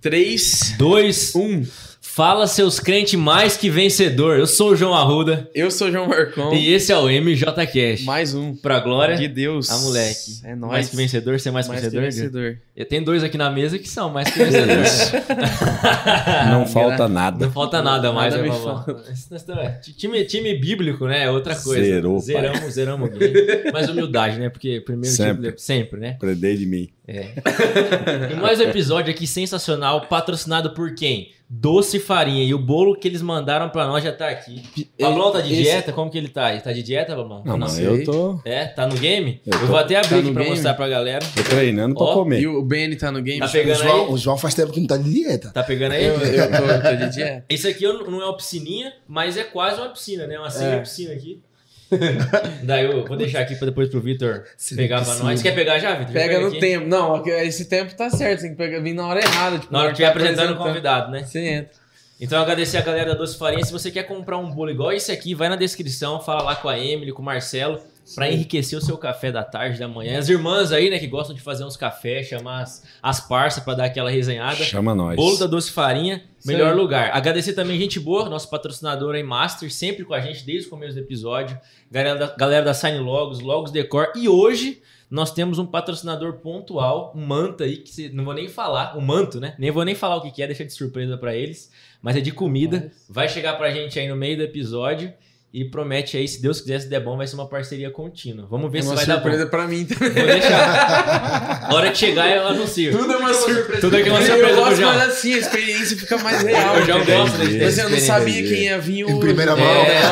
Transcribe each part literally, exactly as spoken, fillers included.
três, dois, um. Fala, seus crentes mais que vencedor. Eu sou o João Arruda. Eu sou o João Marcon. E esse é o M J Cast. Mais um. Pra glória de Deus. A moleque. É nóis. Mais que vencedor, você é mais, mais que vencedor? Que vencedor. Eu tenho dois aqui na mesa que são mais que vencedores. Não falta nada. Não falta nada mais. Nada é, time, time bíblico, né? É outra coisa. Zerou, zeramos, zeramos o game. Mas humildade, né? Porque primeiro sempre. Título, sempre, né? Predei de mim. É. E mais um episódio aqui sensacional, patrocinado por quem? Doce Farinha. E o bolo que eles mandaram pra nós já tá aqui. Pablão tá de Esse... dieta? Como que ele tá? Ele tá de dieta, Pablão? Não, não, eu tô... É? Tá no game? Eu, eu tô... vou até abrir tá aqui pra game? mostrar pra galera. Tô treinando pra Ó, comer. E o Benny tá no game? Tá pegando o João, aí? o João faz tempo que não tá de dieta. Tá pegando aí? Eu, eu, tô, eu tô de dieta. Esse aqui não é uma piscininha, mas é quase uma piscina, né? Uma semi piscina aqui. Daí eu vou deixar aqui pra depois pro Vitor pegar pra nós. Quer pegar já, Vitor? Pega no aqui. tempo. Não, esse tempo tá certo. Tem que pegar, vir na hora errada. Tipo, na hora que estiver apresentando o convidado, né? Você entra. Então agradecer a galera da Doce Farinha. Se você quer comprar um bolo igual esse aqui, vai na descrição, fala lá com a Emily, com o Marcelo, pra enriquecer o seu café da tarde, da manhã. As irmãs aí, né, que gostam de fazer uns cafés, chamar as, as parças pra dar aquela resenhada. Chama nós. Bolo da Doce Farinha, melhor Sim. lugar. Agradecer também gente boa, nosso patrocinador aí, Master, sempre com a gente desde o começo do episódio. Galera da, galera da Sign Logos, Logos Decor. E hoje nós temos um patrocinador pontual, um manto aí, que não vou nem falar, um manto, né? Nem vou nem falar o que é, deixa de surpresa pra eles. Mas é de comida, vai chegar pra gente aí no meio do episódio e promete aí, se Deus quiser, se der bom, vai ser uma parceria contínua. Vamos ver é se uma vai dar bom. surpresa pra mim também. Vou deixar. A hora que chegar, eu anuncio. Tudo é uma surpresa. Tudo aqui é uma Eu surpresa pro gosto João. mais assim, a experiência fica mais real. Eu já gosto da Mas eu não experiência. sabia quem ia vir o... Em primeira mão. É,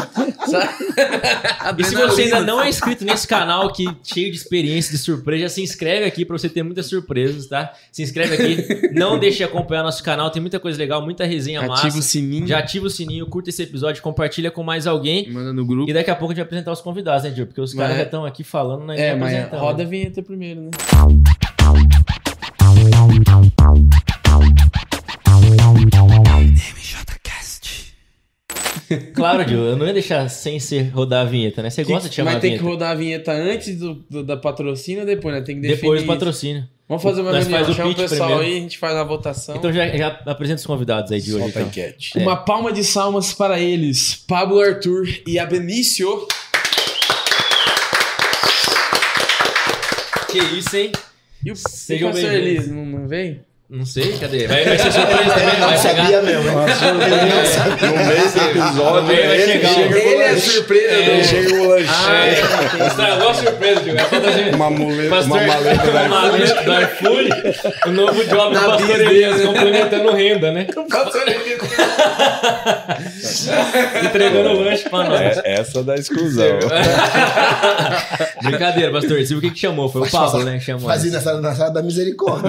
E se você ainda não é inscrito nesse canal aqui, cheio de experiência, de surpresa, já se inscreve aqui pra você ter muitas surpresas, tá? Se inscreve aqui. Não deixe de acompanhar nosso canal, tem muita coisa legal, muita resenha massa. Ativa o sininho. Já ativa o sininho, curta esse episódio, compartilha com mais alguém. Manda no grupo. E daqui a pouco a gente vai apresentar os convidados, né, Gil? Porque os caras Mas- já estão aqui falando, nós É, já mas apresentamos. roda a vinheta primeiro, né? Claro, Gil, eu não ia deixar sem ser rodar a vinheta, né? Você gosta de chamar Mas a tem vinheta. que rodar a vinheta antes do, do- da patrocínio ou depois, né? Tem que definir Depois do isso. patrocínio. Vamos fazer uma Nós reunião, faz o chama o pitch pessoal primeiro. aí, a gente faz a votação. Então já, já apresenta os convidados aí de hoje. Solta a Então. enquete. Uma palma de salmas para eles, Pablo Arthur e a Benício. Que isso, hein? E o Sejam pastor bem-vindos. Elis, não, não veio? Não sei, cadê? Vai, vai ser surpresa também, Eu vai não chegar. sabia mesmo. hein? No meio do episódio, Vai ele chegar. chega com Ele é a lanche. surpresa Ele do... chega com o lanche. É, estragou a surpresa, Diogo. É pra trazer- Uma muleta, Pastor, uma maleta da uma maleta do iFood, o novo job do Na Pastor vida. Elias, complementando renda, né? Pastor Elis. Entregando o lanche pra nós. É, essa da exclusão. Brincadeira, Pastor. Você viu o que que chamou? Foi o Pablo, né? Que chamou. Fazia na sala, na sala da misericórdia.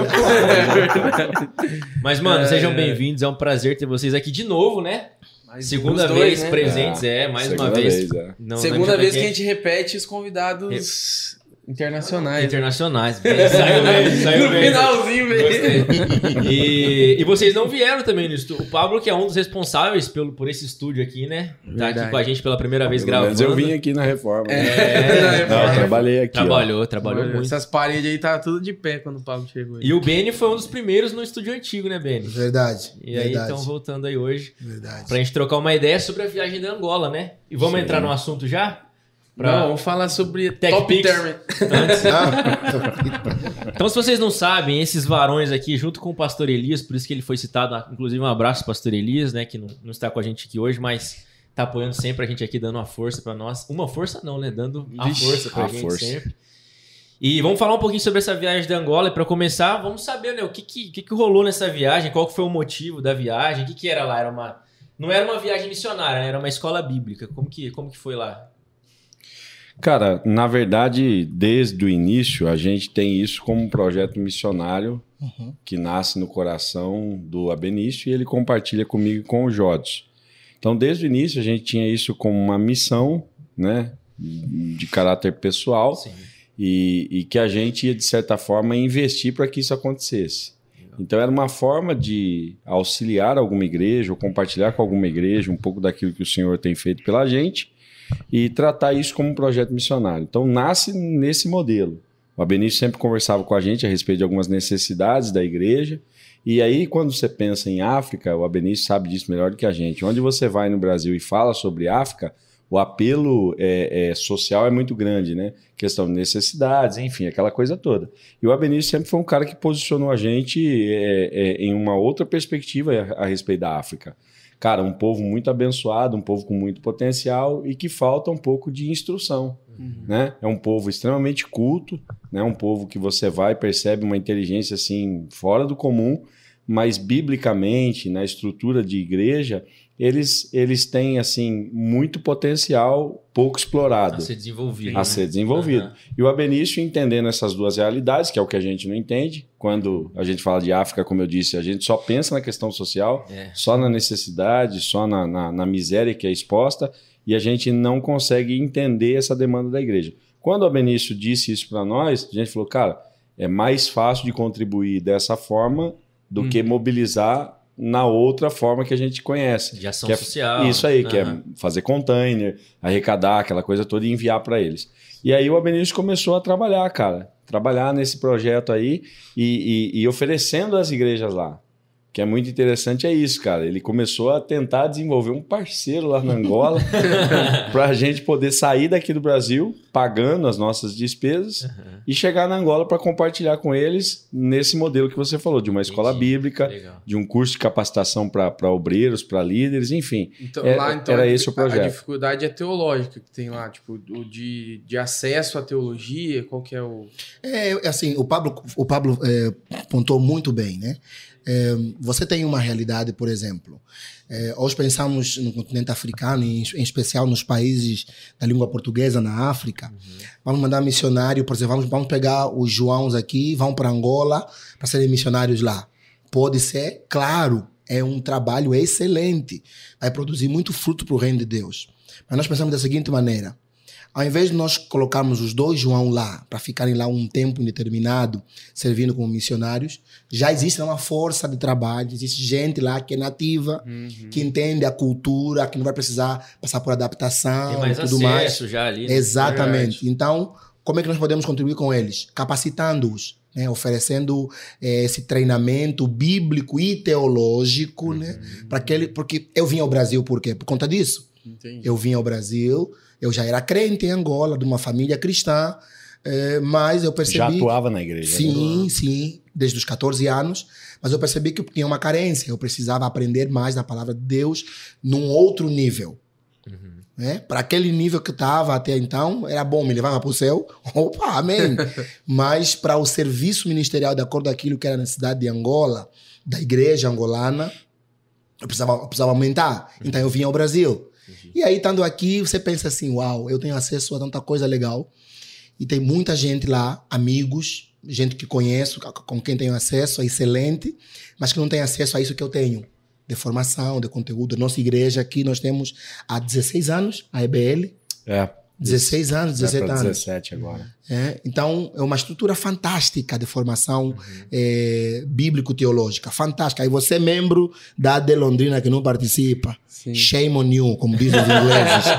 Mas, mano, É, sejam é. bem-vindos. É um prazer ter vocês aqui de novo, né? Mais Segunda os dois, vez né? presentes, é, mais uma Segunda vez. vez, é. Não, Segunda não vez que a quem- gente repete os convidados internacionais. Internacionais. Bem, saiu bem, saiu No bem. finalzinho, velho. Gostei. E, e vocês não vieram também no estúdio. O Pablo, que é um dos responsáveis pelo, por esse estúdio aqui, né? Tá Verdade. aqui com a gente pela primeira vez Pelo menos gravando. eu vim aqui na reforma. né? É, Não, eu trabalhei aqui. ó. trabalhou, trabalhou Olha, muito. essas paredes aí tá tudo de pé quando o Pablo chegou. E o Beni foi um dos primeiros no estúdio antigo, né, Beni? Verdade. E aí, verdade. então, voltando aí hoje, Verdade. pra gente trocar uma ideia sobre a viagem da Angola, né? E vamos Sim. entrar no assunto já? Não, vamos falar sobre Tech Top Pix. Term. Antes. Ah, Então, se vocês não sabem, esses varões aqui, junto com o Pastor Elias, por isso que ele foi citado, inclusive um abraço pro Pastor Elias, né, que não, não está com a gente aqui hoje, mas tá apoiando sempre a gente aqui, dando uma força pra nós. Uma força não, né, dando a Vixe, força pra a gente força. sempre. E vamos falar um pouquinho sobre essa viagem da Angola, e pra começar, vamos saber, né, o que que, que que rolou nessa viagem, qual que foi o motivo da viagem, o que que era lá, era uma... Não era uma viagem missionária, né, era uma escola bíblica, como que, como que foi lá? Cara, na verdade, desde o início, a gente tem isso como um projeto missionário Uhum. que nasce no coração do Abenício e ele compartilha comigo e com o Jodes. Então, desde o início, a gente tinha isso como uma missão, né, de caráter pessoal Sim. e, e que a gente ia, de certa forma, investir para que isso acontecesse. Então, era uma forma de auxiliar alguma igreja ou compartilhar com alguma igreja um pouco daquilo que o Senhor tem feito pela gente e tratar isso como um projeto missionário. Então, nasce nesse modelo. O Abenício sempre conversava com a gente a respeito de algumas necessidades da igreja E aí, quando você pensa em África, o Abenício sabe disso melhor do que a gente. Onde você vai no Brasil e fala sobre África, o apelo é, é, social é muito grande, né? Questão de necessidades, enfim, aquela coisa toda. E o Abenício sempre foi um cara que posicionou a gente é, é, em uma outra perspectiva a, a respeito da África. Cara, um povo muito abençoado, um povo com muito potencial e que falta um pouco de instrução. Uhum. Né? É um povo extremamente culto, né? Um povo que você vai e percebe uma inteligência assim, fora do comum, mas biblicamente, na estrutura de igreja, eles, eles têm assim, muito potencial pouco explorado. A ser desenvolvido. A né? ser desenvolvido. Uhum. E o Abenício, entendendo essas duas realidades, que é o que a gente não entende, quando a gente fala de África, como eu disse, a gente só pensa na questão social, é. só na necessidade, só na, na, na miséria que é exposta, e a gente não consegue entender essa demanda da igreja. Quando o Abenício disse isso para nós, a gente falou, cara, é mais fácil de contribuir dessa forma do hum. que mobilizar na outra forma que a gente conhece. De ação que é, social. Isso aí, uhum. que é fazer container, arrecadar aquela coisa toda e enviar para eles. E aí o Abenício começou a trabalhar, cara. Trabalhar nesse projeto aí e, e, e oferecendo às igrejas lá. Que é muito interessante é isso, cara. Ele começou a tentar desenvolver um parceiro lá na Angola para a gente poder sair daqui do Brasil pagando as nossas despesas uhum. e chegar na Angola para compartilhar com eles nesse modelo que você falou, de uma escola Entendi. bíblica, Legal. de um curso de capacitação para obreiros, para líderes, enfim. Então, é, lá, então, era a, esse o projeto. A dificuldade é teológica que tem lá, tipo, o de, de acesso à teologia, qual que é o... É, assim, o Pablo, o Pablo é, apontou muito bem, né? É, você tem uma realidade, por exemplo, é, hoje pensamos no continente africano, em, em especial nos países da língua portuguesa, na África, uhum. vamos mandar missionário, por exemplo, vamos, vamos pegar os Joãos aqui, vão para Angola para serem missionários lá. Pode ser, claro, é um trabalho excelente, vai produzir muito fruto para o reino de Deus. Mas nós pensamos da seguinte maneira, ao invés de nós colocarmos os dois João lá, para ficarem lá um tempo indeterminado, servindo como missionários, já existe uma força de trabalho, existe gente lá que é nativa, uhum. que entende a cultura, que não vai precisar passar por adaptação Tem mais e tudo acesso mais. já ali. Né? Exatamente. É então, como é que nós podemos contribuir com eles? Capacitando-os, né? Oferecendo eh, esse treinamento bíblico e teológico, uhum. né? Para aquele, porque eu vim ao Brasil por quê? Por conta disso. Entendi. Eu vim ao Brasil... Eu já era crente em Angola, de uma família cristã, é, mas eu percebi... Já atuava na igreja. Sim, né? sim, desde os catorze anos. Mas eu percebi que eu tinha uma carência. Eu precisava aprender mais da palavra de Deus num outro nível. Uhum. Né? Para aquele nível que estava até então, era bom, me levava para o céu. Opa, amém! Mas para o serviço ministerial, de acordo com aquilo que era na cidade de Angola, da igreja angolana, eu precisava, eu precisava aumentar. Uhum. Então eu vim ao Brasil. E aí, estando aqui, você pensa assim, uau, eu tenho acesso a tanta coisa legal. E tem muita gente lá, amigos, gente que conheço, com quem tenho acesso, é excelente, mas que não tem acesso a isso que eu tenho, de formação, de conteúdo. Nossa igreja aqui, nós temos há dezesseis anos, a E B L. É. dezesseis anos, dezessete anos. dezessete agora. É, então, é uma estrutura fantástica de formação uhum. é, bíblico-teológica. Fantástica. Aí você é membro da de Londrina que não participa. Sim. Shame on you, como dizem os ingleses.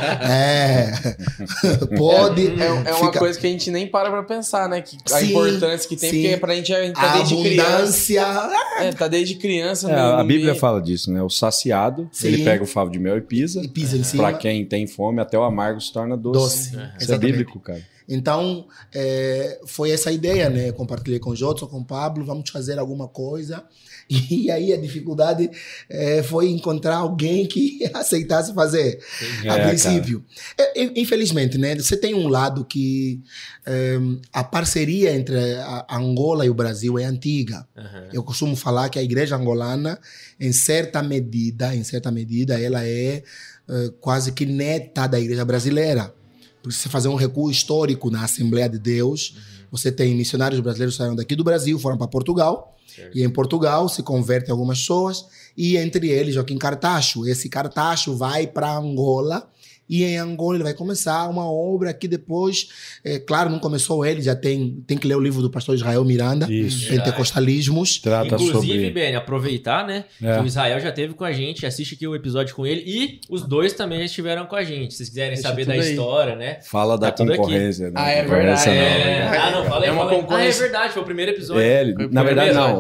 é. Pode. É, é uma fica... coisa que a gente nem para pra pensar, né? Que a sim, importância que tem, sim. porque pra gente, a gente tá a desde abundância... criança. É, tá desde criança. É, no, a no Bíblia meio. fala disso, né? O saciado, sim. ele pega o favo de mel e pisa. E pisa em cima. Pra quem tem fome, até o amargo se torna doce. Doce. É. Isso é bíblico, cara. Então, é, foi essa ideia, né? Compartilhei com o Jodson, com o Pablo, vamos fazer alguma coisa. E aí a dificuldade é, foi encontrar alguém que aceitasse fazer, é, a princípio. É, infelizmente, né? Você tem um lado que é, a parceria entre a Angola e o Brasil é antiga. Uhum. Eu costumo falar que a igreja angolana, em certa medida, em certa medida, ela é, é quase que neta da igreja brasileira. Porque se você fazer um recuo histórico na Assembleia de Deus, uhum. você tem missionários brasileiros que saíram daqui do Brasil, foram para Portugal, certo. E em Portugal se convertem algumas pessoas, e entre eles Joaquim Cartacho. Esse Cartacho vai para Angola, e em Angola ele vai começar uma obra que depois, é, claro, não começou ele, já tem, tem que ler o livro do pastor Israel Miranda, Isso. Pentecostalismos. Trata Inclusive, sobre... Beni, aproveitar, né, é. que o Israel já esteve com a gente, assiste aqui o episódio com ele, e os dois também já estiveram com a gente. Se vocês quiserem Deixa saber da aí. história, né? Fala da tá concorrência. Né? Ah, é verdade. É, ah, não, fala aí, é uma fala aí. concorrência. Ah, é verdade, foi o primeiro episódio. É, ele, foi na verdade, primeiro, não. O, o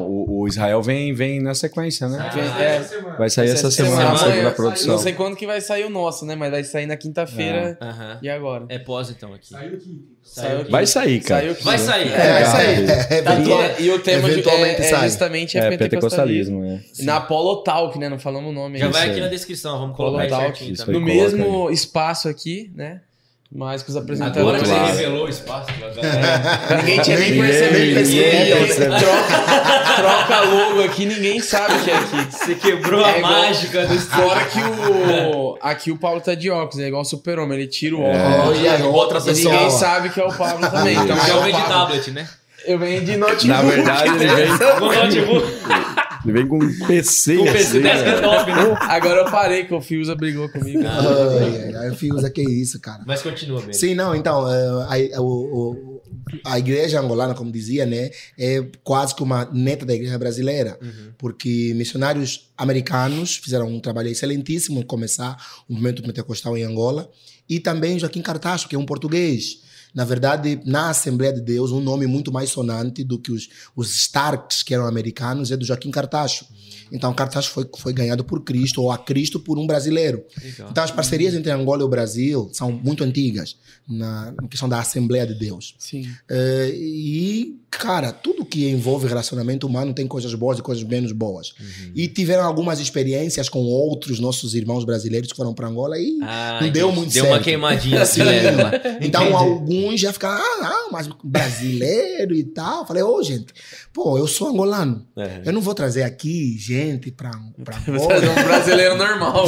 Israel vem, vem na sequência, né? Ah, é. essa semana. Vai sair essa semana, semana, a segunda amanhã, produção. Não sei quando que vai sair o nosso, né? Mas vai sair na quinta-feira. Aham. E agora? É pós, então, aqui. Saiu aqui. Vai sair, cara. Saiu aqui. Vai sair. É, vai sair. É, Tá eventual- E, e o tema Eventualmente é, é sai. justamente é, É, pentecostalismo. pentecostalismo, é. Na Polo Talk, né? Não falamos o nome. Já aí. vai Isso aqui aí. na descrição, vamos Polo colocar aí Talk. certinho Isso também. No Coloca mesmo espaço aqui, né? Mas com os apresentadores. Agora que você Claro. revelou o espaço, galera. Ninguém tinha nem Ninguém- percebido. nem percebeu, Ninguém né? troca, troca logo aqui, ninguém sabe que é aqui. Você quebrou a É igual- mágica do Fora que o. Aqui o Paulo tá de óculos, é igual o super-homem, ele tira o óculos. Olha, outra E pessoa. ninguém sabe que é o Pablo também. Então Porque é eu o venho de Pablo. tablet, né? Eu venho de notebook. Na verdade, ele vem, Com notebook. ele vem com um P C. Com P C assim, né? desktop, né? Agora eu parei que o Fiuza brigou comigo. Ai, ai, ai, Fiuza, que isso, cara. Mas continua, bem. Sim, não, então, eh, a, o- o- a igreja angolana, como dizia, né, é quase que uma neta da igreja brasileira, porque missionários americanos fizeram um trabalho excelentíssimo em começar o movimento pentecostal em Angola, e também Joaquim Cartacho, que é um português. Na verdade, na Assembleia de Deus, um nome muito mais sonante do que os, os Starks, que eram americanos, é do Joaquim Cartacho. Então, Cartacho foi, foi ganhado por Cristo, ou a Cristo por um brasileiro. Legal. Então, as parcerias entre Angola e o Brasil são muito antigas, na na questão da Assembleia de Deus. Sim. Eh, e, cara, tudo que envolve relacionamento humano tem coisas boas e coisas menos boas. E tiveram algumas experiências com outros nossos irmãos brasileiros que foram para Angola e Ah, não deu entendi. muito Deu certo. uma queimadinha assim, Sim. né? Então, Entendi. alguns já ficaram, ah, não, mas brasileiro e tal. Falei, ô, gente, pô, eu sou angolano. É. Eu não vou trazer aqui gente pra, pra Você é Angola. um brasileiro normal.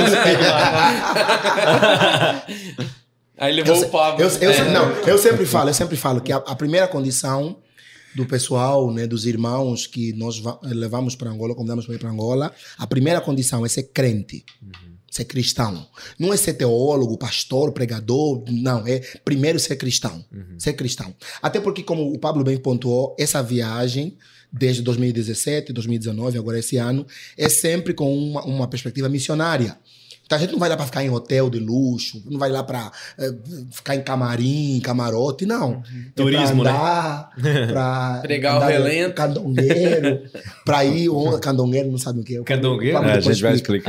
Aí levou Eu, o Pablo. eu, eu, É. não, eu sempre falo, eu sempre falo que a, a primeira condição do pessoal, né, dos irmãos que nós va- levamos para Angola, convidamos para ir para Angola, a primeira condição é ser crente, ser cristão. Não é ser teólogo, pastor, pregador, não, é primeiro ser cristão, ser cristão. Até porque, como o Pablo bem pontuou, essa viagem desde dois mil e dezessete, dois mil e dezenove, agora esse ano, é sempre com uma, uma perspectiva missionária. Então a gente não vai lá para ficar em hotel de luxo, não vai lá para ficar em camarim, camarote, não. Turismo, é pra andar, pra Pregar o andar de relento. Candongueiro, para ir, ou candongueiro, não sabe o que é. Candongueiro? Vamos É, a depois gente vai explicar.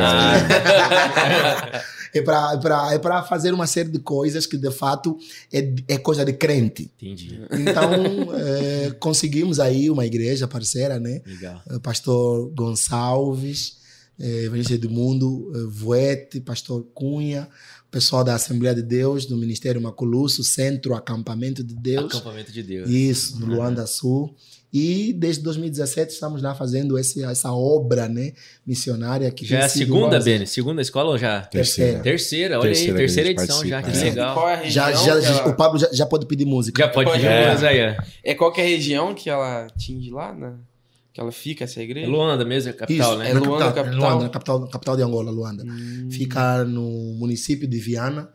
explicar. É para é pra, é pra fazer uma série de coisas que de fato é, é coisa de crente. Entendi. Então é, conseguimos aí uma igreja parceira, né? Legal. Eh, Pastor Gonçalves, eh, Evangelista do Mundo, eh, Voete, Pastor Cunha, pessoal da Assembleia de Deus, do Ministério Maculusso, Centro Acampamento de Deus. Acampamento de Deus. Isso, no Luanda Sul. E desde dois mil e dezessete estamos lá fazendo esse, essa obra, né, missionária que Já tem é a sido segunda, uma- Beni? Segunda escola ou já? Terceira. Terceira, olha Terceira aí, que a terceira gente edição já, que participa, é. legal. Qual é a região Já, já, que ela... O Pablo já, já pode pedir música. Já pode pedir É. umas aí, ó. É qual que é a região que ela atinge lá, né? Que ela fica, essa É igreja? Luanda mesmo, é capital, Isso, né? É na Luanda, capital, capital? Luanda, capital, capital de Angola, Luanda. Hum. Fica no município de Viana.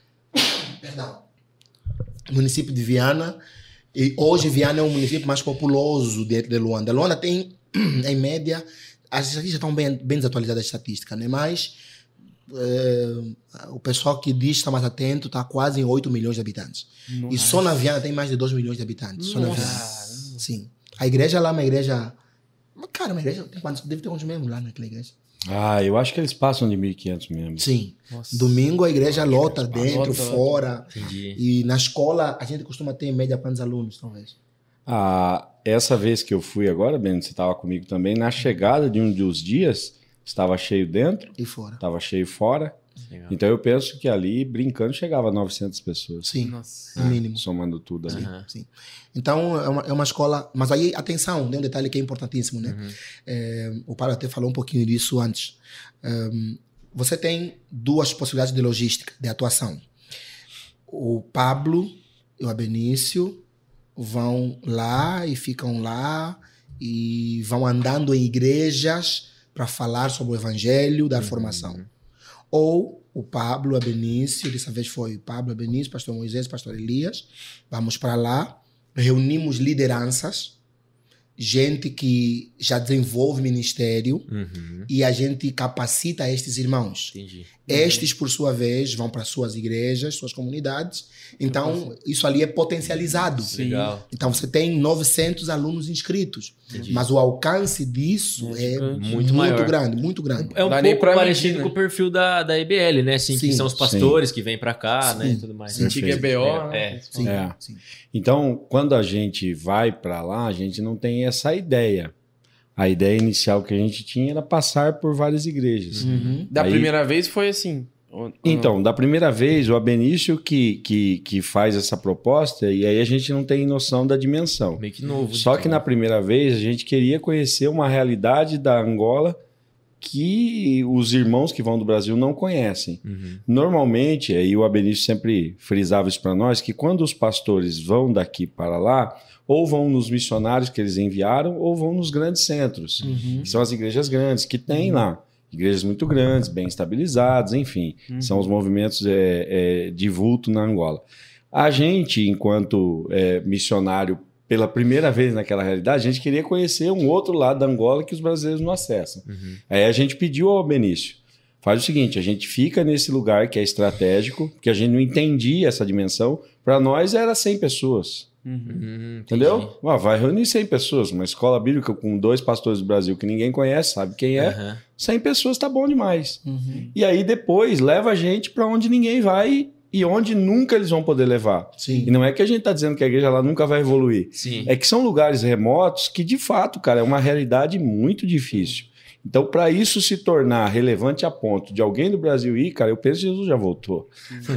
Perdão. Município de Viana. E hoje Viana é o município mais populoso dentro de Luanda. Luanda tem, em média, as estatísticas estão bem, bem desatualizadas, a estatística, né? Mas eh, o pessoal que diz estar mais atento está quase em oito milhões de habitantes. Nossa. E só na Viana tem mais de dois milhões de habitantes. Só na Nossa. Viana. Sim. A igreja lá é uma igreja... Cara, uma igreja... Tem quantos? Deve ter uns mesmo lá naquela igreja. Ah, eu acho que eles passam de mil e quinhentos mesmo. Sim. Nossa. Domingo a igreja lota dentro, Lota, fora. Entendi. E na escola a gente costuma ter em média quantos alunos, talvez? Ah, essa vez que eu fui agora, Ben, você estava comigo também, na chegada de um dos dias, estava cheio dentro, E fora. estava cheio fora. Legal. Então eu penso que ali, brincando, chegava a novecentas pessoas. Sim, Nossa. no mínimo. Somando tudo ali. Aham. Sim. Então é uma, é uma escola. Mas aí, atenção, tem um detalhe que é importantíssimo, né? Uhum. É, o Paulo até falou um pouquinho disso antes. Um, você tem duas possibilidades de logística, de atuação. O Pablo e o Abenício vão lá e ficam lá e vão andando em igrejas para falar sobre o evangelho, dar formação. Ou o Pablo, a Benício, dessa vez foi o Pablo, a Benício, pastor Moisés, pastor Elias, vamos para lá, reunimos lideranças, gente que já desenvolve ministério Uhum. e a gente capacita estes irmãos. Entendi. Estes, por sua vez, vão para suas igrejas, suas comunidades. Então, isso ali é potencializado. Legal. Então, você tem novecentos alunos inscritos. Entendi. Mas o alcance disso é Muito muito, maior. grande, muito grande. É um Dá nem pouco pra parecido medir, né? com o perfil da, da E B L, né? Assim, que Sim, são os pastores que vêm pra cá, né? E tudo mais. sim. Antiga E B O, né? É. Sim, É. sim. Então, quando a gente vai para lá, a gente não tem essa ideia. A ideia inicial que a gente tinha era passar por várias igrejas. Uhum. Da Aí- primeira vez foi assim. Ou- ou Então, da primeira vez, o Abenício que, que, que faz essa proposta, e aí a gente não tem noção da dimensão. Meio que novo. Só então. que na primeira vez, a gente queria conhecer uma realidade da Angola que os irmãos que vão do Brasil não conhecem. Uhum. Normalmente, aí o Abenício sempre frisava isso para nós, que quando os pastores vão daqui para lá, ou vão nos missionários que eles enviaram, ou vão nos grandes centros, Uhum. que são as igrejas grandes, que tem lá. Igrejas muito grandes, bem estabilizadas, enfim. São os movimentos é, é, de vulto na Angola. A gente, enquanto é, missionário, pela primeira vez naquela realidade, a gente queria conhecer um outro lado da Angola que os brasileiros não acessam. Uhum. Aí a gente pediu ao Benício, faz o seguinte, a gente fica nesse lugar que é estratégico, porque a gente não entendia essa dimensão. Para nós era cem pessoas. Uhum. Uhum, Entendeu? Ah, vai reunir cem pessoas. Uma escola bíblica com dois pastores do Brasil que ninguém conhece, sabe quem é. Aham. cem pessoas tá bom demais. Uhum. E aí depois leva a gente para onde ninguém vai e onde nunca eles vão poder levar. Sim. E não é que a gente tá dizendo que a igreja lá nunca vai evoluir. Sim. É que são lugares remotos que, de fato, cara, é uma realidade muito difícil. Então, para isso se tornar relevante a ponto de alguém do Brasil ir, cara, eu penso que Jesus já voltou.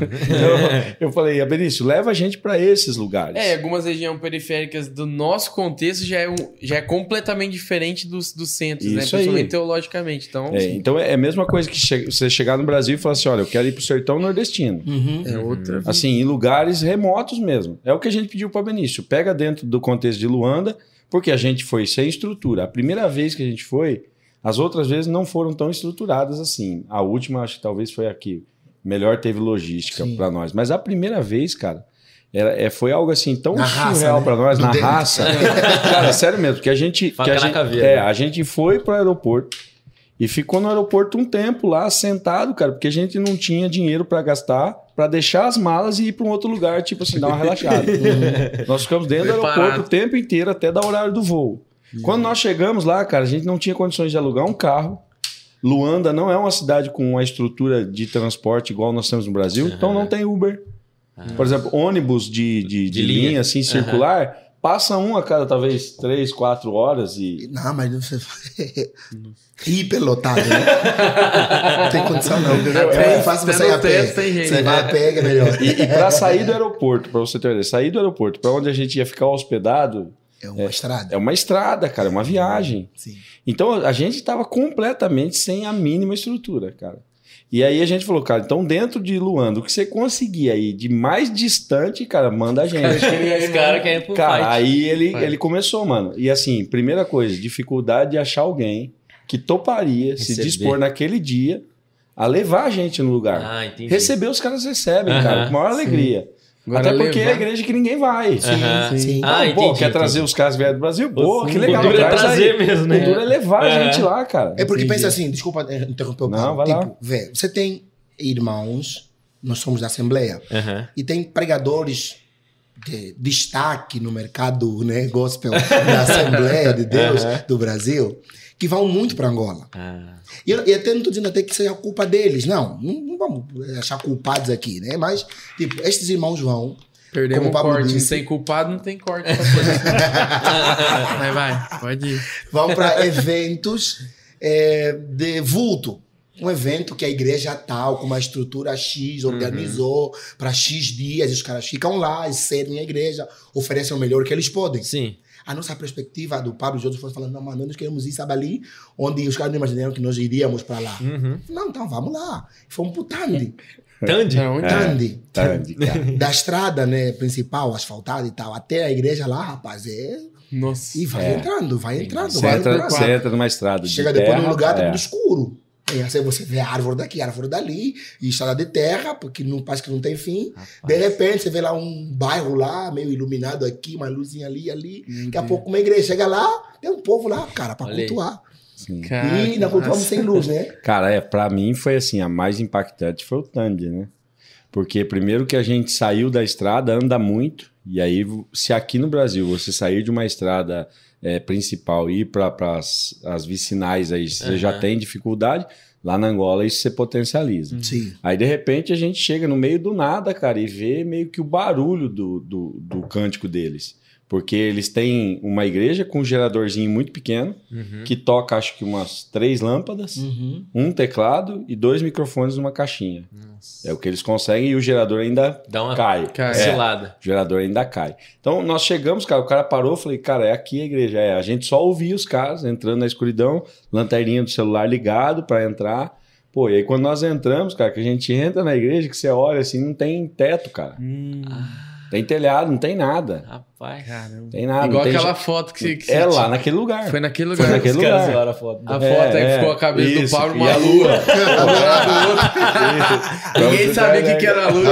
Então, eu falei, Abenício, leva a gente para esses lugares. É, algumas regiões periféricas do nosso contexto já é, um, já é completamente diferente dos, dos centros, né? Isso aí. Principalmente teologicamente. Então, É, então é a mesma coisa que che- você chegar no Brasil e falar assim, olha, eu quero ir pro sertão nordestino. Uhum. é outra vida. Assim, em lugares remotos mesmo. É o que a gente pediu para Benício. Pega dentro do contexto de Luanda, porque a gente foi sem estrutura. A primeira vez que a gente foi, as outras vezes não foram tão estruturadas assim. A última, acho que talvez foi aqui. Melhor teve logística Sim. para nós. Mas a primeira vez, cara, era, é, foi algo assim tão Na raça, surreal né? para nós, No na dentro. raça. Cara, sério mesmo, porque a gente... Faca que a na gente caveira. é, a gente foi para o aeroporto e ficou no aeroporto um tempo lá, sentado, cara, porque a gente não tinha dinheiro para gastar, para deixar as malas e ir para um outro lugar, tipo assim, dar uma relaxada. Nós ficamos dentro do Preparado. aeroporto o tempo inteiro até dar o horário do voo. Quando nós chegamos lá, cara, a gente não tinha condições de alugar um carro. Luanda não é uma cidade com uma estrutura de transporte igual nós temos no Brasil, então não tem Uber. Por exemplo, ônibus de, de, de, De linha. linha, assim, circular, passa um a cada, talvez, três, quatro horas e... Não, mas não você hiperlotado, né? Não tem condição não. Tem- É fácil tem você ir no a pé. teto, tem jeito. Você vai a pé que é melhor. E, e para sair do aeroporto, para você ter uma ideia, sair do aeroporto para onde a gente ia ficar hospedado, É uma estrada. é uma estrada, cara, é uma viagem. Sim. Então a gente estava completamente sem a mínima estrutura, cara. E aí a gente falou, cara, então dentro de Luanda, o que você conseguir aí de mais distante, cara, manda a gente. Os caras querem pro Cara, fight. aí ele, Vai. ele começou, mano. E assim, primeira coisa, dificuldade de achar alguém que toparia se Receber. dispor naquele dia a levar a gente no lugar. Ah, entendi. Receber os caras recebem, Aham. cara, com maior alegria. Agora Até porque é a levar- igreja que ninguém vai. Aham. sim. Então, Ah, pô, entendi, quer entendi. trazer os caras velhos do Brasil? Pô, que legal. O duro é traz trazer aí. mesmo, né? O duro é levar a É. gente lá, cara. É porque Entendi. pensa assim, desculpa eh, interromper o Não, Paulo. vai lá. Tipo, vê, você tem irmãos, nós somos da Assembleia, Aham. e tem pregadores de destaque no mercado, né, gospel da Assembleia de Deus do Brasil, que vão muito para Angola. Ah. E eu, e até não estou dizendo até que seja culpa deles, não, não, não vamos achar culpados aqui, né? Mas, tipo, estes irmãos vão. Perdemos Como um o Pablo corte. disse. Sem culpado não tem corte. pra fazer. Vai, vai. Pode ir. Vão para eventos é, de vulto. Um evento que a igreja tal, com uma estrutura X, organizou para X dias, e os caras ficam lá, e cedem a igreja, oferecem o melhor que eles podem. Sim. A nossa perspectiva do Pablo José foi falando, não, mano, nós queremos ir, sabe, ali, onde os caras não imaginaram que nós iríamos para lá. Uhum. Não, então vamos lá. Fomos pro Tandi. Tandy? Não, então. Tandi. Tarde, cara. Da estrada, né, principal, asfaltada e tal, até a igreja lá, rapaz, é... Nossa. E vai É. entrando, vai entrando, Você vai entra, entrando. você entra numa estrada de Chega depois terra, num lugar tá é. tudo escuro. E assim você vê a árvore daqui, a árvore dali, e estrada de terra, porque não parece que não tem fim. De repente, você vê lá um bairro lá, meio iluminado aqui, uma luzinha ali ali. Daqui a pouco uma igreja chega lá, tem um povo lá, cara, pra Olha aí. cultuar. Sim. Cara, e ainda continuamos sem luz, né? Cara, é, pra mim foi assim, a mais impactante foi o Tandy, né? Porque primeiro que a gente saiu da estrada, anda muito, e aí se aqui no Brasil você sair de uma estrada é, principal e ir para as vicinais, aí você Uhum. já tem dificuldade, lá na Angola isso você potencializa. Sim. Aí de repente a gente chega no meio do nada, cara, e vê meio que o barulho do, do, do cântico deles. Porque eles têm uma igreja com um geradorzinho muito pequeno, Uhum. que toca acho que umas três lâmpadas, Uhum. um teclado e dois microfones numa caixinha. Nossa. É o que eles conseguem e o gerador ainda Dá uma cai. Cai. É, cilada. o gerador ainda cai. Então nós chegamos, cara, o cara parou, eu falei, cara, é aqui a igreja. É, a gente só ouvia os caras entrando na escuridão, lanterninha do celular ligado para entrar. Pô, e aí quando nós entramos, cara, que a gente entra na igreja, que você olha assim, não tem teto, cara. Hum, Tem telhado, não tem nada. Rapaz. caramba. Tem nada. Igual não tem aquela je- foto que você... Que É você- lá naquele lugar. Foi naquele Foi lugar. naquele Os caras lugar. zoaram a foto. A É, foto aí que é. ficou a cabeça Isso, do Pablo, e uma a lua. Um do lado do outro. Ninguém Você sabia o tá que, que era a lua.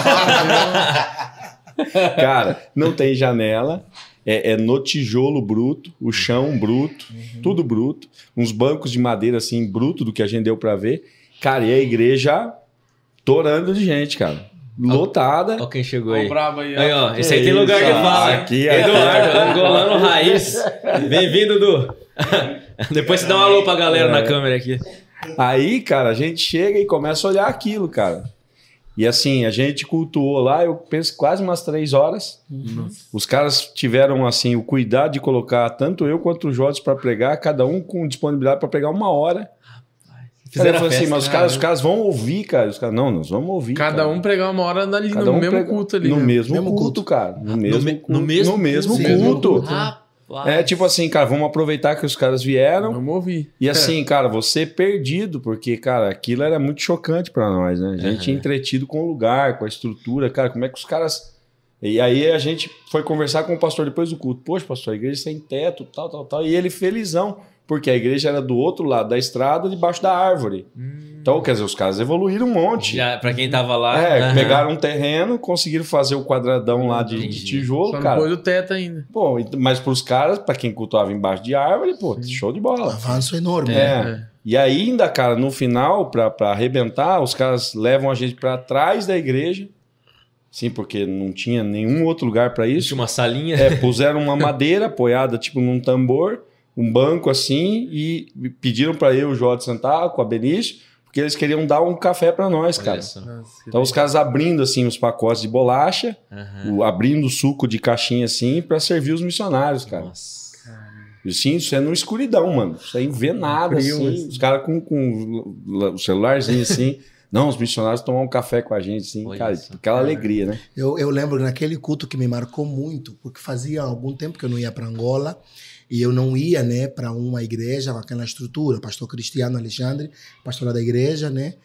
Cara, não tem janela. É, é no tijolo bruto, o chão bruto, tudo bruto. Uns bancos de madeira assim, bruto do que a gente deu pra ver. Cara, e a igreja torando de gente, cara. Lotada. Olha quem chegou Olha aí. o brabo aí, ó. Aí, ó. Esse Que aí tem lugar isso, de ó. fala. Aqui, aqui. Eduardo, angolano raiz. Bem-vindo, Du. Depois você dá um alô pra galera na câmera aqui. Aí, cara, a gente chega e começa a olhar aquilo, cara. E assim, a gente cultuou lá, eu penso, quase umas três horas. Os caras tiveram, assim, o cuidado de colocar tanto eu quanto o Jorge para pregar, cada um com disponibilidade para pregar uma hora. Fizeram Fizeram a assim, festa, mas os caras, os caras vão ouvir, cara. Os caras, não, nós vamos ouvir. Cada cara. um pregar uma hora ali Cada no um mesmo prega- culto ali. No né? mesmo, Mesmo culto, culto. cara. No mesmo me- culto. no mesmo no mesmo culto? culto. Rapaz. É tipo assim, cara, vamos aproveitar que os caras vieram. Vamos ouvir. E assim, cara, você perdido, porque, cara, aquilo era muito chocante pra nós, né? A gente Uhum. entretido com o lugar, com a estrutura, cara, como é que os caras... E aí a gente foi conversar com o pastor depois do culto. Poxa, pastor, a igreja sem teto, tal, tal, tal. E ele felizão, porque a igreja era do outro lado da estrada, debaixo da árvore. Então, quer dizer, os caras evoluíram um monte. Já, pra quem tava lá. É, aham. pegaram um terreno, conseguiram fazer o quadradão lá de, de Entendi. tijolo, Só não cara. pôs o teto ainda. Pô, mas pros caras, pra quem cultuava embaixo de árvore, pô, show de Um bola. avanço enorme. É. né? E ainda, cara, no final, pra, pra arrebentar, os caras levam a gente pra trás da igreja. Sim, porque não tinha nenhum outro lugar pra isso. Tinha uma salinha. É, puseram uma madeira apoiada, tipo, num tambor, um banco assim, e pediram pra eu e o Jorge sentar com a Benício, porque eles queriam dar um café pra nós, Olha cara. só. Nossa, que Então os caras abrindo assim os pacotes de bolacha, Aham. o- abrindo o suco de caixinha assim pra servir os missionários, cara. Nossa. E sim, isso é no escuridão, mano. Isso aí vê nada, Frio, assim. mas- Os caras com, com o celularzinho assim. Não, os missionários tomam um café com a gente, assim. Olha Cara, só. aquela alegria, né? Eu, eu lembro naquele culto que me marcou muito, porque fazia algum tempo que eu não ia para Angola e eu não ia, né, para uma igreja com aquela estrutura. Pastor Cristiano Alexandre, pastor lá da igreja, né?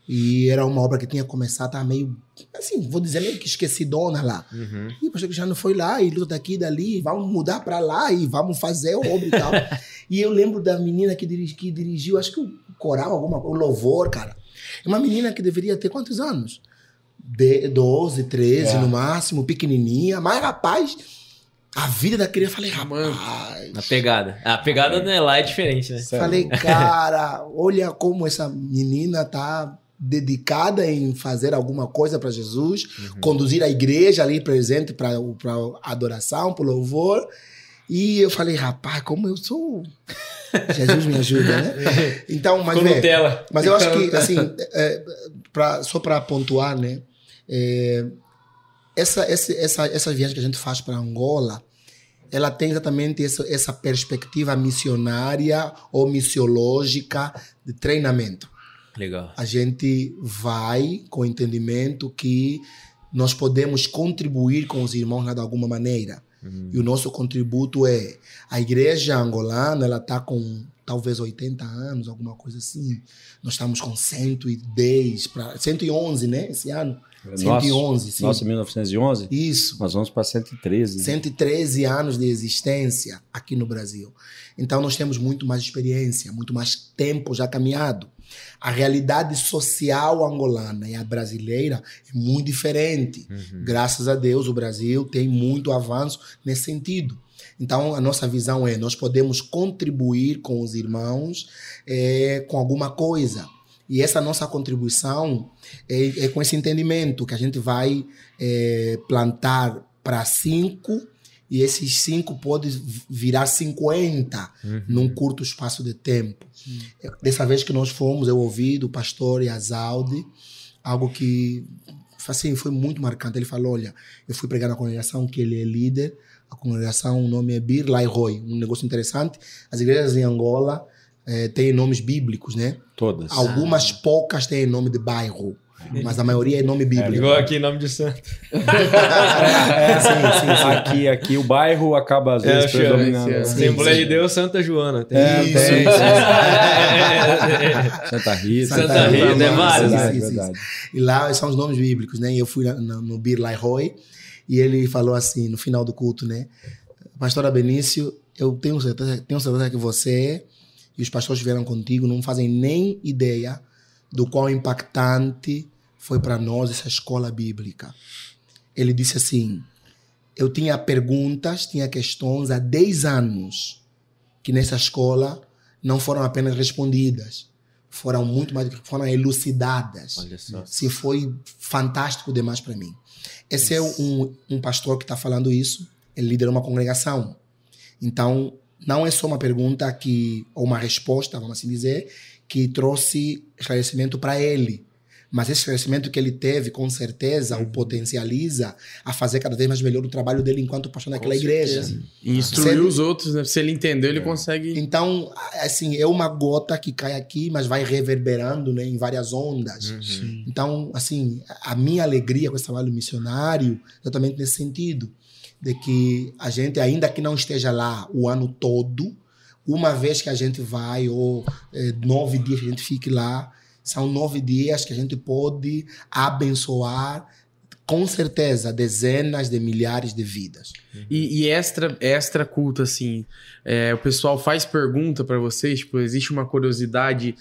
E era uma obra que tinha começado, estava meio, assim, vou dizer meio que esquecidona lá. Uhum. E o pastor Cristiano foi lá e luta daqui e dali, vamos mudar para lá e vamos fazer a obra e tal. E eu lembro da menina que, dirigi, que dirigiu, acho que o coral, alguma, o louvor, cara. É uma menina que deveria ter quantos anos? De, doze, treze É. no máximo, pequenininha. Mas, rapaz, a vida da criança, eu falei, Mano. rapaz... Na pegada. A pegada né, lá é diferente, né? Falei, cara, olha como essa menina tá dedicada em fazer alguma coisa para Jesus, conduzir a igreja ali presente para adoração, para louvor. E eu falei, rapaz, como eu sou... Jesus me ajuda, né? Então, mas, Ficou vê, Nutella. mas eu acho que, assim, é, pra, só para pontuar, né? É, essa, essa, essa, essa viagem que a gente faz para Angola, ela tem exatamente essa, essa perspectiva missionária ou missiológica de treinamento. Legal. A gente vai com o entendimento que nós podemos contribuir com os irmãos lá de alguma maneira. Uhum. E o nosso contributo é... A igreja angolana, ela está com talvez oitenta anos, alguma coisa assim. Nós estamos com cento e dez, pra, cento e onze, né? Esse ano. cento e onze, sim. Nossa, mil novecentos e onze? Isso. Nós vamos para cento e treze. cento e treze anos de existência aqui no Brasil. Então, nós temos muito mais experiência, muito mais tempo já caminhado. A realidade social angolana e a brasileira é muito diferente. Uhum. Graças a Deus, o Brasil tem muito avanço nesse sentido. Então, a nossa visão é, nós podemos contribuir com os irmãos é, com alguma coisa. E essa nossa contribuição é, é com esse entendimento que a gente vai é, plantar para cinco e esses cinco podem virar cinquenta uhum. num curto espaço de tempo. Sim. Dessa vez que nós fomos, eu ouvi do pastor Yazaldi algo que assim, foi muito marcante. Ele falou, olha, eu fui pregar na congregação que ele é líder, a congregação, o nome é Bir Lai Roy, um negócio interessante. As igrejas em Angola eh, têm nomes bíblicos, né? Todas. Algumas ah. poucas têm nome de bairro, mas a maioria é nome bíblico. É, igual aqui, nome de santo. é, sim, sim, sim. Aqui, aqui o bairro acaba às vezes é, predominando. É, Assembleia de Deus, Santa Joana. Tem é, isso, tem, isso. Santa Rita. Santa, Santa Rita, Rita, é vários. Verdade, verdade. E lá são os nomes bíblicos, né? E eu fui no, no Bir Lai Roy e ele falou assim, no final do culto, né? Pastora Benício, eu tenho certeza, tenho certeza que você e os pastores que vieram contigo não fazem nem ideia do quão impactante foi para nós essa escola bíblica. Ele disse assim, eu tinha perguntas, tinha questões há dez anos que nessa escola não foram apenas respondidas, foram muito mais, foram elucidadas. Olha só. Se foi fantástico demais para mim. Esse isso. é um, um pastor que está falando isso, ele lidera uma congregação. Então, não é só uma pergunta que, ou uma resposta, vamos assim dizer, que trouxe esclarecimento para ele. Mas esse esclarecimento que ele teve, com certeza, uhum. o potencializa a fazer cada vez mais melhor o trabalho dele enquanto pastor naquela igreja. E instruir ele... os outros, né? Se ele entendeu, ele é. consegue... Então, assim, é uma gota que cai aqui, mas vai reverberando, né, em várias ondas. Uhum. Então, assim, a minha alegria com esse trabalho missionário, exatamente nesse sentido, de que a gente, ainda que não esteja lá o ano todo, uma vez que a gente vai, ou é, nove dias que a gente fique lá, são nove dias que a gente pode abençoar, com certeza, dezenas de milhares de vidas. E, e extra, extra culto, assim, é, o pessoal faz pergunta para vocês, tipo, existe uma curiosidade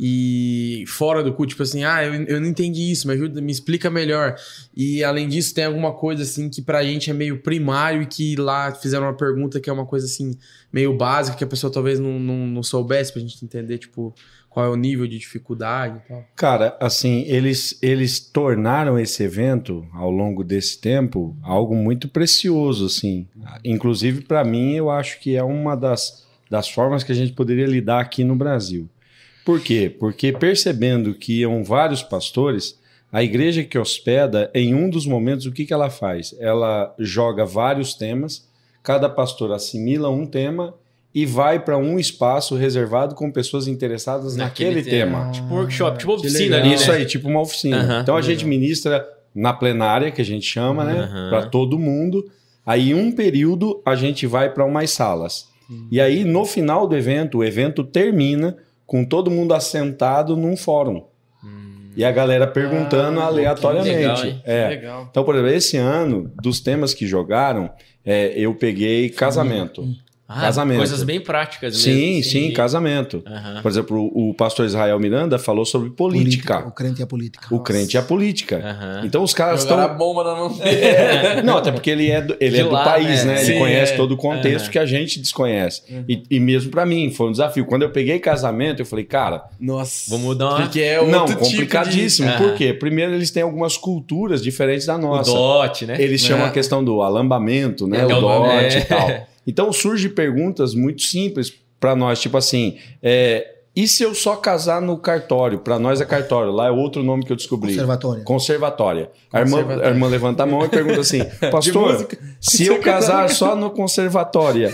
e fora do culto, tipo assim, ah, eu, eu não entendi isso, me ajuda, me explica melhor. E além disso, tem alguma coisa assim que pra gente é meio primário e que lá fizeram uma pergunta que é uma coisa assim, meio básica, que a pessoa talvez não, não, não soubesse pra gente entender, tipo, qual é o nível de dificuldade e tal. Cara, assim, eles, eles tornaram esse evento, ao longo desse tempo, algo muito precioso, assim. Inclusive, pra mim, eu acho que é uma das, das formas que a gente poderia lidar aqui no Brasil. Por quê? Porque percebendo que iam vários pastores, a igreja que hospeda, em um dos momentos, o que, que ela faz? Ela joga vários temas, cada pastor assimila um tema e vai para um espaço reservado com pessoas interessadas naquele, naquele tema. tema. Tipo workshop, tipo oficina ali, Isso né? aí, tipo uma oficina. Uhum, então a legal. gente ministra na plenária, que a gente chama, né? Uhum. Para todo mundo. Aí, um período, a gente vai para umas salas. Uhum. E aí, no final do evento, o evento termina com todo mundo assentado num fórum. Hum. E a galera perguntando ah, aleatoriamente. Legal, hein? É. Legal. Então, por exemplo, esse ano, dos temas que jogaram, é, eu peguei casamento. Hum. Ah, casamento. Coisas bem práticas mesmo. Sim, sim, de... casamento. Uhum. Por exemplo, o, o pastor Israel Miranda falou sobre política. política. O crente é a política. O Nossa. crente é a política. Uhum. Então os caras estão... Jogaram a bomba na mão dele. É. Não, até porque ele é do, ele é do lá, país, né? né? Ele Sim, conhece é. todo o contexto Uhum. que a gente desconhece. Uhum. E, e mesmo pra mim, foi um desafio. Quando eu peguei casamento, eu falei, cara... Nossa. Vamos dar uma... Porque é outro não, tipo complicadíssimo. de... Por quê? Primeiro, eles têm algumas culturas diferentes da nossa. O dote, né? Eles chamam é. a questão do alambamento, né? É, o dote é. e tal. Então, surgem perguntas muito simples para nós, tipo assim, é, e se eu só casar no cartório? Para nós é cartório, lá é outro nome que eu descobri. Conservatória. Conservatória. A irmã, Conservatória. a irmã levanta a mão e pergunta assim, pastor, se eu casar só no conservatória?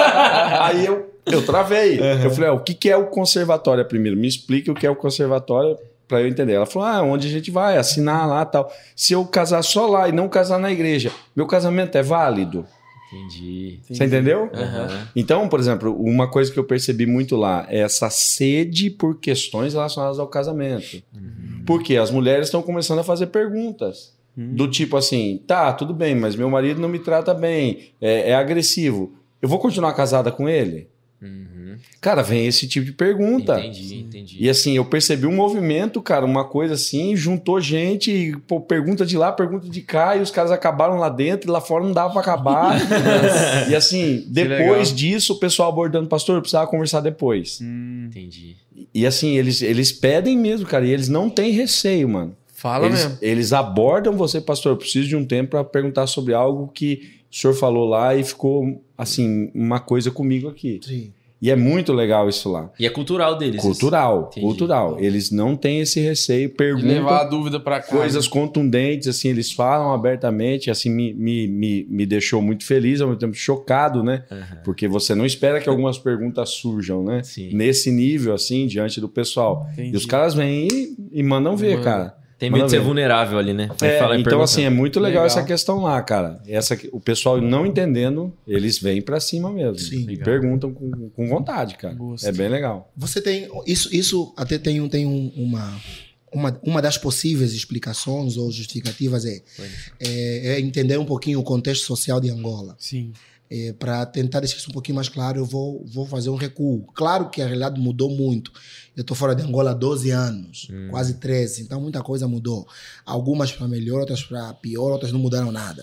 Aí eu, eu travei. Uhum. Eu falei, ah, o que, que é o conservatória primeiro? Me explique o que é o conservatório para eu entender. Ela falou, ah, onde a gente vai assinar lá e tal. Se eu casar só lá e não casar na igreja, meu casamento é válido? Entendi. Você entendeu? Uhum. Então, por exemplo, uma coisa que eu percebi muito lá é essa sede por questões relacionadas ao casamento. Uhum. Porque as mulheres estão começando a fazer perguntas. Uhum. Do tipo assim, tá, tudo bem, mas meu marido não me trata bem, é, é agressivo. Eu vou continuar casada com ele? Uhum. Cara, vem esse tipo de pergunta. Entendi, entendi. E assim, eu percebi um movimento, cara, uma coisa assim, juntou gente, e, pô, pergunta de lá, pergunta de cá, e os caras acabaram lá dentro, e lá fora não dava pra acabar. E assim, depois disso, o pessoal abordando, pastor, eu precisava conversar depois. Hum, Entendi. E assim, eles, eles pedem mesmo, cara, e eles não têm receio, mano. fala Eles, mesmo. eles abordam você, pastor, eu preciso de um tempo pra perguntar sobre algo que o senhor falou lá e ficou, assim, uma coisa comigo aqui. Sim. E é muito legal isso lá. E é cultural deles. Cultural, Entendi. cultural. Eles não têm esse receio, De perguntam levar a dúvida pra cá. coisas contundentes, assim, eles falam abertamente, assim, me, me, me, me deixou muito feliz, ao mesmo tempo chocado, né? Uhum. Porque você não espera que algumas perguntas surjam, né? Sim. Nesse nível, assim, diante do pessoal. Entendi. E os caras vêm e, e mandam ver, Manda. cara. Tem medo de ser Manda ver. vulnerável ali, né? Vai É, falar e então, perguntar. assim, é muito legal, Legal. essa questão lá, cara. Essa, o pessoal não entendendo, eles vêm pra cima mesmo. Sim. E Legal. perguntam com, com vontade, cara. Gosto. É bem legal. Você tem. Isso, isso até tem, um- tem um- uma, uma. Uma das possíveis explicações ou justificativas é, é, é entender um pouquinho o contexto social de Angola. Sim. É, para tentar deixar isso um pouquinho mais claro, eu vou, vou fazer um recuo. Claro que a realidade mudou muito. Eu estou fora de Angola há doze anos, quase treze, então muita coisa mudou. Algumas para melhor, outras para pior, outras não mudaram nada.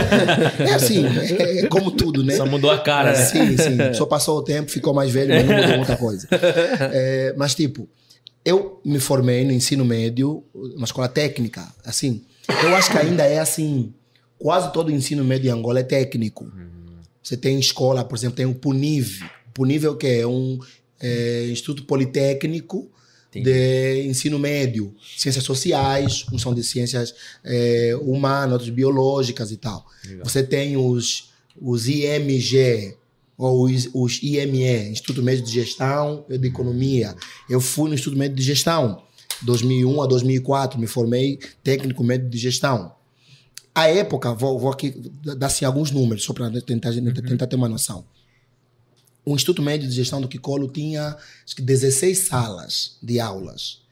É assim, é como tudo, né? Só mudou a cara, né? Sim, sim. Só passou o tempo, ficou mais velho, mas não mudou muita coisa. É, mas, tipo, eu me formei no ensino médio, uma escola técnica, assim. Eu acho que ainda é assim, quase todo o ensino médio em Angola é técnico. Você tem escola, por exemplo, tem o PUNIV. O PUNIV é o quê? É um é, Instituto Politécnico Entendi. de ensino médio. Ciências sociais, uns são de ciências é, humanas, outros biológicas e tal. Legal. Você tem os, os I M G, ou os, os I M E, Instituto Médio de Gestão e de Economia. Eu fui no Instituto Médio de Gestão, dois mil e um a dois mil e quatro, me formei técnico médio de gestão. À época, vou, vou aqui dar assim, alguns números, só para tentar, tentar ter uma noção. O Instituto Médio de Gestão do Kikolo tinha acho que dezesseis salas de aulas.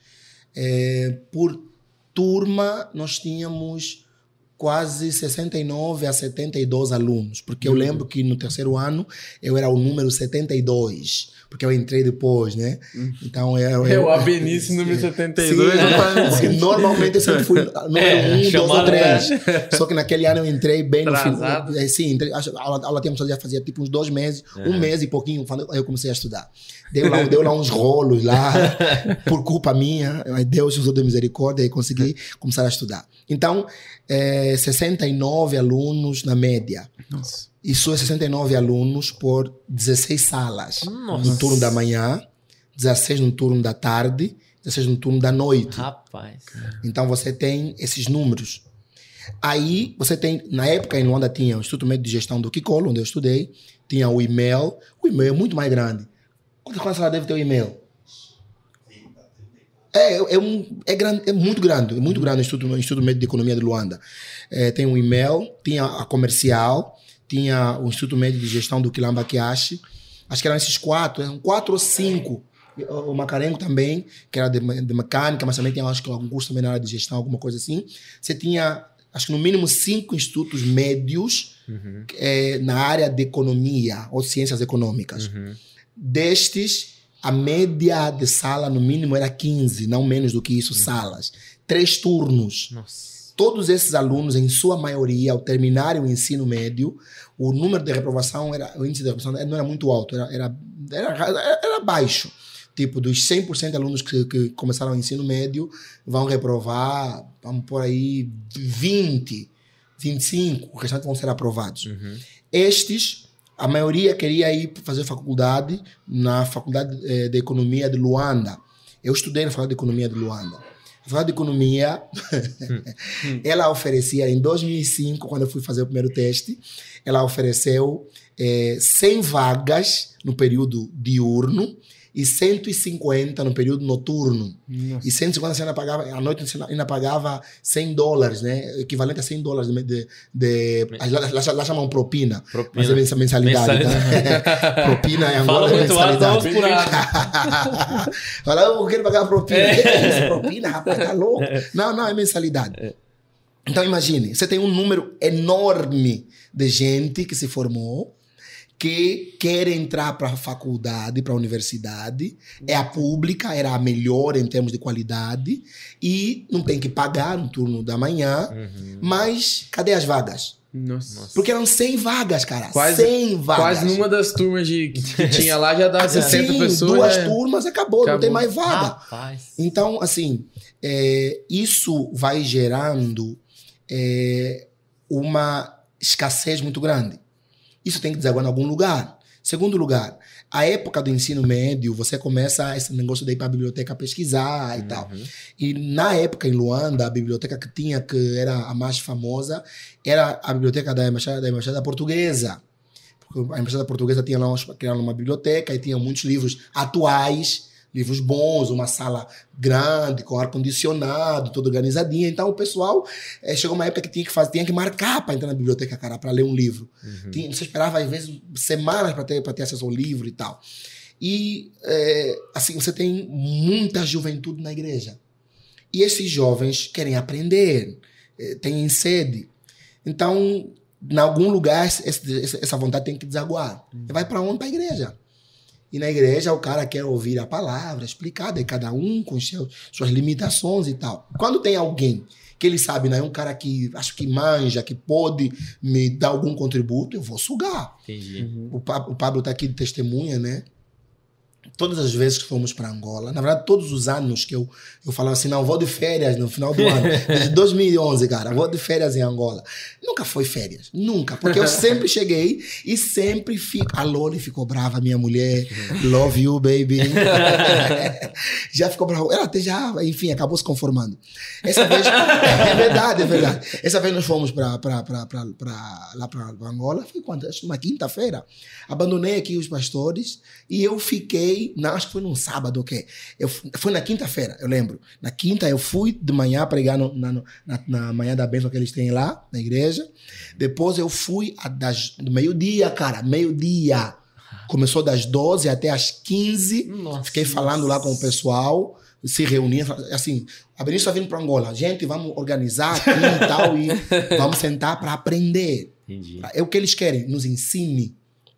É, por turma, nós tínhamos quase sessenta e nove a setenta e dois alunos, porque eu lembro que no terceiro ano eu era o número setenta e dois, porque eu entrei depois, né? Então eu... É eu o Abenice número setenta e Sim, dois. sim, normalmente eu sempre fui número É, um, dois ou chamado, três. Só que naquele ano eu entrei bem no Atrasado. final. Sim, entrei, acho- a aula, a aula tínhamos já fazia tipo uns dois meses, um mês e pouquinho, quando eu comecei a estudar. Deu lá, deu lá uns rolos lá, por culpa minha, mas Deus usou de misericórdia e consegui começar a estudar. Então, é, sessenta e nove alunos na média. Nossa. Isso é sessenta e nove alunos por dezesseis salas. Nossa. No turno da manhã, dezesseis no turno da tarde, dezesseis no turno da noite. Rapaz. Então você tem esses números. Aí você tem, na época em Luanda tinha o Instituto Médio de Gestão do Kikolo, onde eu estudei, tinha o e-mail. O e-mail é muito mais grande. Quantas quantas salas deve ter o e-mail? É, é, é um, é, grande, é muito grande, é muito grande o Instituto, o Instituto Médio de Economia de Luanda. É, tem o e-mail, tinha a comercial, tinha o Instituto Médio de Gestão do Quilamba Kiashi. Acho que eram esses quatro, eram quatro ou cinco. O Macarengo também, que era de, de mecânica, mas também tinha, acho que, algum curso também na área de gestão, alguma coisa assim. Você tinha, acho que no mínimo cinco institutos médios Uhum. eh, na área de economia ou ciências econômicas. Uhum. Destes, a média de sala no mínimo era quinze, não menos do que isso, salas. Três turnos. Nossa. Todos esses alunos, em sua maioria, ao terminarem o ensino médio, o número de reprovação, era, o índice de reprovação não era muito alto, era, era, era, era baixo. Tipo, dos cem por cento de alunos que, que começaram o ensino médio, vão reprovar, vamos por aí, vinte, vinte e cinco, o restante vão ser aprovados. Uhum. Estes, a maioria queria ir fazer faculdade na Faculdade eh, de Economia de Luanda. Eu estudei na Faculdade de Economia de Luanda. A Faculdade de Economia, ela oferecia, em dois mil e cinco, quando eu fui fazer o primeiro teste, ela ofereceu eh, cem vagas no período diurno e cento e cinquenta no período noturno. Nossa. E cento e cinquenta você ainda pagava, à noite você ainda pagava cem dólares, né? Equivalente a cem dólares de... de, de lá, lá, lá chamam propina, Propina. mas é mens- mensalidade. Mensalidade. Tá? Propina é Fala Angola, é muito alto, vamos mensalidade. por isso. Fala, eu quero pagar propina. É. Que é isso, propina, rapaz, tá louco? Não, não, é mensalidade. Então imagine, você tem um número enorme de gente que se formou, que quer entrar para a faculdade, para a universidade, é a pública, era a melhor em termos de qualidade, e não tem que pagar no turno da manhã, Uhum. mas cadê as vagas? Nossa. Porque eram cem vagas, cara. Quase- cem vagas. Quase numa das turmas de, que, que tinha lá já dá sessenta Sim, pessoas. duas já- turmas, acabou, não Acabou. tem mais vaga. Rapaz. Então, assim, é, isso vai gerando é, uma escassez muito grande. Isso tem que desaguar em algum lugar. Segundo lugar, a época do ensino médio, você começa esse negócio de ir para a biblioteca pesquisar e tal. Uhum. E na época, em Luanda, a biblioteca que tinha, que era a mais famosa, era a biblioteca da Embaixada, da Embaixada Portuguesa. Porque a Embaixada Portuguesa tinha lá uma, criaram uma biblioteca e tinha muitos livros atuais, livros bons, uma sala grande, com ar-condicionado, tudo organizadinho. Então, o pessoal eh, chegou uma época que tinha que fazer, tinha que marcar para entrar na biblioteca, cara, para ler um livro. Uhum. Tinha, você esperava, às vezes, semanas para ter, para ter acesso ao livro e tal. E, eh, assim, você tem muita juventude na igreja. E esses jovens querem aprender, eh, têm sede. Então, em algum lugar, esse- esse- essa vontade tem que desaguar. Vai para onde? Para a igreja. E na igreja o cara quer ouvir a palavra explicada, e cada um com seus, suas limitações e tal. Quando tem alguém que ele sabe, né, um cara que acho que manja, que pode me dar algum contributo, eu vou sugar. Entendi. O, Pa- o Pablo está aqui de testemunha, né? Todas as vezes que fomos para Angola, na verdade, todos os anos que eu, eu falava assim, não, vou de férias no final do ano, desde dois mil e onze, cara, vou de férias em Angola. Nunca foi férias, nunca, porque eu sempre cheguei e sempre fico. A Loli ficou brava, minha mulher, love you, baby. Já ficou brava, ela até já, enfim, acabou se conformando. Essa vez, é verdade, é verdade. Essa vez nós fomos para lá para Angola, foi quando? Acho que uma quinta-feira. Abandonei aqui os pastores e eu fiquei, não, acho que foi num sábado, o quê? Eu, fu- foi na quinta-feira, eu lembro. Na quinta eu fui de manhã pregar no, na, no- na, na manhã da bênção que eles têm lá, na igreja. Depois eu fui a das, do meio-dia, cara, meio-dia. Começou das doze até as quinze. Nossa. Fiquei falando lá com o pessoal, se reunia, assim, a Benício está vindo para Angola, gente, vamos organizar aqui e tal, e vamos sentar para aprender. Entendi. É o que eles querem, nos ensine.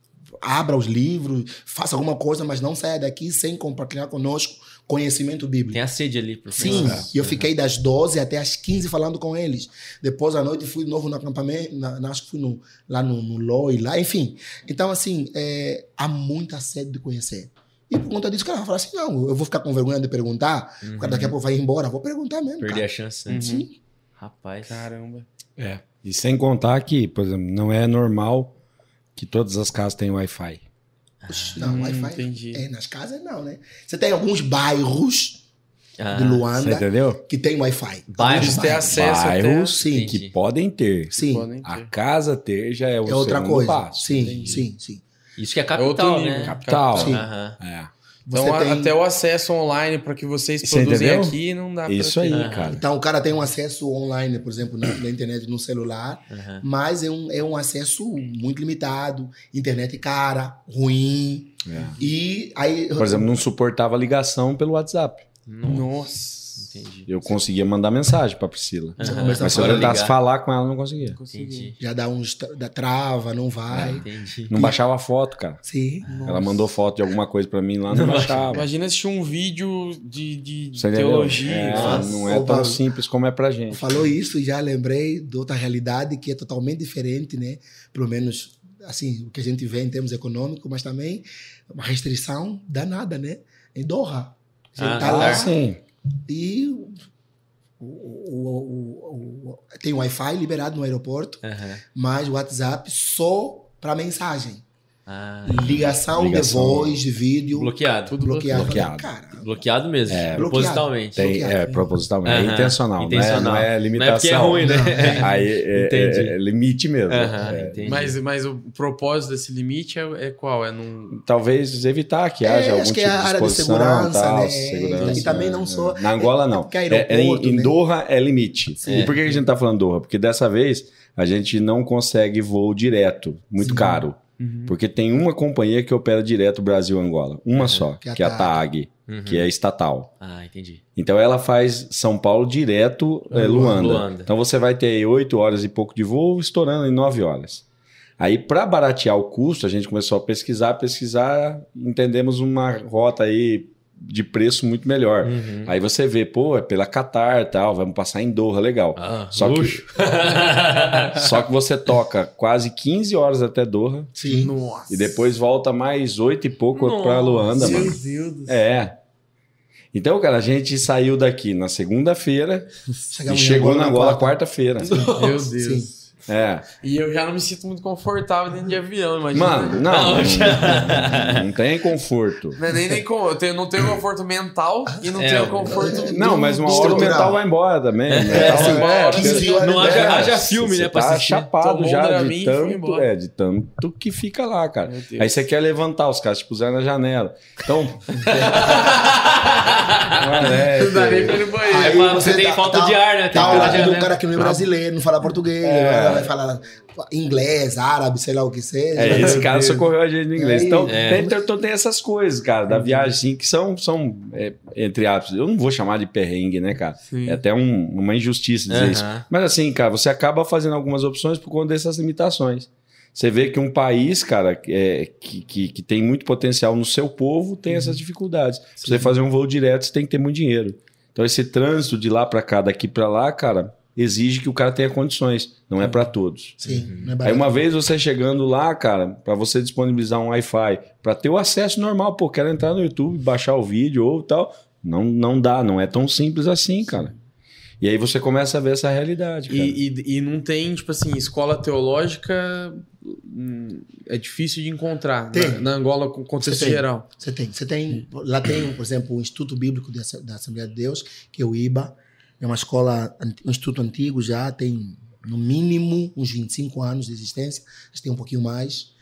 Abra os livros, faça alguma coisa, mas não saia daqui sem compartilhar conosco conhecimento bíblico. Tem a sede ali por Sim, frente. e eu fiquei das doze até as quinze falando com eles. Depois, à noite, fui de novo no acampamento, na, na- acho que fui no, lá no, no Loi, lá, enfim. Então, assim, é, há muita sede de conhecer. E por conta disso, o cara fala assim, não, eu vou ficar com vergonha de perguntar, o cara daqui a pouco vai embora, vou perguntar mesmo, Perder cara. a chance. né? Uhum. Sim. Rapaz. Caramba. É. E sem contar que, por exemplo, não é normal que todas as casas tenham Wi-Fi. Oxe, Não, Hum, Wi-Fi. entendi. É, nas casas não, né? Você tem alguns bairros Ah, de Você Luanda entendeu? que tem Wi-Fi. Bairros Alguns ter acesso até- Bairros Sim. que Entendi. podem ter. Sim, Podem A ter. casa ter já é o é outra segundo coisa. passo. Sim, Entendi. sim, sim. Isso que é É outro capital, nível. né? Capital. Sim. Aham. É. Então, Você a- tem- até o acesso online para que vocês Você produzem entendeu? aqui não dá Isso pra aí, ter. Aham. cara. Então o cara tem um acesso online, por exemplo, na, na internet, no celular, Aham. mas é um, é um acesso muito limitado, internet cara, ruim. É. E aí. Por exemplo, não suportava ligação pelo WhatsApp. Nossa. Entendi. Eu conseguia mandar mensagem pra Priscila. Já Aham. começa a Mas se eu falar, ligar. tentasse falar com ela, eu não conseguia. Entendi. já dá uns tra- da trava, não vai. Entendi. Não baixava foto, cara. Sim. Ela mandou foto de alguma coisa pra mim lá, não baixava. Imagina assistir um vídeo de, de Você entendeu? teologia. É, Nossa. não é Ô, tão Paulo. simples como é pra gente. Falou isso e já lembrei de outra realidade que é totalmente diferente, né? Pelo menos, assim, o que a gente vê em termos econômicos, mas também uma restrição danada, né? Em Doha. Você Ah, tá tá. lá Sim. e o, o, o, o- tem Wi-Fi liberado no aeroporto, Aham. mas o WhatsApp só para mensagem. Ah, Ligação, Ligação. de voz, de vídeo, bloqueado. Tudo bloqueado. bloqueado. Cara, Bloqueado mesmo. É, propositalmente. Tem, bloqueado. é, propositalmente. É Aham. intencional, Intencional. Não, é, não é Não é limitação. porque é ruim, né? Aí é, Entendi. é- é limite mesmo. Aham, É. entendi. Mas, mas o propósito desse limite é, é qual? É num... Talvez evitar que haja É, algum acho tipo que é a de área de exposição, segurança, tal, né? segurança, E também né? não só- Na Angola, não. porque É, aeroporto, é em, em né? Doha é limite. Sim. E por que a gente tá falando Doha? Porque dessa vez a gente não consegue voo direto, muito Sim. caro. Uhum. Porque tem uma companhia que opera direto Brasil-Angola. Uma só, Que é a que é a TAG. TAG, Uhum. que é estatal. Ah, entendi. Então ela faz São Paulo direto é, Luanda. Luanda. Então você vai ter aí oito horas e pouco de voo, estourando em nove horas. Aí, para baratear o custo, a gente começou a pesquisar, pesquisar, entendemos uma rota aí de preço muito melhor. Uhum. Aí você vê, pô, é pela Qatar e tal, vamos passar em Doha, legal. Ah, só, luxo. que, só que você toca quase quinze horas até Doha. Sim. Nossa. E depois volta mais oito e pouco Nossa, para Luanda, Meu mano. Deus do céu. É. Então, cara, a gente saiu daqui na segunda-feira e Chegamos em chegou na Angola quarta. quarta-feira. Meu Deus. Sim. É. E eu já não me sinto muito confortável dentro de avião, imagina. Mano, não, não, não, não tem conforto. Não, é nem, nem com, eu tenho, não tenho conforto mental e não É, tenho o- conforto. Não, mas uma hora o estrutural. mental vai embora também. É, O mental sim, vai embora. quinze horas Não de haja, viagem. haja filme, Você né, pra tá assistir. chapado Tomou um já Dramin de e foi tanto, embora. é, de tanto que fica lá, cara. Meu Deus. Aí você quer levantar, os caras te puseram na janela. Então... Moleque. Não dá nem pra ir no banheiro. Aí, mas você tem falta de ar, né? Tem Tá que ao ficar lado na de um janela. cara que não é brasileiro, não fala português, É. o cara vai falar inglês, árabe, sei lá o que seja. É, esse Meu cara Deus. socorreu a gente no inglês. É Então, isso. tem, então, então tem essas coisas, cara, da viagem, assim, que são, são é, entre aspas, eu não vou chamar de perrengue, né, cara? Sim. É até um- uma injustiça dizer Aham. isso. Mas assim, cara, você acaba fazendo algumas opções por conta dessas limitações. Você vê que um país, cara, é, que, que, que tem muito potencial no seu povo, tem essas dificuldades. Pra você fazer um voo direto, você tem que ter muito dinheiro. Então, esse trânsito de lá pra cá, daqui pra lá, cara, exige que o cara tenha condições. Não é pra todos. Sim, não é Aí barato. uma vez você chegando lá, cara, pra você disponibilizar um Wi-Fi, pra ter o acesso normal, pô, quero entrar no YouTube, baixar o vídeo ou tal, não, não dá, não é tão simples assim, cara. E aí você começa a ver essa realidade, cara. E, e, e não tem, tipo assim, escola teológica hum, é difícil de encontrar Tem. na, na Angola com contexto Você tem. geral. Você tem, você tem, lá tem, por exemplo, o Instituto Bíblico da da Assembleia de Deus, que é o I B A, é uma escola, um instituto antigo já, tem no mínimo uns vinte e cinco anos de existência, eles têm um pouquinho mais,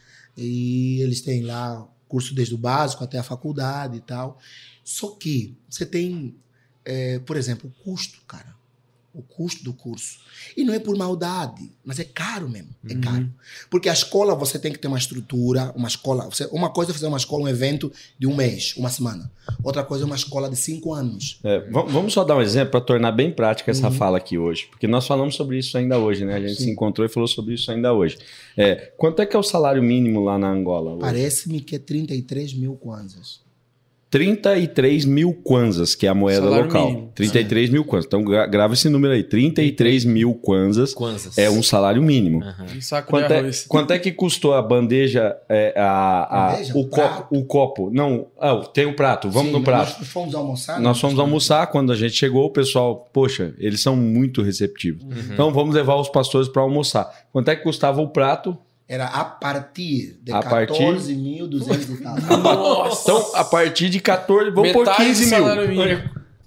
e eles têm lá curso desde o básico até a faculdade e tal. Só que você tem, é, por exemplo, o custo, cara. O custo do curso. E não é por maldade, mas é caro mesmo. É Uhum. caro. Porque a escola você tem que ter uma estrutura, uma escola. Você, uma coisa é fazer uma escola, um evento de um mês, uma semana. Outra coisa é uma escola de cinco anos. É, va- vamos só dar um exemplo para tornar bem prática essa fala aqui hoje. Porque nós falamos sobre isso ainda hoje, né? A gente Sim. se encontrou e falou sobre isso ainda hoje. É, quanto é que é o salário mínimo lá na Angola? hoje? Parece-me que é trinta e três mil kwanzas. trinta e três mil kwanzas, que é a moeda Salário local. mínimo. trinta e três mil kwanzas. Então gra- grava esse número aí. trinta e três mil kwanzas Kwanzas. é um salário mínimo. Aham. Um saco Quanto de é, arroz. quanto é que custou a bandeja, é, a, a- Bandeja? o, Um prato? copo, o copo? Não, ah, tem o prato. Vamos Sim, no prato. Nós fomos almoçar. Nós fomos almoçar, quando a gente chegou, o pessoal, poxa, eles são muito receptivos. Então vamos levar os pastores para almoçar. Quanto é que custava o prato? Era a partir de A partir- quatorze mil e duzentos e tal. Nossa! Então, a partir de quatorze, vamos por Metade quinze do mil. salário mínimo.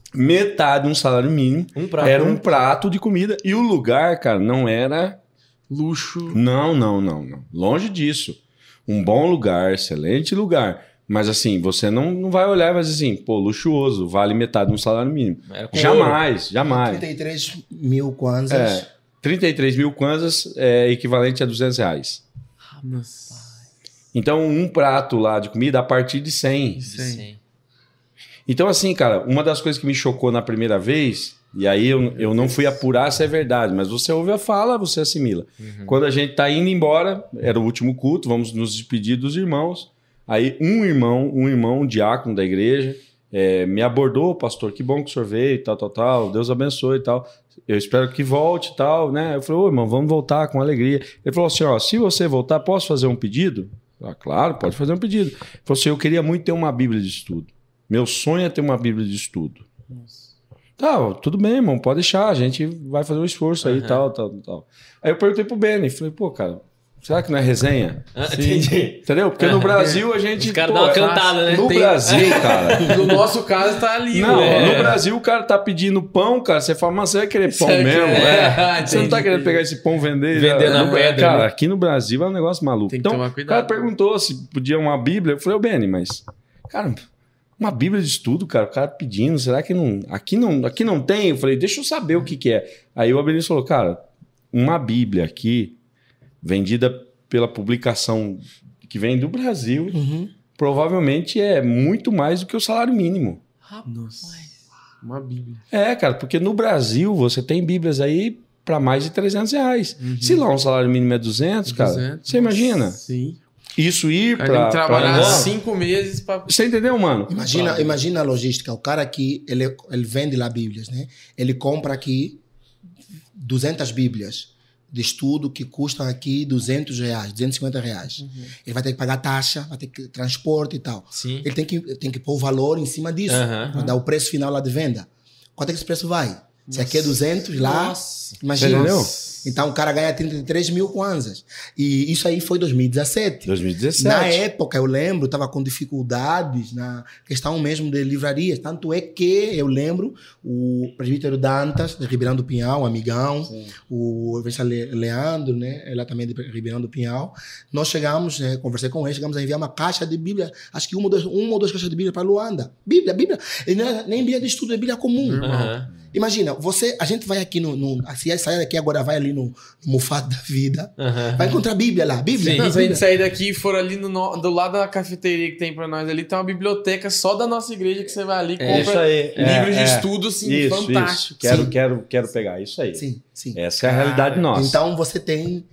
Metade de um salário mínimo. Um prato. Era um prato de comida. E o lugar, cara, não era. Luxo. Não, não, não, não. Longe disso. Um bom lugar, excelente lugar. Mas assim, você não, não vai olhar e vai dizer assim, pô, luxuoso, vale metade de um salário mínimo. Era com Jamais, jamais. trinta e três mil kwanzas. É, trinta e três mil kwanzas é equivalente a duzentos reais. Nossa. Então, um prato lá de comida a partir de cem. ouro. Sim. Sim. Então, assim, cara, uma das coisas que me chocou na primeira vez, e aí eu, eu não fui apurar se é verdade, mas você ouve a fala, você assimila. Quando a gente tá indo embora, era o último culto, vamos nos despedir dos irmãos. Aí um irmão, um irmão, um diácono da igreja, é, me abordou, pastor, que bom que o senhor veio, e tal, tal, tal, Deus abençoe e tal. Eu espero que volte e tal, né? Eu falei, ô irmão, vamos voltar com alegria. Ele falou assim, ó, se você voltar, posso fazer um pedido? Ah, claro, pode fazer um pedido. Ele falou assim, eu queria muito ter uma Bíblia de estudo. Meu sonho é ter uma Bíblia de estudo. Tá, tudo bem, irmão, pode deixar, a gente vai fazer um esforço aí e Aham. tal, tal, tal. Aí eu perguntei pro Benny, falei, pô, cara, será que não é resenha? Ah, entendi. Entendeu? Porque no Brasil a gente... Os caras pô, dão uma é- cantada, né? No Tem- Brasil, cara... No nosso caso, tá ali. Não, né? no Brasil o cara tá pedindo pão, cara. Você fala, mas você vai querer pão Você mesmo? quer- É. Ah, Você não tá entendi, querendo entendi. pegar esse pão e vender? Vender já- na no- pedra, Cara, né? aqui no Brasil é um negócio maluco. Tem que Então, tomar o cuidado. cara perguntou se podia uma Bíblia. Eu falei, ô Benny, mas... Cara, uma Bíblia de estudo, cara. O cara pedindo, será que não... Aqui não, aqui não tem? Eu falei, deixa eu saber o que que é. Aí o Abelis falou, cara, uma Bíblia aqui, vendida pela publicação que vem do Brasil, Uhum. provavelmente é muito mais do que o salário mínimo. Nossa. Uma Bíblia. É, cara, porque no Brasil você tem Bíblias aí para mais de trezentos reais. Uhum. Se lá um salário mínimo é duzentos, cara, duzentos. você imagina? Sim. Isso ir O cara tem para... que trabalhar cinco meses pra... Você entendeu, mano? Imagina, imagina a logística. O cara aqui, ele, ele vende lá Bíblias, né? Ele compra aqui duzentas Bíblias de estudo que custam aqui duzentos reais, duzentos e cinquenta reais. Uhum. Ele vai ter que pagar taxa, vai ter que transporte e tal. Sim. Ele tem que, tem que pôr o valor em cima disso, Uhum. para dar o preço final lá de venda. Quanto é que esse preço vai? Se aqui é duzentos, lá, Nossa. imagina. Entendeu? Então o cara ganha trinta e três mil kwanzas. E isso aí foi dois mil e dezessete. dois mil e dezessete. Na época, eu lembro, estava com dificuldades na questão mesmo de livrarias. Tanto é que eu lembro o presbítero Dantas, de Ribeirão do Pinhal, um amigão, sim, o evangelista Leandro, né, ela também de Ribeirão do Pinhal. Nós chegamos, né, conversei com ele, chegamos a enviar uma caixa de Bíblia, acho que uma ou duas, uma ou duas caixas de Bíblia para Luanda. Bíblia, Bíblia. E não é nem Bíblia de estudo, é Bíblia comum. Uhum. Imagina, você, a gente vai aqui no, no se sair daqui agora, vai ali no, no Mufado da Vida, Uhum. vai encontrar a Bíblia lá, Bíblia. Sim. Não, Bíblia. se a gente sair daqui e for ali no, no, do lado da cafeteria que tem pra nós ali, tem uma biblioteca só da nossa igreja que você vai ali e compra Isso aí. livros É, de é. estudo, assim, Isso, fantástico. isso. Quero, Sim. quero, quero pegar isso aí. Sim, sim. Essa é a realidade nossa. Então você tem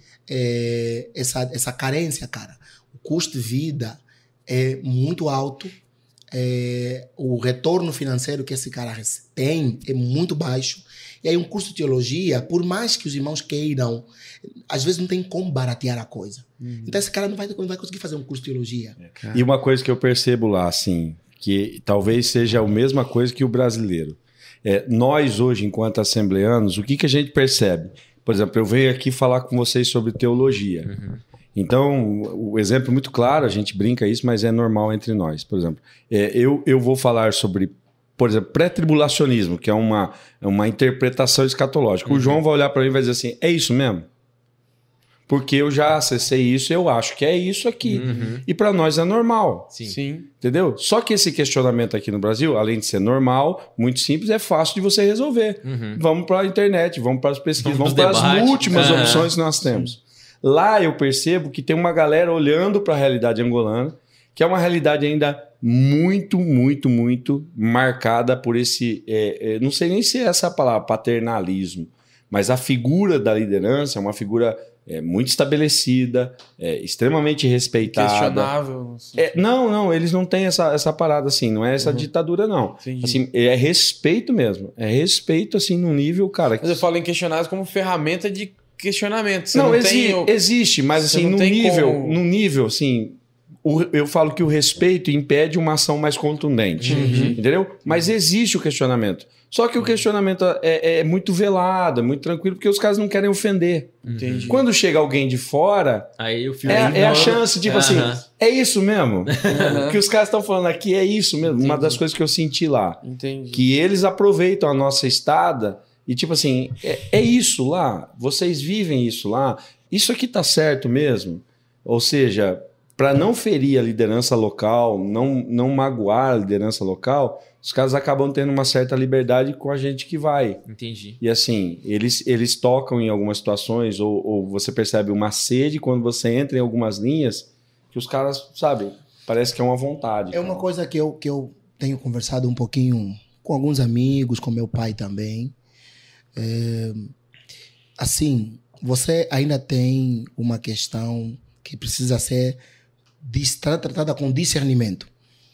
é, essa, essa carência, cara. O custo de vida é muito alto. É, o retorno financeiro que esse cara tem é muito baixo. E aí um curso de teologia, por mais que os irmãos queiram, às vezes não tem como baratear a coisa. Uhum. Então esse cara não vai, não vai conseguir fazer um curso de teologia. É. E uma coisa que eu percebo lá, assim, que talvez seja a mesma coisa que o brasileiro. É, nós hoje, enquanto assembleanos, o que, que a gente percebe? Por exemplo, eu venho aqui falar com vocês sobre teologia. Uhum. Então, o exemplo muito claro, a gente brinca isso, mas é normal entre nós. Por exemplo, é, eu, eu vou falar sobre, por exemplo, pré-tribulacionismo, que é uma, uma interpretação escatológica. Uhum. O João vai olhar para mim e vai dizer assim, é isso mesmo? Porque eu já acessei isso, eu acho que é isso aqui. Uhum. E para nós é normal. Sim. Sim. Entendeu? Só que esse questionamento aqui no Brasil, além de ser normal, muito simples, é fácil de você resolver. Uhum. Vamos para a internet, vamos para as pesquisas, vamos, vamos para as múltiplas uhum. opções que nós temos. Lá eu percebo que tem uma galera olhando para a realidade angolana, que é uma realidade ainda muito, muito, muito marcada por esse... É, é, não sei nem se é essa palavra, paternalismo, mas a figura da liderança é uma figura é, muito estabelecida, é, extremamente respeitada. Questionável. É, não, não, eles não têm essa, essa parada assim, não é essa uhum. ditadura, não. Assim, é respeito mesmo, é respeito assim no nível, cara... Mas eu falo em questionáveis como ferramenta de questionamento. Você não, não exi tem, existe, mas assim, no nível, como... no nível, assim, o, eu falo que o respeito impede uma ação mais contundente, uhum. entendeu? Mas existe o questionamento. Só que o questionamento é, é muito velado, é muito tranquilo, porque os caras não querem ofender. Entendi. Quando chega alguém de fora, aí o filme é, é a chance, tipo uhum. assim, é isso mesmo? Uhum. O que os caras estão falando aqui é isso mesmo. Entendi. Uma das coisas que eu senti lá. Entendi. Que eles aproveitam a nossa estada e tipo assim, é, é isso lá? Vocês vivem isso lá? Isso aqui tá certo mesmo? Ou seja, para não ferir a liderança local, não, não magoar a liderança local, os caras acabam tendo uma certa liberdade com a gente que vai. Entendi. E assim, eles, eles tocam em algumas situações, ou, ou você percebe uma sede quando você entra em algumas linhas, que os caras, sabe, parece que é uma vontade. É uma coisa que eu, que eu tenho conversado um pouquinho com alguns amigos, com meu pai também. É, assim, você ainda tem uma questão que precisa ser tratada com discernimento.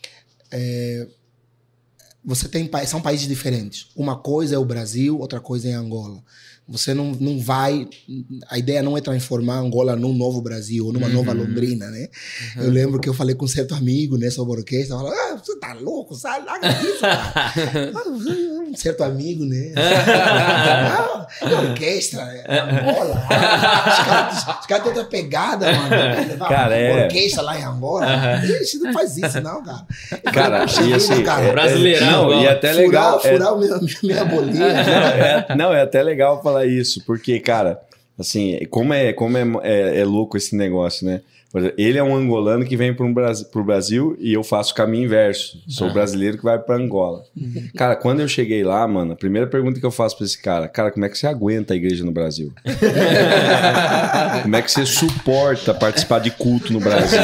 É, você tem são países diferentes. Uma coisa é o Brasil, outra coisa é Angola. Você não, não vai... A ideia não é transformar Angola num novo Brasil, ou numa uhum. nova Londrina, né? Uhum. Eu lembro que eu falei com um certo amigo, né, sobre orquestra, falando, ah, você tá louco, sabe? Larga isso, cara. Um certo amigo, né? Ah, é orquestra, é Angola. Os caras cara têm outra pegada, mano. Levar cara, é... orquestra lá em Angola. Uhum. Gente, não faz isso, não, cara. Cara, falei, e assim... cara, é, brasileirão. Não, e até legal... Furar, furar é... minha, minha bolinha. Não é, não, é até legal falar isso, porque, cara, assim, como é, como é, é, é louco esse negócio, né? Por exemplo, ele é um angolano que vem para o Brasil, Brasil e eu faço o caminho inverso. Sou Ah. brasileiro que vai para Angola. Cara, quando eu cheguei lá, mano, a primeira pergunta que eu faço para esse cara, cara, como é que você aguenta a igreja no Brasil? Como é que você suporta participar de culto no Brasil?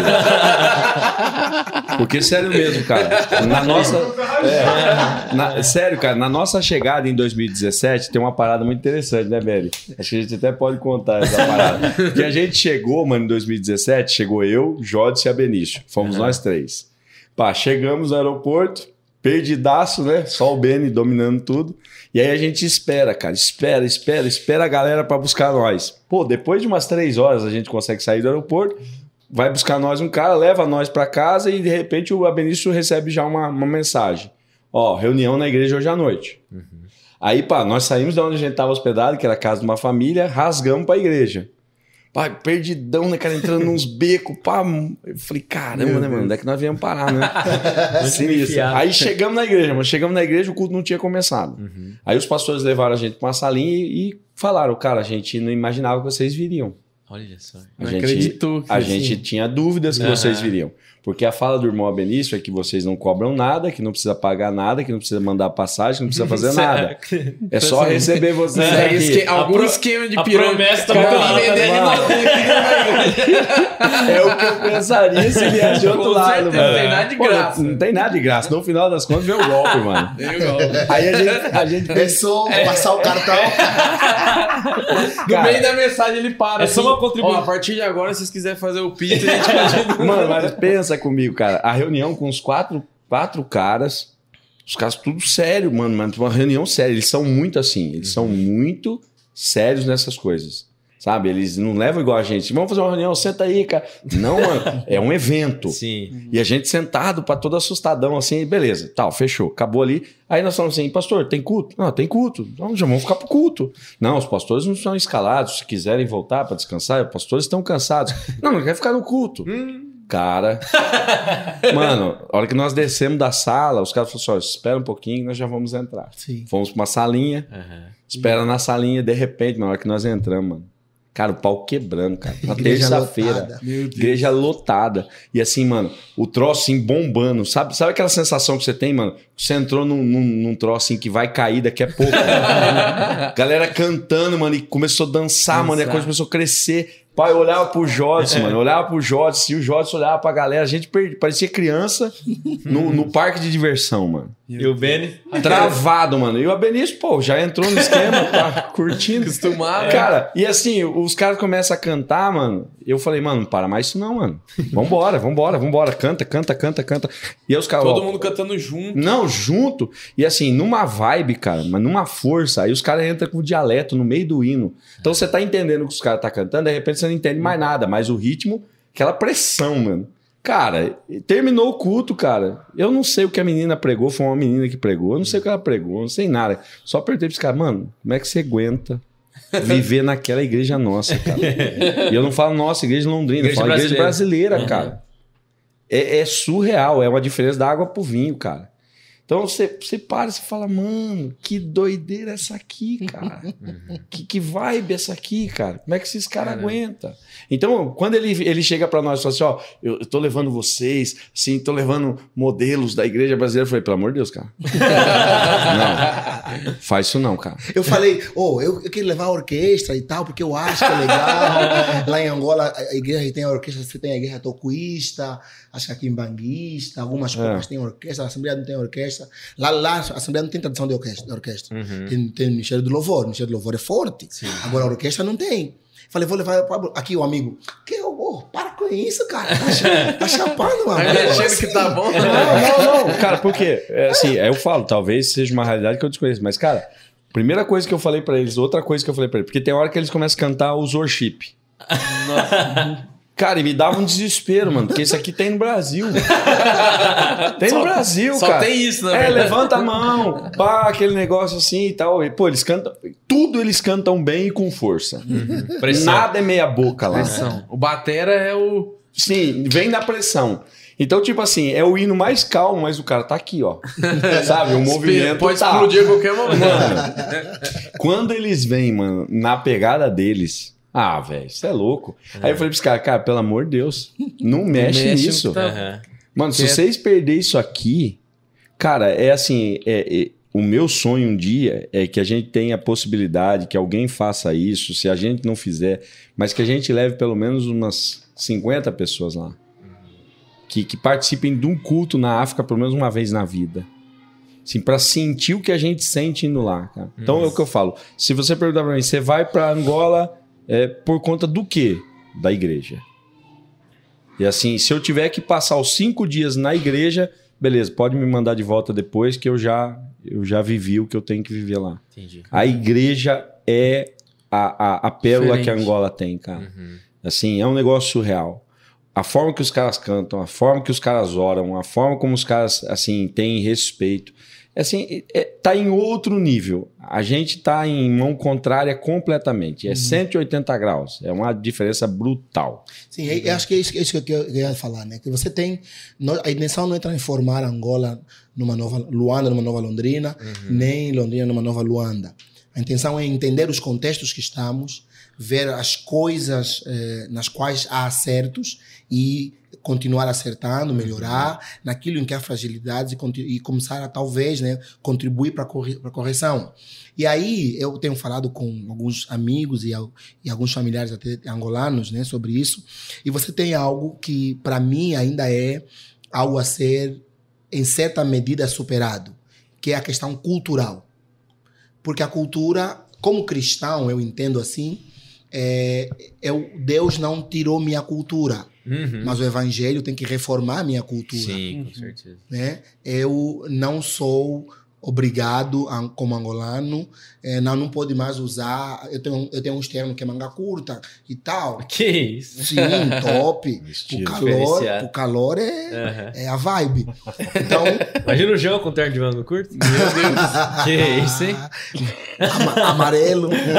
Porque sério mesmo, cara, na nossa... É, na- sério, cara, na nossa chegada em dois mil e dezessete tem uma parada muito interessante, né, Beli? Acho que a gente até pode contar essa parada. Porque a gente chegou, mano, em dois mil e dezessete, chegou eu, Jodson e a Benício. Fomos nós três. Pá, chegamos no aeroporto, perdidaço, né? Só o Beni dominando tudo. E aí a gente espera, cara, espera, espera, espera a galera pra buscar nós. Pô, depois de umas três horas a gente consegue sair do aeroporto, vai buscar nós um cara, leva nós pra casa e de repente o Benício recebe já uma, uma mensagem. Ó, reunião na igreja hoje à noite. Uhum. Aí, pá, nós saímos de onde a gente tava hospedado, que era a casa de uma família, rasgamos pra igreja. Pá, perdidão, né, cara, entrando nos becos, pá. Eu falei, caramba, né, mano, onde é que nós viemos parar, né? Sinistro. Aí chegamos na igreja, mas chegamos na igreja, o culto não tinha começado. Uhum. Aí os pastores levaram a gente pra uma salinha e, e falaram, cara, a gente não imaginava que vocês viriam. Olha só. A Não gente, acreditou que a assim. gente tinha dúvidas que Uhum. vocês viriam. Porque a fala do irmão Benício é que vocês não cobram nada, que não precisa pagar nada, que não precisa mandar passagem, que não precisa fazer nada. É só receber vocês É, aqui. esque- algum pro- esquema de a pirâmide. promessa tá Cara, muito alta, vender mano. animal. É o que eu pensaria se viesse de outro Com lado, certeza, mano. não tem nada de Pô, graça. Não tem nada de graça. No final das contas, veio o golpe, mano. Aí a gente, a gente É só passar o cartão. No Cara, meio da mensagem ele para. é só uma contribuição. Ó, a partir de agora, se vocês quiserem fazer o pito, a gente continua. Mano, mas pensa comigo, cara. A reunião com os quatro, quatro caras, os caras tudo sério, mano, mano. Uma reunião séria. Eles são muito assim, eles são muito sérios nessas coisas. Sabe? Eles não levam igual a gente. Vamos fazer uma reunião, senta aí, cara. Não, mano. É um evento. Sim. E a gente sentado pra todo assustadão, assim, beleza, tal, fechou, acabou ali. Aí nós falamos assim, pastor, tem culto? Não, tem culto. Então já vamos ficar pro culto. Não, os pastores não são escalados. Se quiserem voltar pra descansar, os pastores estão cansados. Não, não quer ficar no culto. Cara, mano, a hora que nós descemos da sala, os caras falaram assim, ó, espera um pouquinho, nós já vamos entrar. Sim. Fomos pra uma salinha, Uhum. espera na salinha, de repente, na hora que nós entramos, mano, cara, o pau quebrando, cara. Na Igreja terça-feira. lotada. Meu Deus. Igreja lotada. E assim, mano, o troço assim bombando. Sabe, sabe aquela sensação que você tem, mano? Você entrou num, num, num troço assim que vai cair daqui a pouco. Galera cantando, mano, e começou a dançar, mano, e a coisa começou a crescer. Pai, eu olhava pro Jodson, mano, eu olhava pro Jodson, e o Jodson olhava pra galera. A gente per- parecia criança no, no parque de diversão, mano. E o Beni? Travado, mano. E o Benício, pô, já entrou no esquema, tá curtindo. Acostumado. Cara, e assim, os caras começam a cantar, mano. Eu falei, mano, não para mais isso não, mano. Vambora, vambora, vambora. Canta, canta, canta, canta. E aí os caras... Todo ó, mundo cantando junto. Não, junto. E assim, numa vibe, cara, mas numa força. Aí os caras entram com o dialeto no meio do hino. Então você tá entendendo o que os caras tá cantando, de repente você não entende mais nada. Mas o ritmo, aquela pressão, mano. Cara, terminou o culto, cara. Eu não sei o que a menina pregou, foi uma menina que pregou. Eu não sei o que ela pregou, não sei nada. Só perguntei pra esse cara, mano, como é que você aguenta viver naquela igreja nossa, cara? E eu não falo nossa, igreja de Londrina, Igreja eu falo igreja brasileira. brasileira, cara. É, é surreal, é uma diferença da água pro vinho, cara. Então você, você para e você fala, mano, que doideira essa aqui, cara. que, que vibe essa aqui, cara. Como é que esses caras aguentam? Então, quando ele, ele chega pra nós e fala assim, ó, eu, eu tô levando vocês, assim, tô levando modelos da igreja brasileira. Eu falei, pelo amor de Deus, cara. Não, faz isso não, cara. Eu falei, oh, eu, eu quero levar a orquestra e tal, porque eu acho que é legal. Lá em Angola, a igreja tem a orquestra, você tem a igreja tocuísta, acho que aqui em Banguista, algumas coisas tem orquestra, a Assembleia não tem orquestra. Lá, lá a Assembleia não tem tradição de orquestra. De orquestra. Uhum. Tem, tem o Ministério do Louvor, o Ministério do Louvor é forte. Sim. Agora a orquestra não tem. Falei, vou levar Pablo. Aqui o amigo. Que oh, para com isso, cara. Tá, cha- tá chapando, mano. Tá achando que tá bom? Não, não, não, cara, porque, é, assim, aí eu falo, talvez seja uma realidade que eu desconheço, mas, cara, primeira coisa que eu falei pra eles, outra coisa que eu falei pra eles, porque tem hora que eles começam a cantar os worship. Cara, e me dava um desespero, mano, porque isso aqui tem no Brasil. Tem no Brasil, Só cara. tem isso, né? É, levanta a mão, pá, aquele negócio assim e tal. E, pô, eles cantam, tudo eles cantam bem e com força. Pressão. Nada é meia boca lá. Pressão. O batera é o... Sim, vem na pressão. Então, tipo assim, é o hino mais calmo, mas o cara tá aqui, ó. Sabe? O movimento Pode tá. explodir a qualquer momento. Mano, quando eles vêm, mano, na pegada deles, Ah, velho, isso é louco. Uhum. Aí eu falei pros caras, cara, pelo amor de Deus, não mexe, mexe nisso. Tá... Uhum. Mano, se vocês perderem isso aqui, cara, é assim, é, é, o meu sonho um dia é que a gente tenha a possibilidade, que alguém faça isso, se a gente não fizer, mas que a gente leve pelo menos umas cinquenta pessoas lá. Uhum. Que, que participem de um culto na África pelo menos uma vez na vida. Assim, para sentir o que a gente sente indo lá, cara. Então uhum. é o que eu falo. Se você perguntar pra mim, você vai pra Angola é, por conta do quê? Da igreja. E assim, se eu tiver que passar os cinco dias na igreja, beleza, pode me mandar de volta depois que eu já, eu já vivi o que eu tenho que viver lá. Entendi. A igreja é a, a, a pérola Diferente. que a Angola tem, cara. Uhum. Assim, é um negócio surreal. A forma que os caras cantam, a forma que os caras oram, a forma como os caras, assim, têm respeito. Assim, é, tá em outro nível. A gente tá em mão contrária completamente. É uhum. cento e oitenta graus. É uma diferença brutal. Sim, eu, eu acho que é isso, é isso que eu queria falar, né? Que você tem... A intenção não é transformar Angola numa nova Luanda, numa nova Londrina, uhum. nem Londrina numa nova Luanda. A intenção é entender os contextos que estamos, ver as coisas eh, nas quais há acertos e continuar acertando, melhorar uhum. naquilo em que há fragilidades e, e começar a talvez, né, contribuir para a correção. E aí eu tenho falado com alguns amigos e, e alguns familiares até angolanos, né, sobre isso, e você tem algo que para mim ainda é algo a ser em certa medida superado, que é a questão cultural. Porque a cultura, como cristão, eu entendo assim, é, eu, Deus não tirou minha cultura, uhum. mas o evangelho tem que reformar minha cultura. Sim, com certeza. Né? Eu não sou obrigado, a, como angolano, é, não, não pode mais usar, eu tenho, eu tenho uns termos que é manga curta e tal. Que isso? Sim, top. O calor, o calor é, uhum. é a vibe. Então, imagina o João com terno de manga curta. Meu Deus. Que isso, hein? Ama, amarelo. É,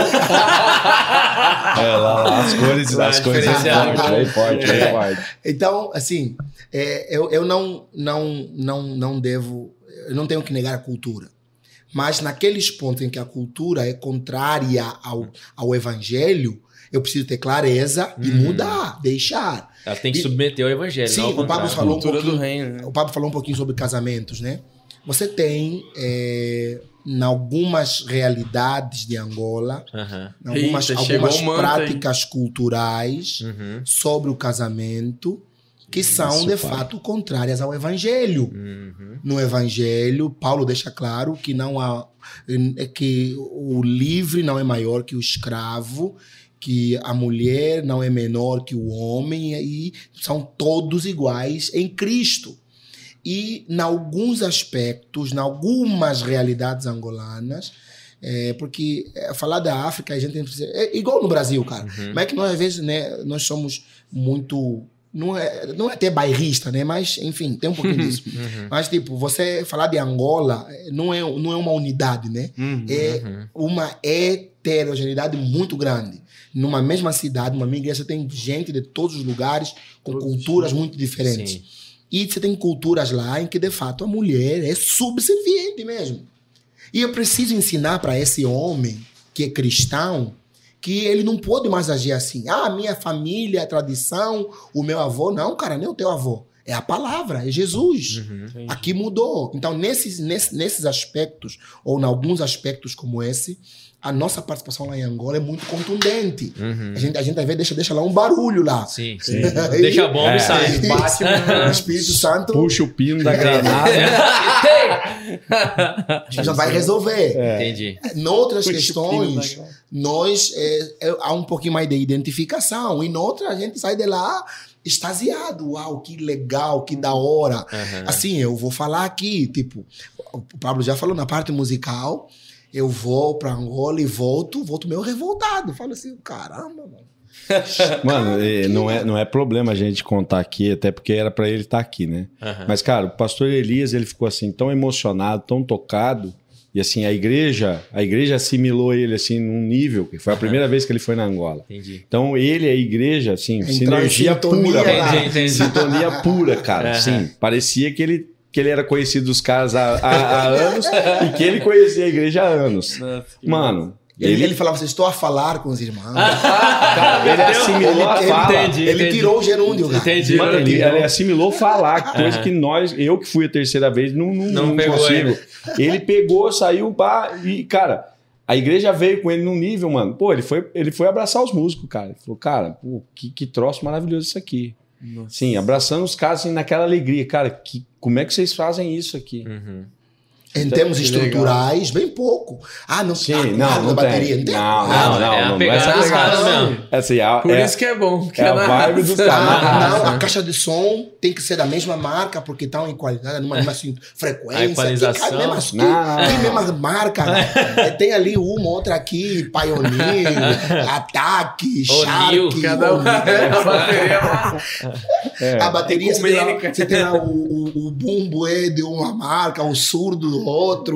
lá, lá as cores, as cores bem forte, bem forte. Então, assim, é, eu, eu não, não, não, não devo... Eu não tenho que negar a cultura. Mas naqueles pontos em que a cultura é contrária ao, ao evangelho, eu preciso ter clareza e uhum. mudar, deixar. Ela tem que e, submeter ao evangelho. Sim, não ao o Pablo falou um pouquinho, do reino, né? O Pablo falou um pouquinho sobre casamentos, né? Você tem, é, em algumas realidades de Angola, uhum. algumas, Eita, algumas práticas culturais uhum. sobre o casamento que são, Isso, de pai. fato, contrárias ao evangelho. Uhum. No evangelho, Paulo deixa claro que, não há, que o livre não é maior que o escravo, que a mulher não é menor que o homem, e são todos iguais em Cristo. E, em alguns aspectos, em algumas realidades angolanas, é, porque é, falar da África, a gente tem que dizer, é igual no Brasil, cara. Uhum. Mas é que nós, às vezes, né, nós somos muito... Não é, não é até bairrista, né? Mas, enfim, tem um pouquinho disso. Uhum. Mas, tipo, você falar de Angola não é, não é uma unidade, né? Uhum. É uma heterogeneidade muito grande. Numa mesma cidade, numa mesma igreja, você tem gente de todos os lugares com todos culturas muito diferentes. Sim. E você tem culturas lá em que, de fato, a mulher é subserviente mesmo. E eu preciso ensinar para esse homem que é cristão que ele não pode mais agir assim. Ah, minha família, a tradição, o meu avô. Não, cara, nem o teu avô. É a palavra, é Jesus. Uhum, Aqui mudou. Então, nesses, nesses, nesses aspectos, ou em alguns aspectos como esse, a nossa participação lá em Angola é muito contundente. Uhum. A, gente, a gente, às vezes, deixa, deixa lá um barulho lá. Sim, sim. Deixa bom e é, sai. Bate o Espírito Santo. Puxa o pino da granada. Já vai resolver. É. Entendi. Noutras Puxa questões, nós é, é, há um pouquinho mais de identificação. E noutra, a gente sai de lá extasiado. Uau, que legal, que da hora. Uhum. Assim, eu vou falar aqui, tipo, o Pablo já falou na parte musical. Eu vou pra Angola e volto, volto meio revoltado. Falo assim, caramba, mano. Mano, não é, não é problema a gente contar aqui, até porque era pra ele estar aqui, né? Uhum. Mas, cara, o pastor Elias, ele ficou assim, tão emocionado, tão tocado. E assim, a igreja, a igreja assimilou ele assim num nível, que foi a primeira uhum. vez que ele foi na Angola. Entendi. Então, ele e a igreja, assim, Entrou sinergia pura. Entendi, entendi. Sintonia pura, cara. Uhum. Sim, parecia que ele... que ele era conhecido dos caras há, há, há anos e que ele conhecia a igreja há anos. Nossa, Mano, Ele, Ele- ele falava assim, estou a falar com os irmãos. Cara, ele assimilou a ele, fala. Entendi, ele entendi. tirou o gerúndio, cara. Entendi. Mano, ele, ele assimilou falar, coisa que nós, eu que fui a terceira vez, não, não, Não não pegou consigo. ainda. Ele pegou, saiu, pá, e, cara, a igreja veio com ele num nível, mano. Pô, ele foi, ele foi abraçar os músicos, cara. Ele falou, cara, pô, que, que troço maravilhoso isso aqui. Nossa. Sim, abraçando os caras assim, naquela alegria. Cara, que, como é que vocês fazem isso aqui? Uhum. Em termos Que estruturais, bem pouco. Ah, não Sim, ah, não, nada não da bateria. tem. Não, tem Não, nada. não, não. é a não pegada é dos essa caras pegada. mesmo. É assim, a, Por é, isso que é bom. Que é a na vibe dos raça. caras. Ah, Ah, não, sim. a caixa de som tem que ser da mesma marca, porque estão em qualidade, numa mesma assim, frequência. A equalização. Que, mesma, que, Não, não, que não. mesma marca. Né? Tem ali uma, outra aqui, Pioneer, Ataque, Shark. Cada um. O'Neill. A bateria lá. é. A bateria, você tem, lá, Ecumênica. você tem lá o, o, o bumbo é de uma marca, o surdo do outro.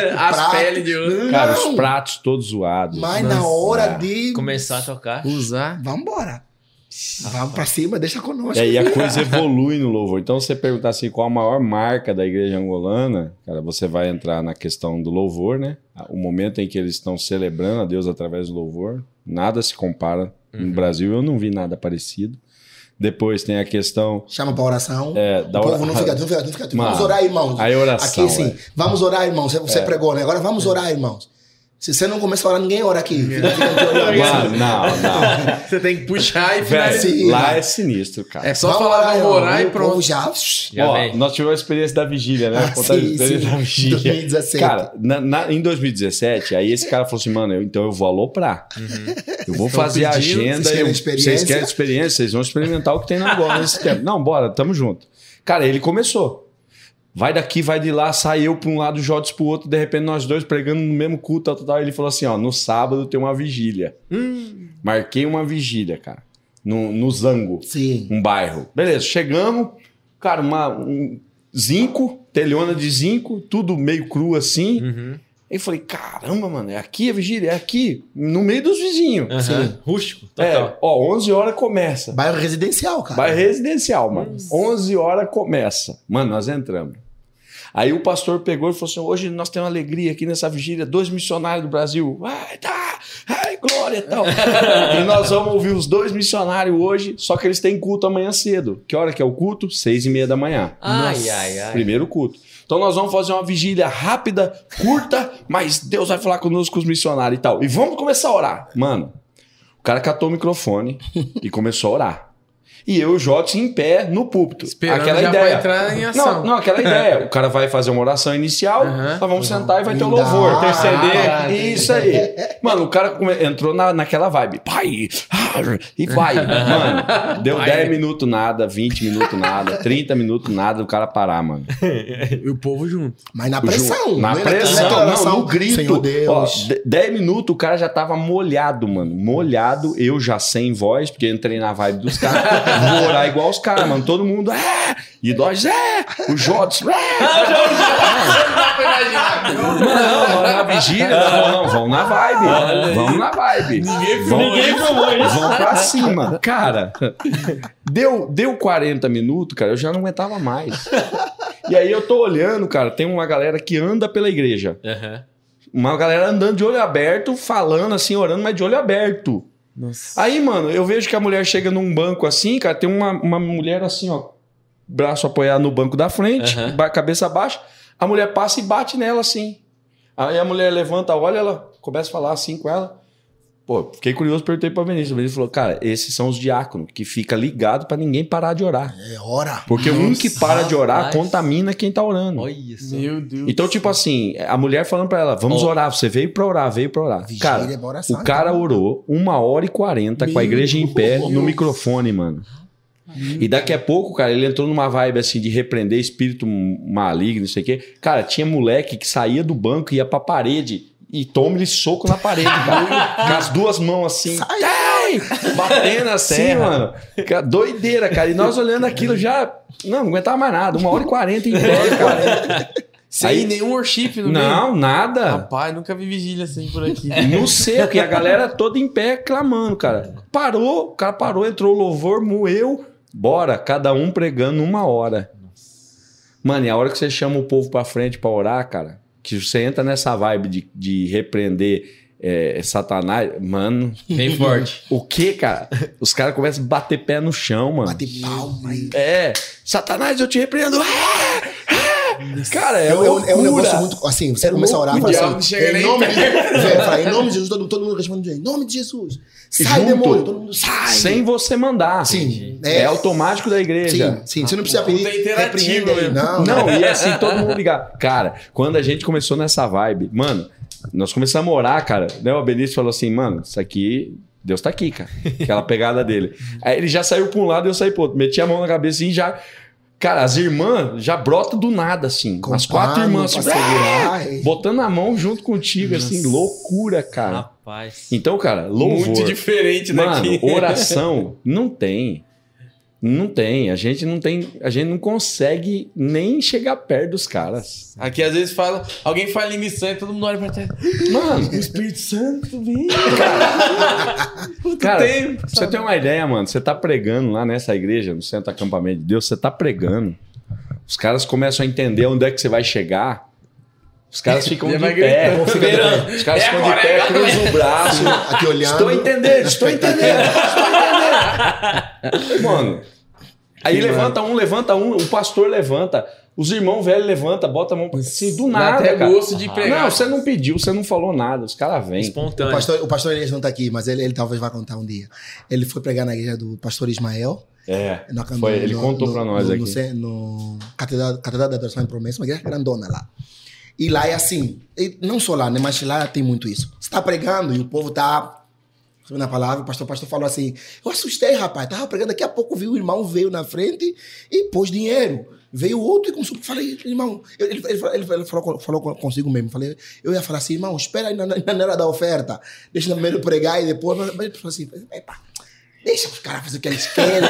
As peles de outro. Cara, Não, os pratos todos zoados. mas na Nossa. hora de... Começar a tocar. Usar. Vambora. Vamos pra cima, deixa conosco. É, e a coisa evolui no louvor. Então, se você perguntar assim, qual a maior marca da igreja angolana, cara, você vai entrar na questão do louvor, né? O momento em que eles estão celebrando a Deus através do louvor, nada se compara. Uhum. No Brasil, eu não vi nada parecido. Depois tem a questão Chama pra oração. é, da O povo oração. não fica, não fica, não fica. Mano, vamos orar, irmãos. a oração, Aqui, sim. é. Vamos orar, irmãos. Você, você É. pregou, né? Agora vamos orar, irmãos. Se você não começa a orar, ninguém ora aqui. Fica, fica aqui olhando. Mano, não, não. Você tem que puxar e Velho, finalizar. Sim, lá mano. é sinistro, cara. É só Vamos falar, vamos irmão. orar e O povo pronto. já... Já Ó, vem. nós tivemos a experiência da vigília, né? Ah, Contar a sim, experiência sim. da vigília. dois mil e dezessete. Cara, na- na- em dois mil e dezessete, aí esse cara falou assim, mano, eu- então eu vou aloprar. Eu vou Estão fazer a pedindo, agenda. vocês querem eu- experiência? Vocês querem experiência? Vocês vão experimentar o que tem na Angola nesse tempo. Não, bora, tamo junto. Cara, ele começou. Vai daqui, vai de lá, sai eu para um lado, o Jodes pro outro, de repente nós dois pregando no mesmo culto, tal, tal, tal. Ele falou assim, ó, no sábado tem uma vigília. Marquei uma vigília, cara, no, no Zango, Sim. um bairro. Beleza, chegamos, cara, uma, um zinco, telhona de zinco, tudo meio cru assim. Uhum. Aí eu falei, caramba, mano, é aqui a vigília? É aqui, no meio dos vizinhos. Aham. Sim. Rústico, É, total. ó, onze horas começa. Bairro residencial, cara. Bairro residencial, mano. onze horas começa. Mano, nós entramos. Aí o pastor pegou e falou assim, hoje nós temos alegria aqui nessa vigília, dois missionários do Brasil. Ai, tá, ai, glória e tal. E nós vamos ouvir os dois missionários hoje, só que eles têm culto amanhã cedo. Que hora que é o culto? Seis e meia da manhã. Ai, ai, ai. Primeiro culto. Então nós vamos fazer uma vigília rápida, curta, mas Deus vai falar conosco com os missionários e tal. E vamos começar a orar. Mano, o cara catou o microfone e começou a orar. E eu e o Jotes em pé no púlpito. Esperando aquela já ideia. pra entrar em ação. Não, não, aquela ideia. O cara vai fazer uma oração inicial, Aham. nós vamos sentar e vai ter o Me dá. louvor. Interceder. Ah, isso aí. Mano, o cara come- entrou na, naquela vibe. Pai, ah, e vai. Mano, deu Vai. dez minutos nada, vinte minutos nada, trinta minutos nada, o cara parar, mano. E o povo junto. Mas na O Ju- pressão. Na não é pressão, naquela não, oração, no grito. Senhor Ó, Deus. de- dez minutos o cara já tava molhado, mano. Molhado, eu já sem voz, porque entrei na vibe dos caras. Vou orar igual os caras, mano. Todo mundo, é! E nós, é! O Jodes, é! Não, na vigília, não, não, vamos na vibe. Vamos na vibe. Ninguém Vamos, Ninguém filmou isso. vamos pra cima. Cara, deu, deu quarenta minutos, cara, eu já não aguentava mais. E aí eu tô olhando, cara, tem uma galera que anda pela igreja. Aham. Uma galera andando de olho aberto, falando assim, orando, mas de olho aberto. Nossa. Aí, mano, eu vejo que a mulher chega num banco assim, cara, tem uma, uma mulher assim, ó, braço apoiado no banco da frente, Aham. ba- cabeça baixa, a mulher passa e bate nela assim. Aí a mulher levanta, olha, ela começa a falar assim com ela. Pô, fiquei curioso, perguntei pra Vinícius. A Vinícius falou, cara, esses são os diáconos, que fica ligado pra ninguém parar de orar. É hora. Porque um que para de orar rapaz. contamina quem tá orando. Olha isso. Meu Deus. Então, tipo assim, a mulher falando pra ela, vamos Ó. orar, você veio pra orar, veio pra orar. Vigília Cara, é pra oração, o cara então. orou uma hora e quarenta com a Meu igreja em pé no Deus. microfone, mano. E daqui a pouco, cara, ele entrou numa vibe assim de repreender espírito maligno, não sei o quê. Cara, tinha moleque que saía do banco e ia pra parede e toma-lhe soco na parede, cara. Com as duas mãos assim, ai, batendo assim, mano. Cara, doideira, cara. E nós olhando aquilo já, não, não aguentava mais nada. Uma hora e quarenta em pé, cara. Sem Aí- nenhum worship no meio. Não, nada. Rapaz, nunca vi vigília assim por aqui. No seco, e a galera toda em pé clamando, cara. Parou, o cara parou, entrou o louvor, moeu. Bora, cada um pregando uma hora. Mano, e a hora que você chama o povo pra frente pra orar, cara, que você entra nessa vibe de, de repreender é, Satanás, mano. Bem forte. O que, cara? Os caras começam a bater pé no chão, mano. Bater palma aí. É, Satanás, eu te repreendo. Ah! Ah! Cara, é, É, um- é um- é um loucura. negócio muito. Assim, você É começa a orar e loucura. fala O diabo assim. chega Em nem nome, de, Vê, fala, em nome de Jesus, todo, todo mundo responde: em nome de Jesus. Sai, Junto. demônio. Todo mundo sai. Sem você mandar. Sim. É, automático da igreja. Sim, sim. Você não precisa pedir. Puta interativo repreende aí. mesmo. Não, Não, e é assim, todo mundo ligar. Cara, quando a gente começou nessa vibe, mano, nós começamos a orar, cara, né? O Benício falou assim, mano, isso aqui, Deus tá aqui, cara. Aquela pegada dele. Aí ele já saiu pra um lado e eu saí pro outro. Meti a mão na cabeça e já... Cara, as irmãs já brotam do nada, assim. Com as quatro pano irmãs, pra assim, segurar, "É!" e- botando a mão junto contigo, assim. Loucura, cara. Rapaz. Então, cara, louvor. Muito diferente Mano, daqui. oração não tem. Não tem. A gente não tem. A gente não consegue nem chegar perto dos caras. Aqui às vezes fala, alguém fala língua estranha, todo mundo olha pra trás. Mano, O Espírito Santo vem. cara, tempo, pra você ter uma ideia, mano, você tá pregando lá nessa igreja, no centro do acampamento de Deus, você tá pregando. Os caras começam a entender onde é que você vai chegar. Os caras ficam Já de vai pé. gritando. esperando. Os caras É ficam agora, de pé, é agora. cruzam o braço. Aqui olhando. Estou entendendo, estou entendendo, estou entendendo. Mano, aí Que levanta um, levanta um, o pastor levanta, os irmãos velhos levanta, bota a mão assim, do Dá nada, até cara. gosto de pregar. Não, você não pediu, você não falou nada, os caras vêm. O Espontâneo. pastor, o pastor Elias não está aqui, mas ele, ele talvez vá contar um dia. Ele foi pregar na igreja do pastor Ismael. É, No, foi, ele contou pra nós no, aqui. No, ce- no Catedral, Catedral da Adoração e Promessa, uma igreja grandona lá. E lá é assim, e não só lá, né, mas lá tem muito isso. Você está pregando e o povo está... Na palavra, o pastor, o pastor falou assim: eu assustei, rapaz, tava pregando, daqui a pouco vi o irmão, veio na frente e pôs dinheiro. Veio outro e começou. Falei, irmão, ele, ele, ele, ele falou, falou consigo mesmo. Falei, eu ia falar assim, irmão, espera aí na, na, na hora da oferta, deixa eu primeiro pregar e depois. Mas ele falou assim: epa, deixa os caras fazer o que eles querem.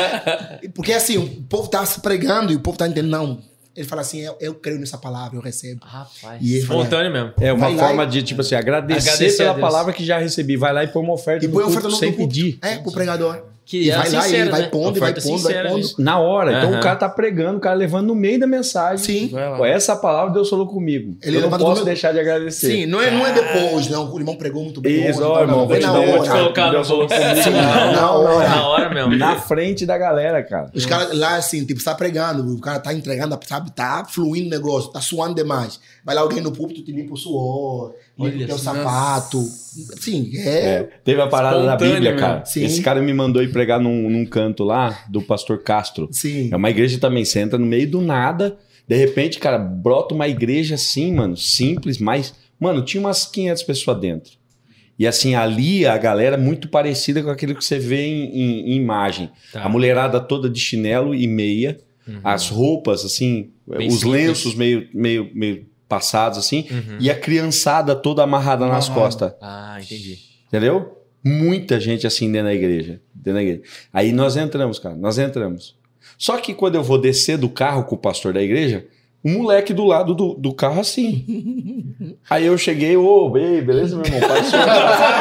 Porque assim, o povo tá se pregando e o povo tá entendendo, não. Ele fala assim: eu, eu creio nessa palavra, eu recebo. Rapaz. E ele fala, Espontâneo mesmo. É uma Vai lá forma e- de, tipo assim, agradecer, Agradecer a pela Deus. palavra que já recebi. Vai lá e põe uma oferta e no põe a culto oferta no sem culto. pedir. É, pro pregador. Que E é vai lá e sincero, vai né? pondo, e vai Oferta pondo, vai sincera pondo. mesmo. Na hora. Então Aham. o cara tá pregando, o cara levando no meio da mensagem. Sim. Vai lá. Pô, essa palavra Deus falou comigo. Ele eu não levanta posso do meu- deixar de agradecer. Sim, não é, não é depois, não. O irmão pregou muito bem. Isso, hoje, ó, então, irmão, não, vou vem te na dar um hora. outro. Colocar no Deus falou bolso. comigo. Sim, Não, na hora. Na hora mesmo. Na frente da galera, cara. Os caras lá, assim, tipo, você tá pregando, o cara tá entregando, sabe, tá fluindo o negócio, tá suando demais. Vai lá alguém no púlpito, te limpa o suor, limpa Olha o teu só. sapato. Sim, é... É, teve a parada da Espontâneo Bíblia, mesmo. cara. Sim. Esse cara me mandou ir pregar num, num canto lá do pastor Castro. Sim. É uma igreja também, você entra no meio do nada, de repente, cara, brota uma igreja assim, mano, simples, mas, mano, tinha umas quinhentas pessoas dentro. E assim, ali a galera é muito parecida com aquilo que você vê em, em- em imagem. Tá. A mulherada toda de chinelo e meia, as roupas, assim, Bem os simples. lenços meio, meio, meio passados, assim, Uhum. e a criançada toda amarrada nas Amarrada. costas. Ah, entendi. Entendeu? Muita gente assim dentro da igreja. Dentro da igreja. Aí nós entramos, cara. Nós entramos. Só que quando eu vou descer do carro com o pastor da igreja, um moleque do lado do, do carro assim. Aí eu cheguei, ô, ei, beleza, meu irmão? Pai do senhor.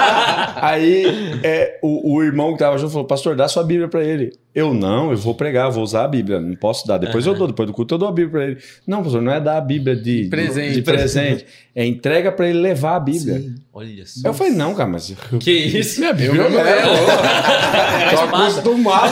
Aí é, o, o irmão que tava junto falou, pastor, dá sua Bíblia pra ele. Eu, não, eu vou pregar, vou usar a Bíblia. Não posso dar. Depois eu dou, depois do culto eu dou a Bíblia pra ele. Não, pastor, não é dar a Bíblia de Presente. de presente. É entrega pra ele levar a Bíblia. Sim. Olha só. Eu falei, não, cara, mas... Que isso? Minha Eu mesmo levo. Tô acostumado.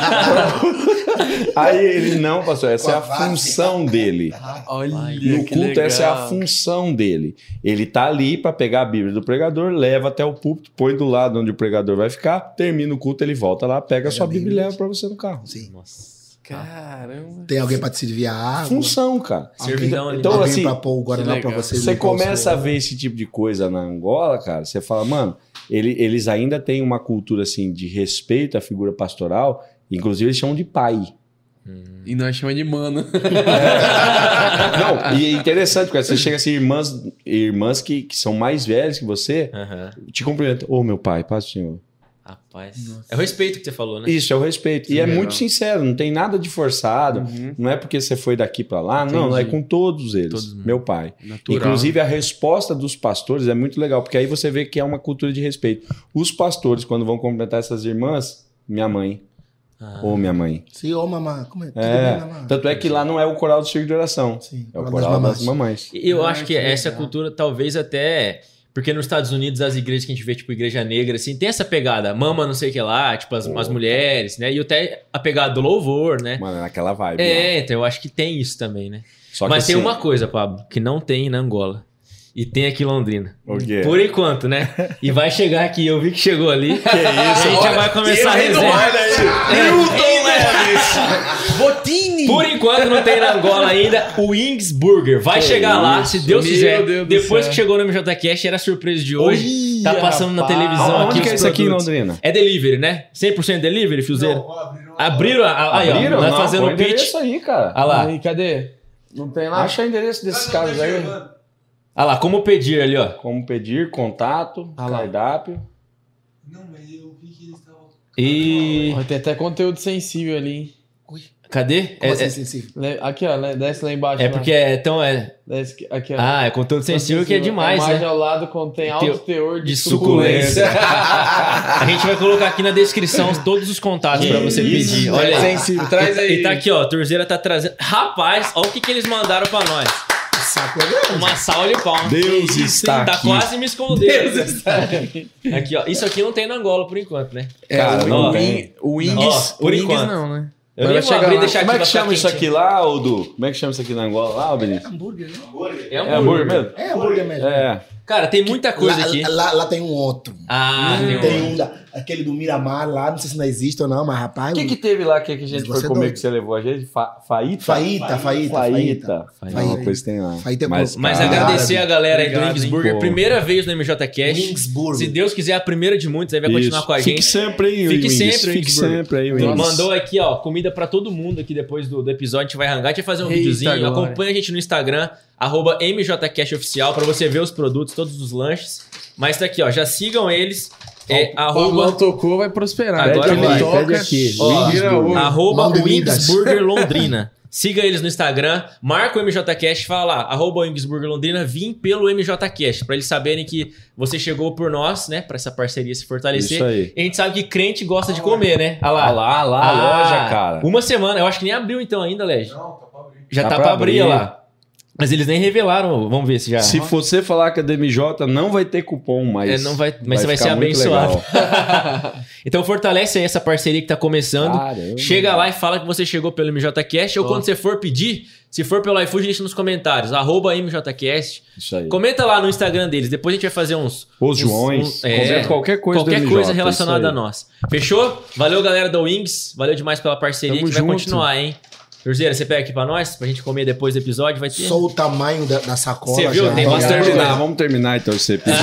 Aí ele, não, pastor, essa Com é a a vara. função dele. Olha, No que culto, essa é a legal. função dele. Ele tá ali para pegar a Bíblia do pregador, leva até o púlpito, põe do lado onde o pregador vai ficar, termina o culto, ele volta lá, pega a sua a Bíblia e Bíblia. leva para você no carro. Sim. Nossa. Caramba. Tem alguém pra te servir a água. Função, cara. Servidão ali. Então, alguém assim, pra pôr o Guaraná que pra legal. você. você limpar o começa a suor. ver esse tipo de coisa na Angola, cara, você fala, mano, ele- eles ainda têm uma cultura assim de respeito à figura pastoral, inclusive eles chamam de pai. E nós chamamos de mano. Não, e é interessante, porque você chega assim, irmãs, irmãs que, que são mais velhas que você, Aham. te cumprimentam. Ô, meu pai, paz do Senhor. Rapaz. É o respeito que você falou, né? Isso, é o respeito. Que e é legal. muito sincero, não tem nada de forçado. Uhum. Não é porque você foi daqui pra lá, não, Entendi. é com todos eles. Todos, né? meu pai. Natural. Inclusive, a resposta dos pastores é muito legal, porque aí você vê que é uma cultura de respeito. Os pastores, quando vão cumprimentar essas irmãs, minha mãe. Ah. Ô, minha mãe. Sim, ô mamãe, como é? Tudo É, bem, mamãe? tanto é que lá não é o coral do circo de oração. Sim, É o coral das coral das mamães. mamães. Eu Ah, acho que que essa legal. cultura talvez até Porque nos Estados Unidos, as igrejas que a gente vê, tipo, igreja negra, assim, tem essa pegada, mama não sei o que lá, tipo, as, as mulheres, né? E até a pegada do louvor, né? Mano, é naquela vibe. É, lá. então eu acho que tem isso também, né? Só que Mas tem assim, uma coisa, Pablo, que não tem na Angola. E tem aqui em Londrina. O quê? Por enquanto, né? E vai chegar aqui, eu vi que chegou ali. Que isso? A gente já vai começar a Quem resenha. é? Milton Leves! Botini! Por enquanto não tem na Angola ainda o Wings Burger. Vai Que chegar lá, isso? se Deus Meu quiser. Deus do Depois céu. que chegou no M J Cast, era a surpresa de hoje. Ih, tá passando na rapaz. televisão Onde aqui. que é os isso aqui em produtos. Londrina? É delivery, né? cem por cento delivery, Fiozeiro? Abriram, a, aí, Abriram? ó. Nós Não, fazendo põe o pitch. endereço aí, cara. Olha lá. Aí, cadê? Não tem lá? Acha o endereço desses caras aí. Olha lá, como pedir ali, ó. Como pedir, contato, Ah lá. cardápio. Não, mas eu vi que eles estavam... E... Ó, tem até conteúdo sensível ali, hein? Cadê? Como É, assim, é, sensível? Le- Aqui, ó, né? Desce lá embaixo. é lá. porque é tão... É... Desce aqui- aqui, ó. Ah, é conteúdo sensível que é demais, a imagem né? ao lado contém alto Teu- teor de, De suculência. suculência. A gente vai colocar aqui na descrição todos os contatos pra você Isso, pedir. é Olha aí. sensível. Traz aí. E tá aqui, ó. A Torzeira tá trazendo. Rapaz, olha o que, que eles mandaram pra nós. Saco é grande. Uma salva de palmas. Deus Que está Tá aqui. quase me escondendo. Deus está aqui. Aqui, ó. Isso aqui não tem na Angola por enquanto, né? Cara, o, não Wing- tem. o Wings, Ó, por o Wings enquanto. não, né? Eu Vai nem vou chegar abrir e lá. deixar aqui. Como é que pra ficar chama isso aqui quentinho. lá, ô Du? Como é que chama isso aqui na Angola lá, ô Benício? Hambúrguer, né? É É hambúrguer mesmo? É hambúrguer mesmo. É. Cara, tem muita coisa lá, aqui. Lá, lá tem um outro. Ah, tem um. Tem um, da, aquele do Miramar lá, não sei se ainda existe ou não, mas rapaz... O que que teve lá que, que a gente Você foi é comer doido. que você levou a gente? Fa faíta? Faíta, faíta, faíta. Faíta. Não, coisa tem lá. Faíta é Mas, bom. Mas cara, agradecer a galera aí do Obrigado, Wings hein, Burger. pô. Primeira vez no M J Cast. Wings Burger. Se Deus quiser, a primeira de muitos. Aí vai continuar isso. com a Fique gente. sempre aí, Fique Wings. sempre, Fique Wings Burger. sempre aí, Wings. Mandou aqui, ó, comida pra todo mundo aqui depois do, do episódio. A gente vai arrancar, a gente vai fazer um Eita, videozinho. glória. Acompanha a gente no Instagram, arroba M J Cast Oficial, pra você ver os produtos, todos os lanches. Mas tá aqui, ó, já sigam eles. É, O Pablão arroba, tocou, vai prosperar. Agora Pede vai, ele toca, pede aqui. Ó, Wings vira Burger. o- arroba Mão de Wings Midas. Burger Londrina. Siga eles no Instagram, marca o M J Cast, fala lá, arroba Wings Burger Londrina, vim pelo M J Cast, pra eles saberem que você chegou por nós, né, pra essa parceria se fortalecer. Isso aí. E a gente sabe que crente gosta de comer, né? Olha lá. Olha lá, lá, a Ah, loja, cara. Uma semana, eu acho que nem abriu então ainda, Lege. Não, tá pra abrir. Já Tá tá, pra pra abrir, abrir. olha lá. Mas eles nem revelaram, vamos ver se já... Se você falar que é da M J, não vai ter cupom, mas. É, não vai, mas você vai ser ficar muito abençoado. legal. Então fortalece aí essa parceria que tá começando. Caramba. Chega lá e fala que você chegou pelo M J Cast. Ou Ó. quando você for pedir, se for pelo iFood, deixa nos comentários. Arroba M J Cast. Isso aí. Comenta lá no Instagram deles. Depois a gente vai fazer uns... Os uns- Joões. uns- é, Comenta qualquer coisa qualquer do M J, coisa relacionada isso a aí. nós. Fechou? Valeu, galera da Wings. Valeu demais pela parceria. Tamo que vai junto. continuar, hein? Cruzeiro, você pega aqui pra nós? Pra gente comer depois do episódio? Vai ter... Só o tamanho da, da sacola. Você viu? já. Tem Vamos bastante terminar, coisa. vamos terminar então esse episódio.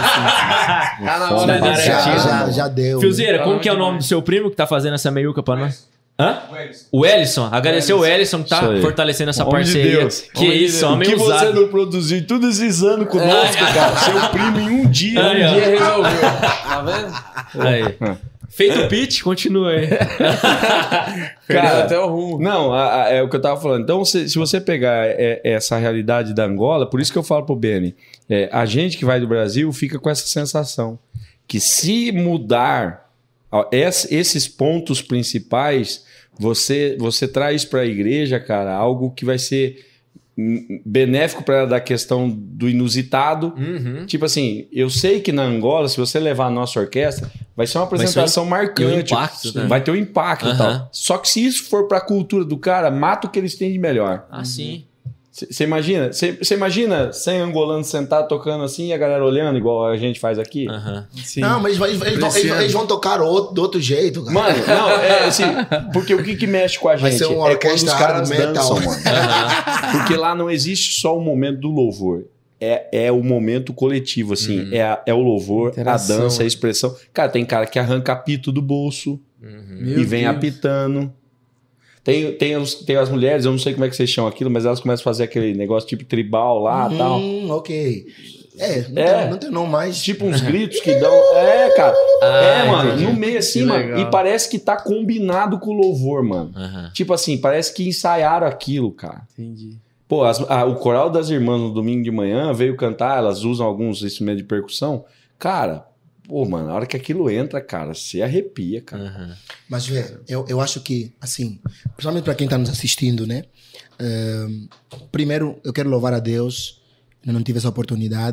Tá na hora Fome de já, garantido. já, já deu. Fiozeira, Tá como bom que é o nome demais. do seu primo que tá fazendo essa meiuca pra nós? Hã? Wellington. O Ellison. Agradecer o Ellison que tá Isso aí. fortalecendo essa Homem de parceria. Deus. Que Homem de isso, Deus. O homem que você usado. não produziu todos esses anos conosco, Ah, cara? Seu primo em um dia. Aí, ó. Um dia resolveu. Tá vendo? Aí. Feito o pitch, continua aí. Perdeu Cara, até o rumo. Não, a- a- é o que eu tava falando. Então, se, se você pegar é, essa realidade da Angola, por isso que eu falo pro Benny, é, a gente que vai do Brasil fica com essa sensação que se mudar ó, es- esses pontos principais, você, você traz para a igreja, cara, algo que vai ser hum, benéfico para da questão do inusitado. Uhum. Tipo assim, eu sei que na Angola, se você levar a nossa orquestra, vai ser uma Vai ser apresentação marcante. e um impacto, né? Vai ter um impacto e Aham. tal. Só que se isso for pra cultura do cara, mata o que eles têm de melhor. Ah, sim. Você imagina? Você imagina cem angolanos sentados tocando assim e a galera olhando, igual a gente faz aqui? Aham. Sim. Não, mas eles, eles, vão, eles, eles vão tocar outro, do outro jeito, cara. Mano, não, é assim, porque o que, que mexe com a Vai gente ser uma é quando os orquestra caras metal. dançam, mano. Porque lá não existe só o momento do louvor. É, é o momento coletivo, assim. Uhum. É, a- é o louvor, Interação, a dança, a né? expressão. Cara, tem cara que arranca apito do bolso Uhum. Meu e vem Deus. apitando. Tem, tem, os, tem as mulheres, eu não sei como é que vocês chamam aquilo, mas elas começam a fazer aquele negócio tipo tribal lá e tal. Hum, ok. É, não, É. Tem, não tem nome mais. Tipo uns gritos que dão. É, cara. Ah, é, mano, entendi. no meio assim, Que mano. legal. E parece que tá combinado com o louvor, mano. Aham. Tipo assim, parece que ensaiaram aquilo, cara. Entendi. Pô, as- a- o coral das irmãs no domingo de manhã veio cantar, elas usam alguns instrumentos de percussão. Cara, pô, mano, na hora que aquilo entra, cara, você arrepia, cara. Aham. Mas, vê, eu, eu acho que, assim, principalmente para quem está nos assistindo, né? Ahn, primeiro, eu quero louvar a Deus. Eu não tive essa oportunidade,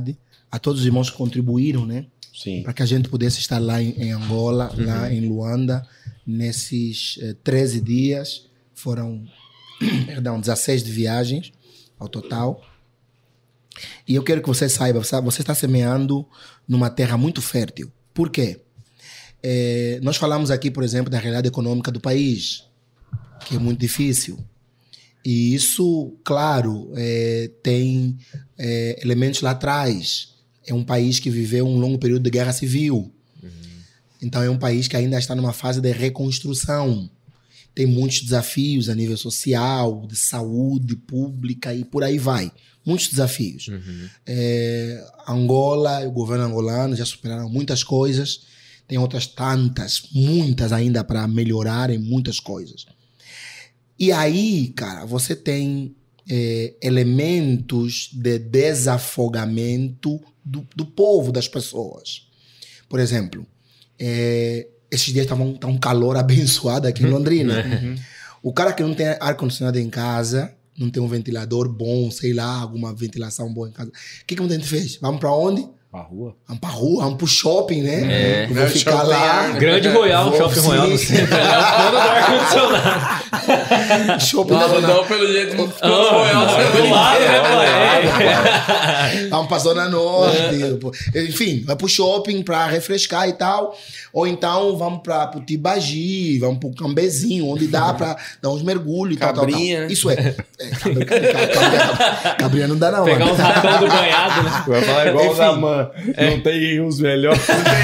a todos os irmãos que contribuíram, né? Sim. Para que a gente pudesse estar lá em, em Angola, Uhum. lá em Luanda, nesses eh, treze dias. Foram, perdão, dezesseis de viagens ao total. E eu quero que você saiba, sabe, você está semeando numa terra muito fértil. Por quê? Eh, nós falamos aqui, por exemplo, da realidade econômica do país, que é muito difícil. E isso, claro, eh, tem eh, elementos lá atrás. É um país que viveu um longo período de guerra civil. Uhum. Então é um país que ainda está numa fase de reconstrução. Tem muitos desafios a nível social, de saúde pública e por aí vai. Muitos desafios. Uhum. É, Angola, o governo angolano já superaram muitas coisas. Tem outras tantas, muitas ainda para melhorar em muitas coisas. E aí, cara, você tem é, elementos de desafogamento do, do povo, das pessoas. Por exemplo, é, esses dias estava um, tá um calor abençoado aqui em Londrina. Uhum. O cara que não tem ar-condicionado em casa, não tem um ventilador bom, sei lá, alguma ventilação boa em casa. O que, que a gente fez? Vamos para onde? Pra rua. Vamos pra rua, vamos pro shopping, né? É. Eu vou ficar lá. Grande Royal, Vou, Shopping sim. Royal no centro. É o dono do ar-condicionado. Shopping Nossa, da zona... não, pelo jeito ficou Ah, Royal. do lado, né, pai? Vamos pra Zona Norte. Enfim, vai pro shopping pra refrescar e tal. Ou então vamos pra, pro Tibagi, vamos pro Cambezinho, onde dá pra dar uns mergulhos e tal, tal, tal. Cabrinha. Isso é. é cabrinha, cabrinha, cabrinha não dá não. Pegar mano. uns ratão do banhado, né? Vai falar igual o Enfim. Zaman. Não tem os melhores.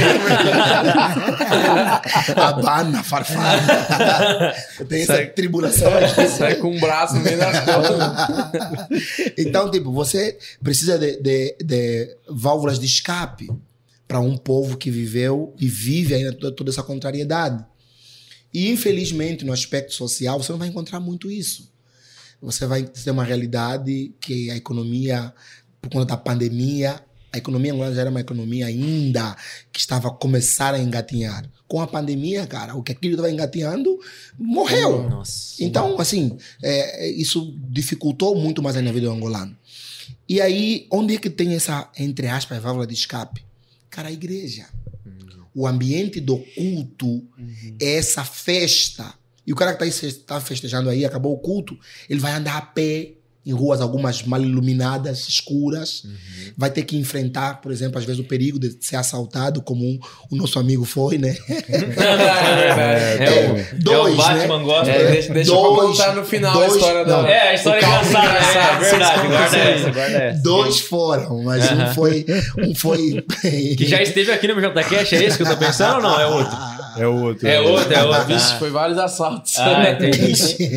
Abana, farfalha. Tem essa Sai- tribulação. Sai com um braço no meio das costas. Então, tipo, você precisa de, de, de válvulas de escape para um povo que viveu e vive ainda toda, toda essa contrariedade. E, infelizmente, no aspecto social, você não vai encontrar muito isso. Você vai ter uma realidade que a economia, por conta da pandemia, a economia angolana já era uma economia ainda que estava a começar a engatinhar. Com a pandemia, cara, o que aquilo estava engatinhando morreu. Nossa. Então, assim, é, isso dificultou muito mais a vida do angolano. E aí, onde é que tem essa, entre aspas, válvula de escape? Cara, a igreja. Uhum. O ambiente do culto uhum. é essa festa. E o cara que está festejando aí, acabou o culto, ele vai andar a pé em ruas algumas mal iluminadas, escuras. Uhum. Vai ter que enfrentar, por exemplo, às vezes o perigo de ser assaltado, como um, o nosso amigo foi, né? É, é, o, dois, é o Batman né? gosta. É, deixa deixa Dois- eu contar no final dois- a história não. da... É, a história é O carro engraçada. engraçado, É, é verdade, vocês guarda contam essa, guarda essa. Dois foram, mas Aham. um foi... Um foi... Que já esteve aqui no meu J Cash, é esse que eu tô pensando ou não? É outro? É o outro. É outro, é outro. Vixe, foi vários assaltos. Ah, entendi. Ixi.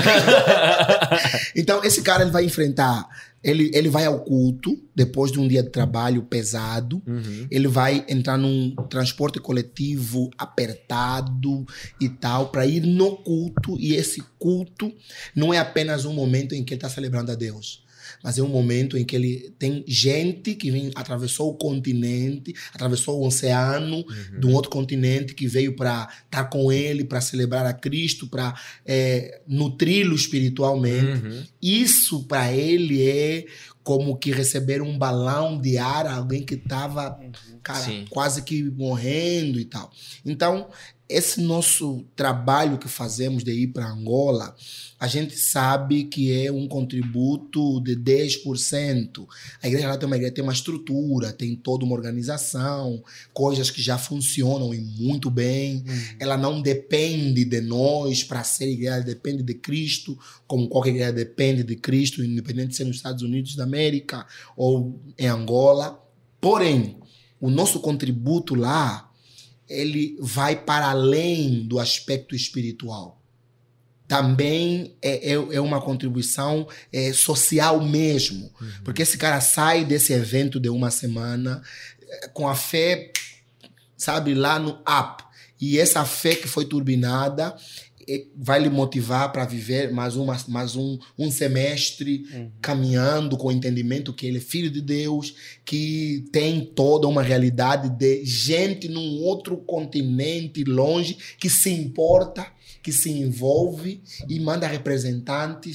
Então, esse cara ele vai enfrentar... Ele, ele vai ao culto, depois de um dia de trabalho pesado. Uhum. Ele vai entrar num transporte coletivo apertado e tal, para ir no culto. E esse culto não é apenas um momento em que ele está celebrando a Deus, mas é um momento em que ele tem gente que vem, atravessou o continente, atravessou o oceano uhum. de um outro continente, que veio para estar com ele, para celebrar a Cristo, para é, nutri-lo espiritualmente. Uhum. Isso para ele é como que receber um balão de ar, alguém que estava cara, quase que morrendo e tal. Então, esse nosso trabalho que fazemos de ir para Angola, a gente sabe que é um contributo de dez por cento. A igreja lá tem uma, igreja, tem uma estrutura, tem toda uma organização, coisas que já funcionam e muito bem. Uhum. Ela não depende de nós para ser igreja, ela depende de Cristo, como qualquer igreja depende de Cristo, independente de ser nos Estados Unidos da América ou em Angola. Porém, o nosso contributo lá, ele vai para além do aspecto espiritual. Também é, é, é uma contribuição é, social mesmo. Uhum. Porque esse cara sai desse evento de uma semana é, com a fé, sabe, lá no up. E essa fé que foi turbinada é, vai lhe motivar para viver mais, uma, mais um, um semestre uhum. caminhando com o entendimento que ele é filho de Deus, que tem toda uma realidade de gente num outro continente longe que se importa, que se envolve e manda representantes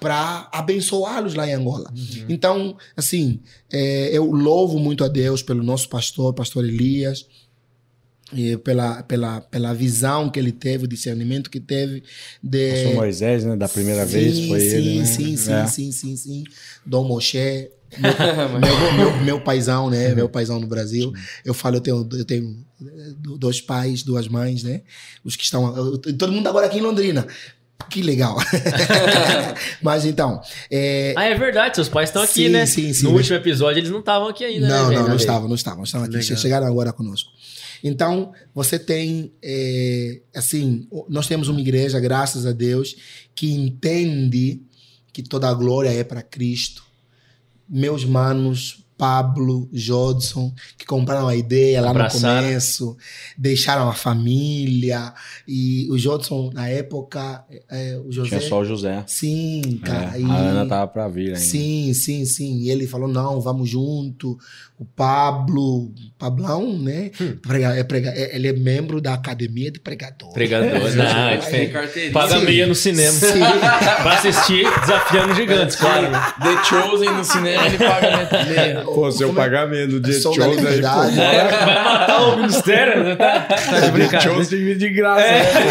para abençoá-los lá em Angola. Uhum. Então, assim, é, eu louvo muito a Deus pelo nosso pastor, pastor Elias, e pela, pela, pela visão que ele teve, o discernimento que teve. De... Pastor Moisés, né? Da primeira sim, vez foi sim, ele, né? Sim, sim, é. sim, sim, sim. Dom Moshe, meu, meu, meu, meu paizão, né? Meu paizão no Brasil. Eu falo, eu tenho, eu tenho dois pais, duas mães, né? Os que estão... Todo mundo agora aqui em Londrina. Que legal. Mas então... É... Ah, é verdade, seus pais estão aqui, sim, né? Sim, sim. No último episódio eles não estavam aqui ainda, não, né? Não, não, não estavam, não estavam. Estavam aqui, legal. Chegaram agora conosco. Então, você tem, é, assim, nós temos uma igreja, graças a Deus, que entende que toda a glória é para Cristo. Meus manos, Pablo, Jodson, que compraram a ideia lá Abraçaram. no começo, deixaram a família. E o Jodson, na época, é, o José... Tinha só o José. Sim, cara. É, e... A Ana tava para vir ainda. Sim, sim, sim. E ele falou, não, vamos junto. O Pablo, Pablão, né? Hum. Prega, é prega, é, ele é membro da Academia de Pregadores. Pregadores, né? Paga meia no cinema. Sim. Pra assistir Desafiando Gigantes, claro. The Chosen no cinema, ele paga meia. Pô, se eu pagar meia no The Chosen, aí, pô, é, vai matar o ministério, né? Tá, tá de brincadeira. The Chosen tem que vir de graça.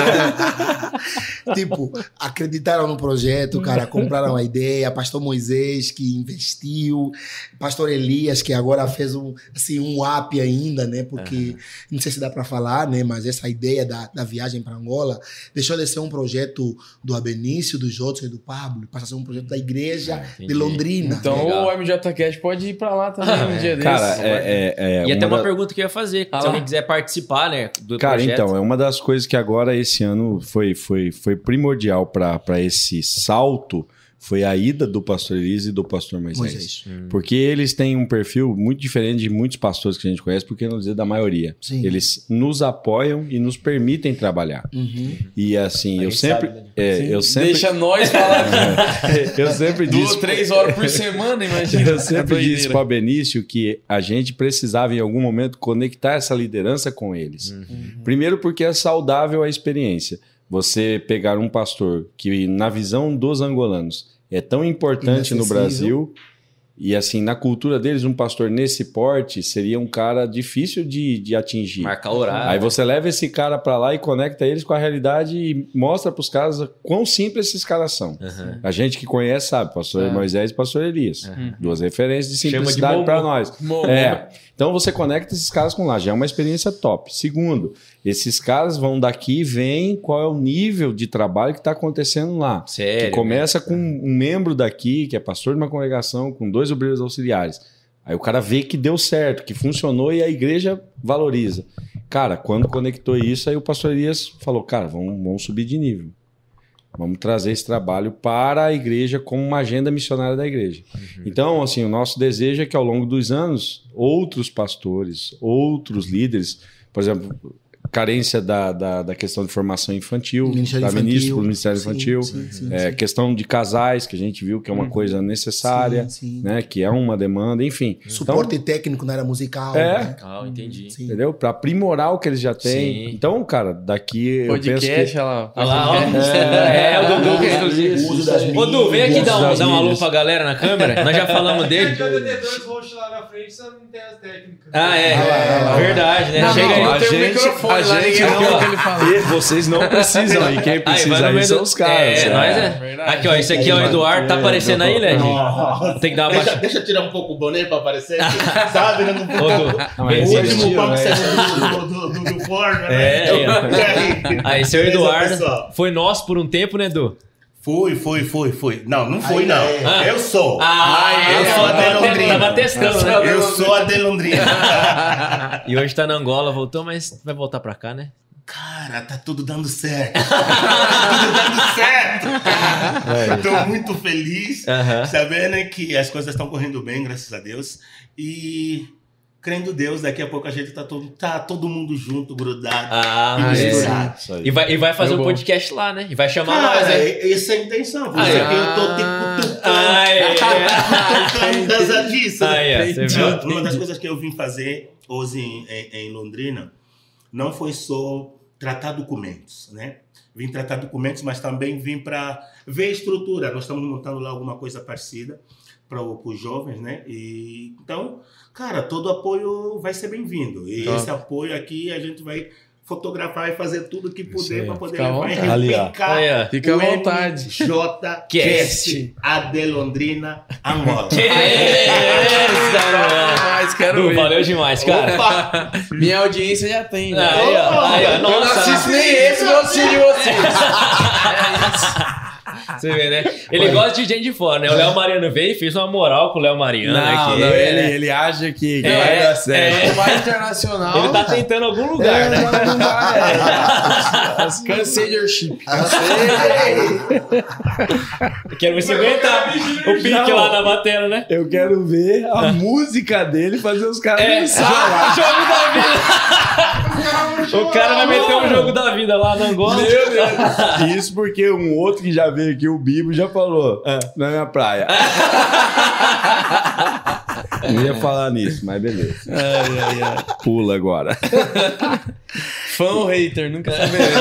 É. Tipo, acreditaram no projeto, cara, compraram a ideia. Pastor Moisés, que investiu. Pastor Elias, que agora fez um, assim, um up ainda, né? Porque, uhum. não sei se dá para falar, né? Mas essa ideia da, da viagem para Angola deixou de ser um projeto do Abenício, do Jodson e do Pablo, passa a ser um projeto da igreja ah, de Londrina. Então legal. O M J Cast pode ir para lá também ah, um dia cara, desses. É, é, é e uma até uma da... pergunta que eu ia fazer, ah, se alguém quiser participar, né, do cara, projeto. Então, é uma das coisas que agora esse ano foi, foi, foi primordial para esse salto, foi a ida do pastor Elias e do pastor Moisés. Moisés. Hum. Porque eles têm um perfil muito diferente de muitos pastores que a gente conhece, porque não dizer da maioria. Sim. Eles nos apoiam e nos permitem trabalhar. Uhum. E assim, eu sempre, sabe, né? é, eu sempre... Deixa nós falar. eu sempre disse... Duas, três horas por semana, imagina. Eu sempre é disse para o Benício que a gente precisava, em algum momento, conectar essa liderança com eles. Uhum. Primeiro porque é saudável a experiência. Você pegar um pastor que, na visão dos angolanos, é tão importante no Brasil, e assim, na cultura deles, um pastor nesse porte seria um cara difícil de, de atingir. Marcar horário. Aí você leva esse cara para lá e conecta eles com a realidade e mostra para os caras quão simples esses caras são. Uhum. A gente que conhece sabe, pastor uhum. Moisés e pastor Elias. Uhum. Duas referências de simplicidade para nós. Momo. É. Então você conecta esses caras com lá, já é uma experiência top. Segundo, esses caras vão daqui e veem qual é o nível de trabalho que está acontecendo lá. Sério? Que começa com um membro daqui, que é pastor de uma congregação, com dois obreiros auxiliares. Aí o cara vê que deu certo, que funcionou e a igreja valoriza. Cara, quando conectou isso, aí o pastor Elias falou, cara, vamos, vamos subir de nível. Vamos trazer esse trabalho para a igreja como uma agenda missionária da igreja. Uhum. Então, assim, o nosso desejo é que ao longo dos anos, outros pastores, outros líderes, por exemplo, carência da, da, da questão de formação infantil, Ministério da infantil. ministro, do Ministério sim, Infantil, sim, sim, é, sim. questão de casais, que a gente viu que é uma uhum. coisa necessária, sim, sim. Né, que é uma demanda, enfim. Suporte então, técnico na área musical. É, né? ah, entendi. Sim. Entendeu? Para aprimorar o que eles já têm. Sim. Então, cara, daqui podcast, eu penso que... olha lá. Olha lá, ó. É, é o Dudu que inclusive. Uso das Ô, Du, vem aqui dar um, dar um alô mídias. pra galera na câmera. Nós já falamos dele. Ah, é. Ah, lá, lá, verdade, né? Não, Chega não, aí. a A gente, gente, a gente não, que ele fala. E vocês não precisam aí. Quem precisa aí, aí, aí são os caras. É, é. nós é. Verdade. Aqui, ó. Esse aqui é o Eduardo. Tá aparecendo aí, né, gente? Tem que dar uma Deixa, baixada. deixa eu tirar um pouco o boné pra aparecer. Sabe? Né? Ô, Du, Mas O esse último é papo que né? saiu do, do, do, do forno, né? É, Eu- aí, ó. E aí? Aí, seu Beleza, Eduardo pessoal? foi nosso por um tempo, né, Edu? Fui, fui, fui, fui. Não, não fui, Aí, não. é. Eu sou. Ah, eu sou a de Londrina. Tava testando, né? Eu sou a de Londrina. E hoje tá na Angola, voltou, mas vai voltar pra cá, né? Cara, tá tudo dando certo. Tá tudo dando certo. cara. Tô muito feliz, Aham. sabendo que as coisas estão correndo bem, graças a Deus. E crendo Deus, daqui a pouco a gente tá todo, tá todo mundo junto, grudado. Ah, e é. misturado. Isso aí. E vai, e vai fazer Foi um bom. podcast lá, né? E vai chamar Cara, nós, né? é- essa é a intenção. Por Ah, isso é. que eu tô te cutucando. Ah, é. Por causa disso. Ah, é. Você viu? Uma das coisas que eu vim fazer hoje em, em- em Londrina não foi só tratar documentos, né? Vim tratar documentos, mas também vim para ver a estrutura. Nós estamos montando lá alguma coisa parecida para os jovens, né? E, então, cara, todo apoio vai ser bem-vindo. E Top. esse apoio aqui a gente vai fotografar e fazer tudo o que puder para poder Fica à levar e vontade. replicar Ali, ó. Fica à o vontade. M J Cast, a de Londrina, Angola. Mas quero Du, ver. valeu demais, cara. Opa! Minha audiência já tem, né? Aí, ó, aí, ó. Eu não Nossa, assisto nem esse, eu assisto de vocês. você vê, né? Ele gosta de gente de fora, né? O Léo Mariano veio e fez uma moral com o Léo Mariano. Não, aqui. não, ele, ele acha que, que É, vai dar certo. é. É mais internacional. Ele tá tentando algum lugar, né? Não vai. Cansei de worship. Quero ver se aguentar o pique Não. lá na bateria, né? Eu quero ver a música dele fazer os caras É, dançar. jogo da vida. O cara vai meter um jogo da vida lá no Angola. Meu Deus. Isso porque um outro que já veio aqui, o Bibo, já falou. Não é minha praia. Não ia falar nisso, mas beleza. Ai, ai, ai. Pula agora. Fã ou hater, nunca saberemos.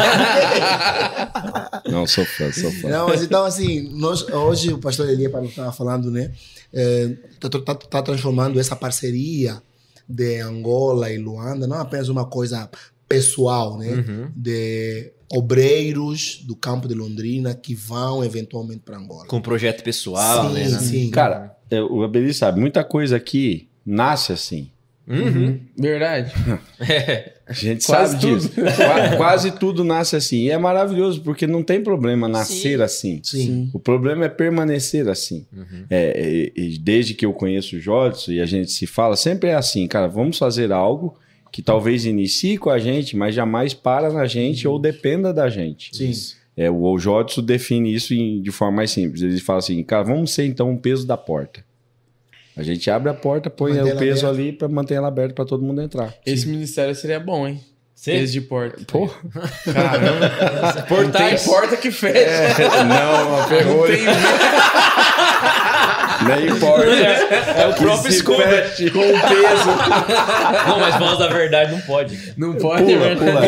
Não, sou fã, sou fã. Não, mas então, assim, nós, hoje o pastor Elia estava falando, né? Está tá, tá transformando essa parceria de Angola e Luanda não apenas uma coisa pessoal, né? Uhum. De obreiros do campo de Londrina que vão eventualmente para Angola. Com projeto pessoal, sim, né? sim. Cara, é, o Abeli sabe, muita coisa aqui nasce assim. Uhum. Verdade. A gente Quase sabe disso. Qua- Quase tudo nasce assim. E é maravilhoso, porque não tem problema nascer Sim. assim. Sim. O problema é permanecer assim. Uhum. É, é, e desde que eu conheço o Jodson e a gente se fala, sempre é assim, cara, vamos fazer algo que talvez inicie com a gente, mas jamais para na gente ou dependa da gente. Sim. É, o, o Jodson define isso em- de forma mais simples. Ele fala assim, cara, vamos ser então o peso da porta. A gente abre a porta, põe Mantém o ela peso aberta. ali para manter ela aberta para todo mundo entrar. Esse ministério seria bom, hein? Sim. Esse de porta. Porra. Caramba. Portais. Não tem porta que fecha. Não, a ferrolha. Nem importa. É o próprio Se Scooby. feche com o peso. Não, mas voz da verdade não pode. Não pode, Pula, né? pula.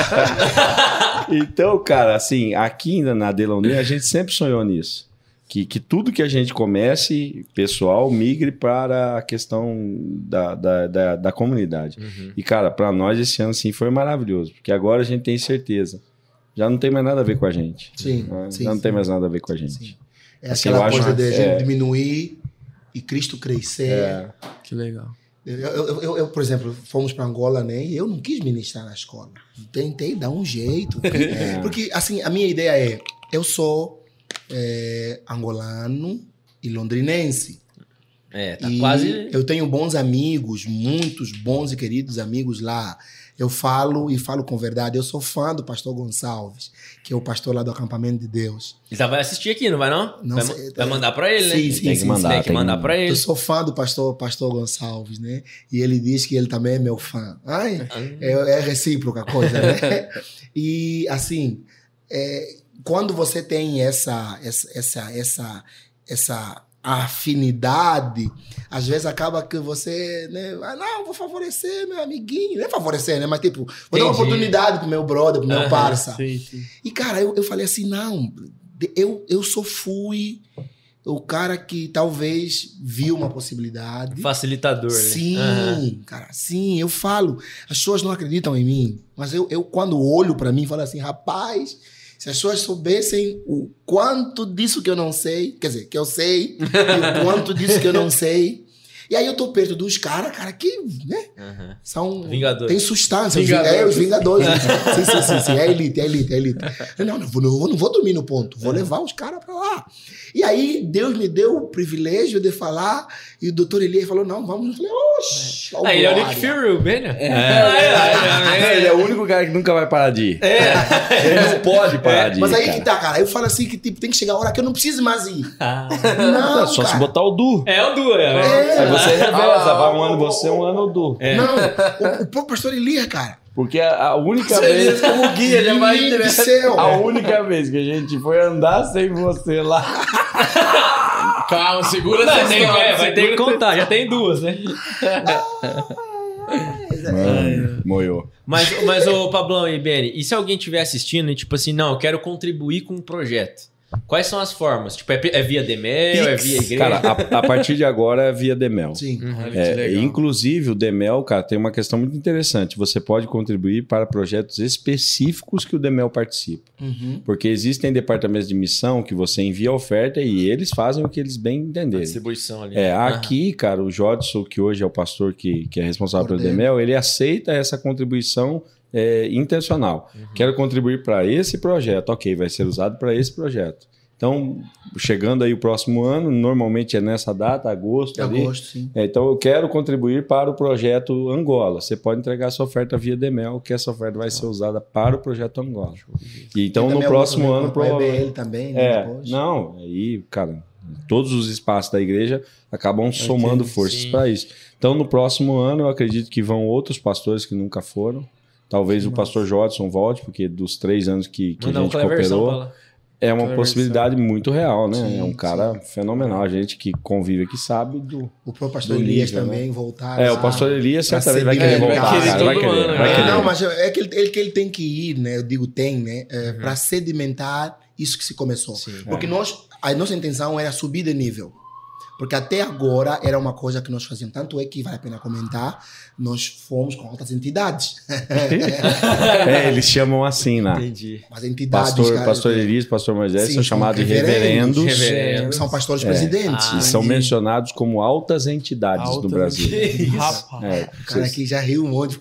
Pula. Então, cara, assim, aqui na, na Delondrina, a gente sempre sonhou nisso. Que, que tudo que a gente comece, pessoal, migre para a questão da, da, da, da comunidade. Uhum. E, cara, para nós esse ano, sim, foi maravilhoso. Porque agora a gente tem certeza. Já não tem mais nada a ver com a gente. Sim, né? sim, Já não sim. tem mais nada a ver com a gente. Sim. É Assim, aquela eu acho coisa de a gente é. diminuir e Cristo crescer. É. Que legal. Eu, eu, eu, eu, por exemplo, fomos para Angola, né? E eu não quis ministrar na escola. Tentei dar um jeito. É. Porque, assim, a minha ideia é... Eu sou é, angolano e londrinense. É, tá e quase. eu tenho bons amigos, muitos bons e queridos amigos lá. Eu falo e falo com verdade. Eu sou fã do pastor Gonçalves, que é o pastor lá do Acampamento de Deus. Ele vai assistir aqui, não vai não? Não vai, sei, vai é. mandar pra ele, né? Sim, sim, Tem que sim, mandar. sim. Tem que tem mandar que- pra ele. Eu sou fã do pastor, pastor Gonçalves, né? E ele diz que ele também é meu fã. Ai, é, é recíproca a coisa, né? E, assim, é, quando você tem essa, essa, essa, essa, essa afinidade, às vezes acaba que você, né? Ah, não, vou favorecer meu amiguinho. Não é favorecer, né? Mas, tipo, vou dar uma Entendi. oportunidade pro meu brother, pro meu Aham, parça. Sim, sim. E, cara, eu, eu falei assim, não, eu, eu só fui o cara que talvez viu uma possibilidade. Facilitador, né? Sim, Aham. cara, sim, eu falo. As pessoas não acreditam em mim, mas eu, eu quando olho pra mim, falo assim, rapaz, se as pessoas soubessem o quanto disso que eu não sei, quer dizer, que eu sei, e o quanto disso que eu não sei. E aí eu tô perto dos caras, cara, que, né, Aham. são... Vingadores. Tem substância. Vingadores. É, os Vingadores. sim, sim, sim, sim. É elite, é elite, é elite. Eu, Não, não, vou, não, vou, não vou dormir no ponto. Vou levar os caras pra lá. E aí, Deus me deu o privilégio de falar. E o doutor Elias falou, não, vamos. Eu falei, oxe. ó, Ah, ele é o Nick glória. Fury, o Ben, né? É, ele é o único cara que nunca vai parar de ir. Ele não pode parar de ir. Mas aí cara. que tá, cara. Aí eu falo assim, que tipo, tem que chegar a hora que eu não preciso mais ir. Ah. Não, É só cara. se botar o Du. É o Du, é. É. Aí você reveza, vai um ano você, um ano o Du. Não, o, o próprio pastor Elias, cara. Porque a, a única Ele vez... como guia, já vai Meu Deus do direto. céu. A única vez que a gente foi andar sem você lá. Calma, segura Não, essa tem, história, é, vai ter que segura contar, já tem duas, né? Mano, moiou. Mas, mas ô Pablão e Beni, e se alguém estiver assistindo e tipo assim, não, eu quero contribuir com um projeto? Quais são as formas? Tipo, é, é via Demel, é via igreja? Cara, a, a partir de agora é via Demel. Sim. Uhum, É, legal. inclusive, o Demel, cara, tem uma questão muito interessante. Você pode contribuir para projetos específicos que o Demel participa. Uhum. Porque existem departamentos de missão que você envia a oferta e eles fazem o que eles bem A entenderem. distribuição ali. É, Aham. aqui, cara, o Jodson, que hoje é o pastor que, que é responsável pelo Ordena. Demel, ele aceita essa contribuição é, intencional. Quero contribuir para esse projeto. Ok, vai ser usado para esse projeto. Então, chegando aí o próximo ano, normalmente é nessa data, agosto. ali. Agosto, sim. É, então, eu quero contribuir para o projeto Angola. Você pode entregar sua oferta via Demel, que essa oferta vai ser usada para o projeto Angola. E então, Tem no também próximo alguma ano, coisa com a provavelmente. E B L também, né? É, depois. não, aí, cara, todos os espaços da igreja acabam somando forças sim. para isso. Então, no próximo ano, eu acredito que vão outros pastores que nunca foram. Talvez o pastor Jodson volte, porque dos três anos que, que a Manda um gente Cleversão cooperou, pra lá. é uma Cleversão. possibilidade muito real, né? Sim, é um cara fenomenal. A gente que convive aqui sabe do. O próprio pastor Do Elias nível, também voltar. É, o sabe? pastor Elias Pra certamente vai ser querer digno, voltar, ele vai cara. Vai todo querer, ano, vai né? querer. Não, mas é que ele, ele, que ele tem que ir, né? Eu digo tem, né? É, para sedimentar isso que se começou. Sim. Porque nós, a nossa intenção era subir de nível. Porque até agora era uma coisa que nós fazíamos. Tanto é que vale a pena comentar, nós fomos com outras entidades. É, eles chamam assim, né? Entendi. As entidades, Pastor, cara, pastor que- Elias, pastor Moisés Sim, são são chamados de reverendos. reverendos. Reverendos. são pastores presidentes. Ah, E são entendi. mencionados como altas entidades Altas do Brasil. entidades. Rapaz. É, O cara aqui já riu um monte.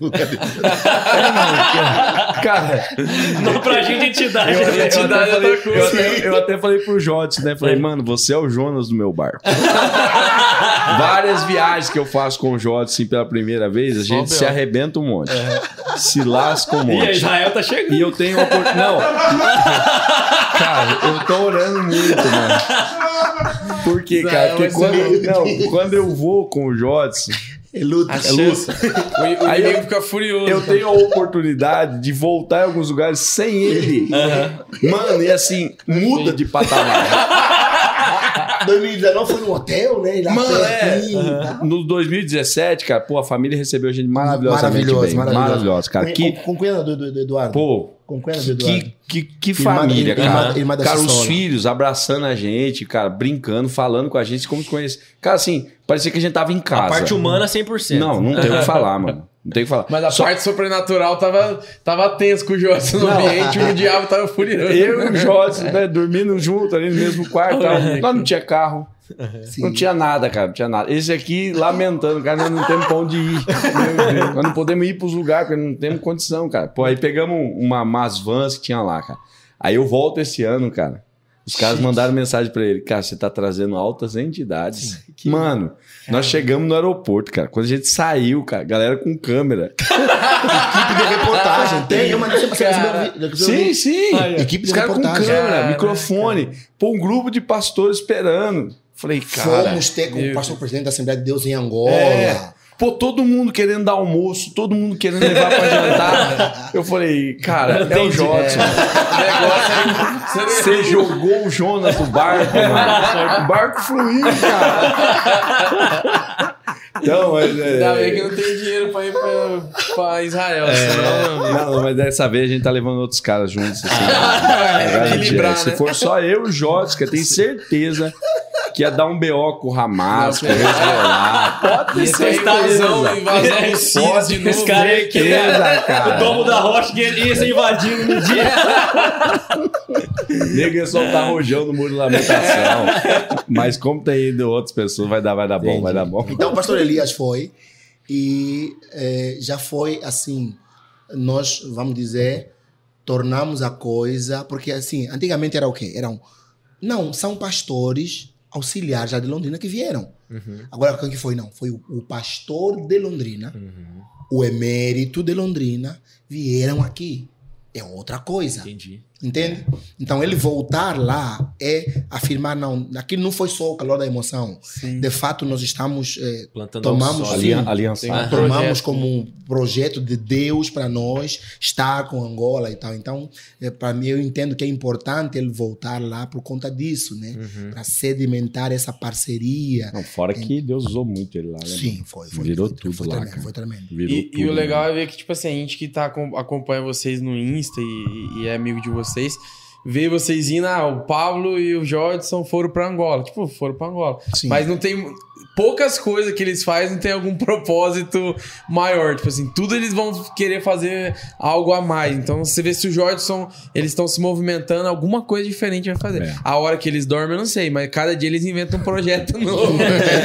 cara, Não, pra gente, entidade. eu, eu, Entidade até é falei, outra coisa. eu, até, eu até falei pro Jodes, né? Falei, mano, você é o Jonas do meu barco. Várias viagens que eu faço com o Jodes, assim, pela primeira vez, a Só gente o se B O. arrebenta um monte. Se lasca um E a monte. Israel tá chegando. E eu tenho oportunidade. Não. Cara, eu tô orando muito, mano. Por quê, cara? Israel Porque vai quando, não, quando eu vou com o Jodson, É luta. A chance. O, o Aí inimigo eu- fica furioso. eu tenho a oportunidade de voltar em alguns lugares sem ele. Mano, e assim, muda de patamar. dois mil e dezenove foi no hotel, né? Lá Mano, é. pertinho, tá? No dois mil e dezessete, cara, pô, a família recebeu a gente maravilhosamente Maravilhoso, bem. maravilhoso. Maravilhoso, cara. Com, Que, com, com cunhada do, do, do Eduardo. pô, Com cunhada do Eduardo. Que, que, que Irmã- família, irmã- cara. irmã da Cara, os Sassola. filhos abraçando a gente, cara, brincando, falando com a gente, como se conhece. Cara, assim, parecia que a gente tava em casa. A parte humana, cem por cento. Não, não tem o que falar, mano. Não tem o que falar. Mas a Só parte sobrenatural tava, tava tenso com o Jodson no ambiente e o diabo tava furioso. eu e o Jodson, né, dormindo junto ali no mesmo quarto. Tal. Nós não tinha carro. Sim. Não tinha nada, cara, não tinha nada. Esse aqui lamentando, cara, nós não temos pra onde ir. Nós não podemos ir pros lugares, porque não temos condição, cara. Pô, aí pegamos uma, umas vans que tinha lá, cara. Aí eu volto esse ano, cara. Os caras mandaram mensagem pra ele. Cara, você tá trazendo altas entidades. Mano, nós chegamos no aeroporto, cara. Quando a gente saiu, cara, galera com câmera. Equipe de reportagem. Tem, eu mandei sempre Cara, Sim, sim. Equipe de Os caras com reportagem. câmera, Caraca. microfone. Pô, um grupo de pastores esperando. Falei, cara. Fomos ter com meu o pastor presidente da Assembleia de Deus em Angola. É. Pô, todo mundo querendo dar almoço, todo mundo querendo levar pra jantar. Eu falei, cara, é o Jodson. Você jogou o Jonas do barco, mano. O barco fluiu, cara. Então, mas, Ainda bem que é... não tem dinheiro pra ir pra, pra Israel. Senão, meu amigo. Não, mas dessa vez a gente tá levando outros caras juntos. Assim, É, equilibrar, Se né? for só eu e o Jodson, que eu tenho certeza que ia dar um B O com o Hamas, com o Hezbollah. Pode Ia ter ter invasão, certeza. invasão do C I S de novo. Esse cara aí que é Certeza, cara. o domo da rocha que ia ser invadido no dia. Nego ia soltar rojão no muro de lamentação. Mas como tem ido outras pessoas, vai dar, vai dar bom, Entendi. vai dar bom. Então o pastor Elias foi e eh, já foi assim, nós, vamos dizer, tornamos a coisa, porque assim, antigamente era o quê? Eram, não, são pastores auxiliares já de Londrina que vieram. Agora quem que foi? Não, foi o, o pastor de Londrina, o emérito de Londrina, vieram aqui. É outra coisa. Entendi. Entende? Então, ele voltar lá é afirmar, não, aquilo não foi só o calor da emoção. Sim. De fato, nós estamos, é, Plantando tomamos, algo sim, Alian- aliançado. Tem um tomamos projeto. como um projeto de Deus para nós estar com Angola e tal. Então, é, para mim, eu entendo que é importante ele voltar lá por conta disso, né? Uhum. Para sedimentar essa parceria. Não, fora que Deus usou muito ele lá, né? Sim, foi. foi Virou foi, tudo foi lá, tremendo, cara. foi tremendo. Virou E, tudo, e o legal né? é ver que, tipo assim, a gente que tá, acom- acompanha vocês no Insta e, e é amigo de vocês, vê vocês indo, ah, o Pablo e o Jodson foram pra Angola. Tipo, foram pra Angola. Sim. Mas não tem... Poucas coisas que eles fazem não tem algum propósito maior. Tipo assim, tudo eles vão querer fazer algo a mais. Então, você vê se o Jodson, eles estão se movimentando, alguma coisa diferente vai fazer. É. A hora que eles dormem, eu não sei, mas cada dia eles inventam um projeto novo.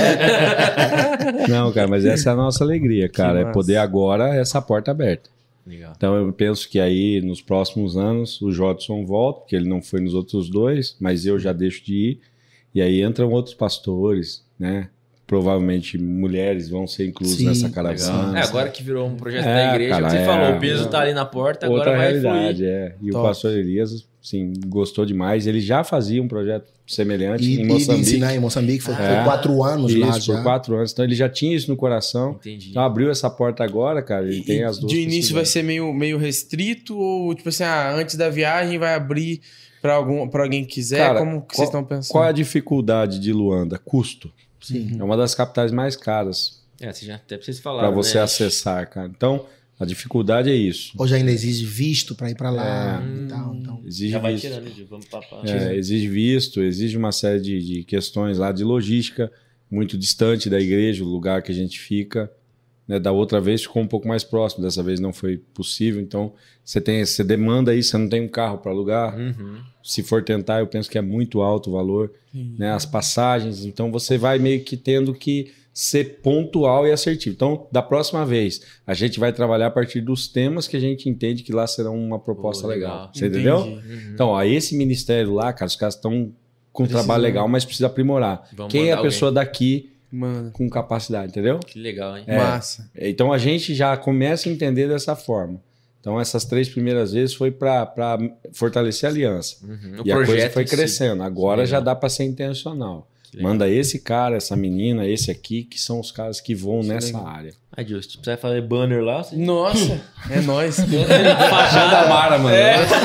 Não, cara, mas essa é a nossa alegria, cara. É massa. poder agora essa porta aberta. Legal. Então eu penso que aí nos próximos anos o Jodson volta, porque ele não foi nos outros dois, mas eu já deixo de ir. E aí entram outros pastores, né? Provavelmente mulheres vão ser inclusas Sim, nessa Legal. caravana. É, agora que virou um projeto É, da igreja, cara, o que você é. falou, o peso tá ali na porta, agora Outra vai realidade, fluir. é. E Top. o pastor Elias, sim, gostou demais. Ele já fazia um projeto semelhante E, em e de Moçambique. ensinar em Moçambique, foi, É. foi quatro anos lá Isso, já. por quatro anos. Então ele já tinha isso no coração. Entendi. Então abriu essa porta agora, cara. Ele tem as duas De início vai possibilidades. ser meio, meio restrito ou, tipo assim, ah, antes da viagem vai abrir pra, algum, pra alguém que quiser? Cara, Como que qual- vocês estão pensando? Qual é a dificuldade de Luanda? Custo. Sim. É uma das capitais mais caras É, você já até precisa para falar. você né? acessar, cara. Então, a dificuldade é isso. Hoje ainda exige visto para ir para lá É. e tal. Então. Exige Já vai visto. tirando, Gil, vamos papar. É, exige visto, exige uma série de, de questões lá de logística, muito distante da igreja, o lugar que a gente fica. Né? Da outra vez ficou um pouco mais próximo, dessa vez não foi possível. Então, você, tem, você demanda isso, você não tem um carro para alugar. Uhum. Se for tentar, eu penso que é muito alto o valor, né? As passagens. Então, você vai meio que tendo que ser pontual e assertivo. Então, da próxima vez, a gente vai trabalhar a partir dos temas que a gente entende que lá serão uma proposta Pô, legal. legal. Você entendeu? Entendi. Então, ó, esse ministério lá, cara, os caras estão com um Precisa- trabalho legal, mas precisa aprimorar. Vamos Quem é a mandar pessoa daqui Mano, com capacidade, entendeu? Que legal, hein? É. massa. Então, a gente já começa a entender dessa forma. Então, essas três primeiras vezes foi para fortalecer a aliança. Uhum. O E a coisa projeto foi em si. crescendo. Agora Legal. já dá para ser intencional. legal. Manda esse cara, essa menina, esse aqui, que são os caras que vão nessa legal. área. Ah, Justo, se precisar fazer banner lá, você... Nossa, é nóis. Fachada. Mara, mano.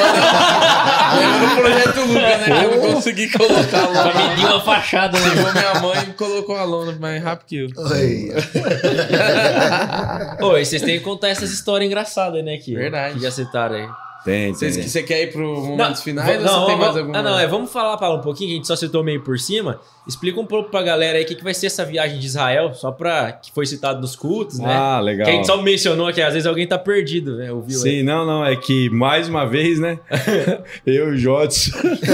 Lembra do projeto Luca, né? Que eu não consegui colocar a Pra lona. medir uma fachada, né? Chegou minha mãe e colocou a lona mais rápido que eu. Oi. Ô, e vocês têm que contar essas histórias engraçadas, né? Que, Verdade. Que já citaram aí. Tem, Vocês, tem. que você quer ir pro momentos finais va- ou você tem vamos- mais alguma? Ah, não, é, vamos falar, Paulo, um pouquinho, que a gente só citou meio por cima. Explica um pouco pra galera aí o que, que vai ser essa viagem de Israel, só pra... que foi citado nos cultos, né? Ah, legal. Que a gente só mencionou que às vezes alguém tá perdido, né? Ouviu aí? Sim, não, não, é que mais uma vez, né? Eu e o Jodson.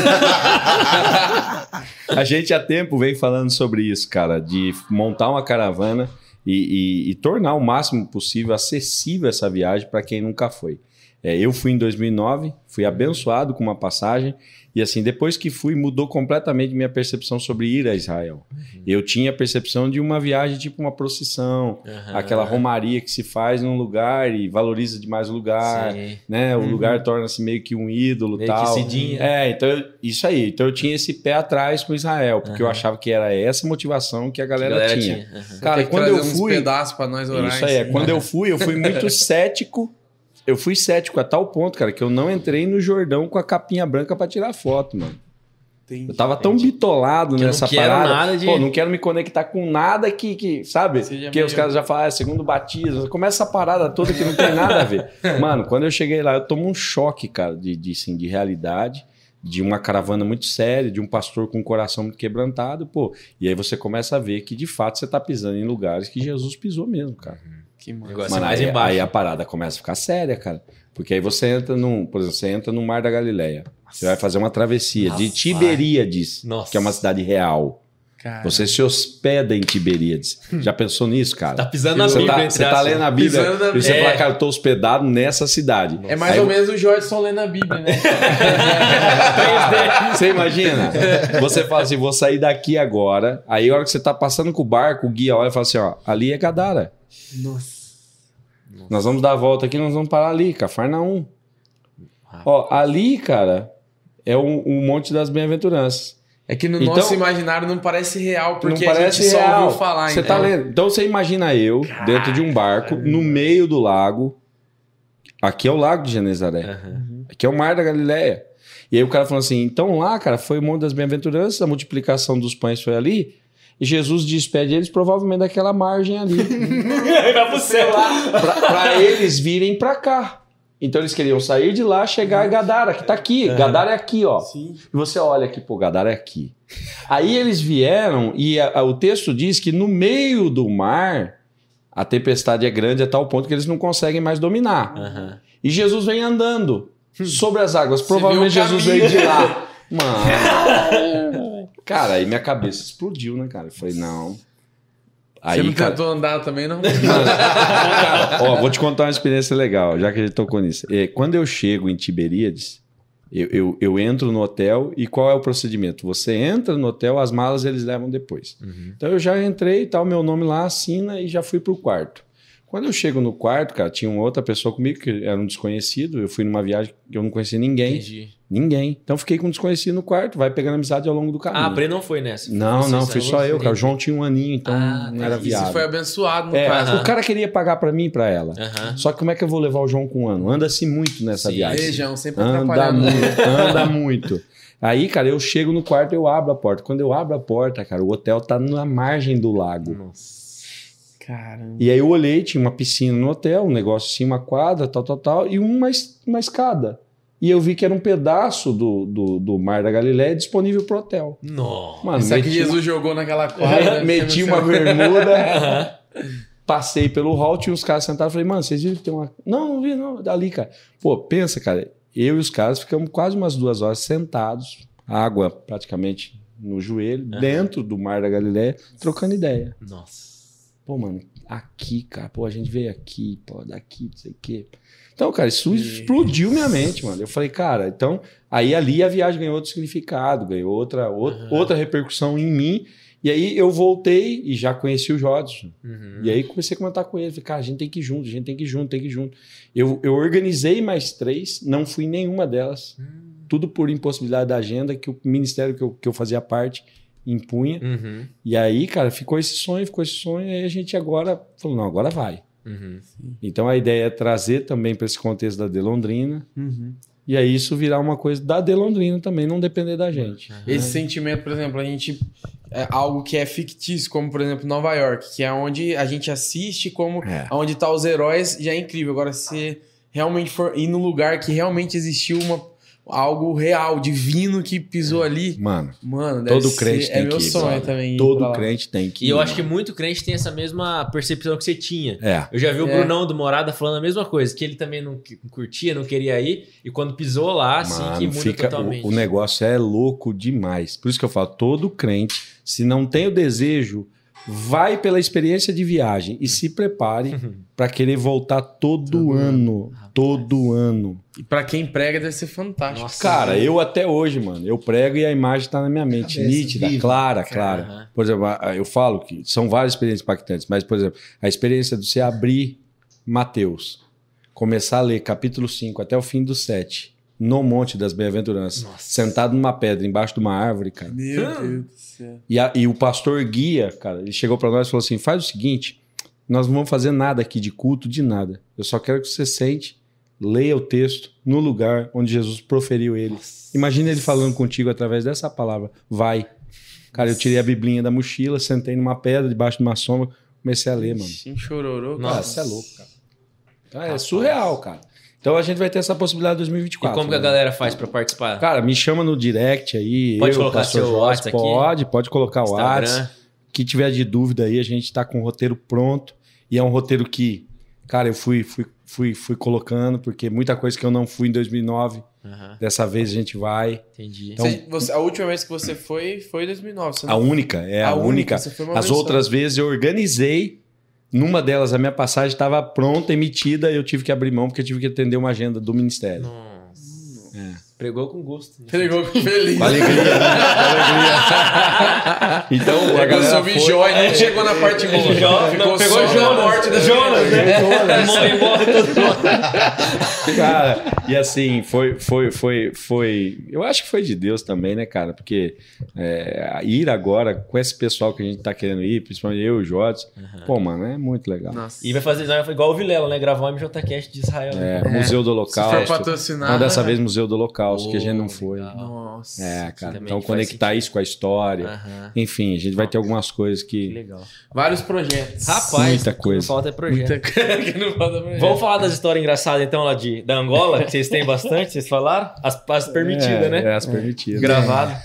A gente há tempo vem falando sobre isso, cara, de montar uma caravana e, e- e tornar o máximo possível acessível essa viagem para quem nunca foi. É, eu fui em dois mil e nove, fui abençoado com uma passagem e assim, depois que fui, mudou completamente minha percepção sobre ir a Israel. Eu tinha a percepção de uma viagem tipo uma procissão, Aham. aquela romaria que se faz num lugar e valoriza demais o lugar, Sim. né? O lugar torna-se meio que um ídolo Meio tal. que Cidinha. É, então eu- isso aí. Então eu tinha esse pé atrás com Israel, porque eu Aham. achava que era essa motivação que a A galera, galera tinha. tinha. Aham. Cara, Tem que quando trazer eu uns fui, pedaços pra nós orar. isso aí é. em cima. Quando eu fui, eu fui muito cético. Eu fui cético a tal ponto, cara, que eu não entrei no Jordão com a capinha branca pra tirar foto, mano. Entendi. Eu tava tão bitolado Que eu nessa não quero parada. nada de- Pô, não quero me conectar com nada que, que sabe? Seja Porque meio- os caras já falam, ah, segundo batismo. Começa essa parada toda que não tem nada a ver. Mano, quando eu cheguei lá, eu tomo um choque, cara, de, de, assim, de realidade, de uma caravana muito séria, de um pastor com o coração muito quebrantado, pô. E aí você começa a ver que, de fato, você tá pisando em lugares que Jesus pisou mesmo, cara. Que massa. Negócio Mano, é mais aí, embaixo. aí a parada começa a ficar séria, cara. Porque aí você entra num, por exemplo, você entra no Mar da Galileia. Você vai fazer uma travessia de Rapaz. Tiberíades, Nossa. que é uma cidade real. Cara, Você se hospeda em Tiberíades. Já pensou nisso, cara? Tá pisando na Você Bíblia, tá, entre você tá aspas. lendo a Bíblia Pisando na e você Bíblia. fala, cara, eu tô hospedado nessa cidade. é mais Aí ou menos o Jodson lendo a Bíblia, né? Você imagina? Você fala assim, vou sair daqui agora. Aí a hora que você tá passando com o barco, o guia olha e fala assim, ó, ali é Gadara. Nossa. Nós vamos dar a volta aqui, nós vamos parar ali, Cafarnaum. Ó, ali, cara, é o, o Monte das Bem-aventuranças. É que no Então- nosso imaginário não parece real, porque não a parece gente só real. ouviu falar. Você então. tá lendo. Então você imagina eu dentro de um barco, no meio do lago. Aqui é o Lago de Genezaré. Aham. Aqui é o Mar da Galileia. E aí o cara falou assim, então lá, cara, foi o Monte das Bem-aventuranças, a multiplicação dos pães foi ali, e Jesus despede eles provavelmente daquela margem ali, Vai pro céu lá. pra, pra eles virem pra cá. Então eles queriam sair de lá, chegar a Gadara, que tá aqui. Gadara é aqui, ó. Sim. E você olha aqui, pô, Gadara é aqui. Aí eles vieram, e a- a- o texto diz que no meio do mar, a tempestade é grande a tal ponto que eles não conseguem mais dominar. Aham. E Jesus vem andando sobre as águas. Provavelmente vê o Jesus caminho. veio de lá. Mano. Cara, aí minha cabeça explodiu, né, cara? Eu falei, não. Aí, Você não cara, tentou andar também, não? cara, ó, vou te contar uma experiência legal, já que a gente tocou nisso. É, quando eu chego em Tiberíades, eu, eu, eu entro no hotel e qual é o procedimento? Você entra no hotel, as malas eles levam depois. Uhum. Então eu já entrei, tá o meu nome lá, assina e já fui pro quarto. Quando eu chego no quarto, cara, tinha uma outra pessoa comigo que era um desconhecido. Eu fui numa viagem que eu não conhecia ninguém. Entendi. Ninguém. Então fiquei com um desconhecido no quarto, vai pegando amizade ao longo do caminho. Ah, a Bre não foi nessa. Não, Você não, só fui só você. eu, cara. O João tinha um aninho, então Ah, não era E viado. você foi abençoado no É, caso. o cara queria pagar pra mim e pra ela. Aham. Só que como é que eu vou levar o João com um ano? Anda-se muito nessa Sim. viagem. Beijão, sempre Anda atrapalhando. muito, anda muito. Aí, cara, eu chego no quarto, eu abro a porta. Quando eu abro a porta, cara, o hotel tá na margem do lago. Nossa. Caramba. E aí eu olhei, tinha uma piscina no hotel, um negócio assim, uma quadra, tal, tal, tal, e uma, es- uma escada. E eu vi que era um pedaço do, do, do Mar da Galileia disponível pro hotel. Nossa. Mano, Isso é que meti Jesus jogou naquela quadra. uma, meti uma bermuda, passei pelo hall, tinha uns caras sentados, falei, mano, vocês viram que tem uma... Não, não vi, não, dali, cara. Pô, pensa, cara, eu e os caras ficamos quase umas duas horas sentados, água praticamente no joelho, dentro do Mar da Galileia, trocando ideia. Nossa. Pô, mano, aqui, cara, pô, a gente veio aqui, pô, daqui, não sei o quê. Então, cara, isso explodiu minha mente, mano. Eu falei, cara, então, aí ali a viagem ganhou outro significado, ganhou outra, outra, Uhum. outra repercussão em mim. E aí eu voltei e já conheci o Jodson. Uhum. E aí comecei a comentar com ele. Falei, cara, a gente tem que ir junto, a gente tem que ir junto, tem que ir junto. Eu, eu organizei mais três, não fui em nenhuma delas. Hum. Tudo por impossibilidade da agenda, que o ministério que eu, que eu fazia parte impunha. Uhum. E aí, cara, ficou esse sonho, ficou esse sonho, e aí a gente agora falou, não, agora vai. Uhum. Então a ideia é trazer também para esse contexto da Delondrina, Uhum. e aí isso virar uma coisa da Delondrina também, não depender da gente. Esse sentimento, por exemplo, a gente... É algo que é fictício, como, por exemplo, Nova York, que é onde a gente assiste, como É. onde tá os heróis, já é incrível. Agora, se realmente for ir no lugar que realmente existiu uma, algo real, divino que pisou ali, Mano, mano, deve todo ser- crente é tem meu que ir, sonho brother. também. ir todo pra lá. crente tem que E ir, eu acho que mano. muito crente tem essa mesma percepção que você tinha. É. Eu já vi o É. Brunão do Morada falando a mesma coisa, que ele também não que- curtia, não queria ir, e quando pisou lá, assim, Mano, que muda fica, totalmente. o, o negócio é louco demais. Por isso que eu falo, todo crente, se não tem o desejo, vai pela experiência de viagem e se prepare para querer voltar todo, Todo ano. Todo ano. E pra quem prega deve ser fantástico. Nossa. Cara, eu até hoje, mano, eu prego e a imagem tá na minha mente, Cabeça nítida, viva. clara, clara. Aham. Por exemplo, a- eu falo que são várias experiências impactantes, mas, por exemplo, a experiência de você abrir Mateus, começar a ler capítulo cinco até o fim do sete, no Monte das Bem-aventuranças, Nossa. sentado numa pedra, embaixo de uma árvore, cara. Meu Hum. Deus do céu. E, a- e o pastor guia, cara, ele chegou para nós e falou assim: faz o seguinte, nós não vamos fazer nada aqui de culto, de nada. Eu só quero que você sente, leia o texto no lugar onde Jesus proferiu ele. Imagina ele falando contigo através dessa palavra. Vai. Cara, eu tirei a biblinha da mochila, sentei numa pedra, debaixo de uma sombra, comecei a ler, mano. Um chororô. Nossa. Cara, você é louco, cara. Então, é surreal, cara. Então a gente vai ter essa possibilidade em dois mil e vinte e E quatro. como que a né? galera faz pra participar? Cara, me chama no direct aí. Pode eu, colocar Pastor seu Jorge, WhatsApp aqui? Pode, pode colocar o WhatsApp. Instagram. Que tiver de dúvida aí, a gente tá com o roteiro pronto. E é um roteiro que, cara, eu fui, fui, fui, fui colocando, porque muita coisa que eu não fui em dois mil e nove, Aham, dessa vez a gente vai. entendi. Então- Você- você- a última vez que você foi, foi em dois mil e nove. Você A não- única, é a, A única, única. você foi uma As vez só. outras vezes eu organizei. Numa delas, a minha passagem estava pronta, emitida, eu tive que abrir mão porque eu tive que atender uma agenda do ministério. Nossa. É. Pregou com gosto. Né? Pregou com feliz. Com alegria, né? Com alegria. Então, a Pegou galera sobre foi... Jó e nem chegou na parte boa. Jó, Ficou não, pegou só Jonas, na morte da Jonas, né? Jonas. Morre, morre todo mundo. Cara, e assim, foi, foi, foi, foi... Eu acho que foi de Deus também, né, cara? Porque é, ir agora com esse pessoal que a gente tá querendo ir, principalmente eu e o Jodson, uhum. pô, mano, é muito legal. Nossa. E vai fazer igual o Vilela, né? Gravar um M J Cast de Israel. É, né? Museu do Se Holocausto. for patrocinar... Não, dessa vez Museu do Holocausto, Oh, que a gente não foi. legal. Nossa. É, cara. Também Então faz conectar sentido. isso com a história. Aham. Enfim, a gente vai ter algumas coisas Que que... legal. Vários projetos. Rapaz, Muita o que coisa. não falta é projeto. Muita coisa que não falta projeto. Vamos falar das histórias engraçadas, então, lá de, da Angola, que vocês têm bastante, vocês falaram? As, as permitidas, é, né? É, as permitidas. Gravado.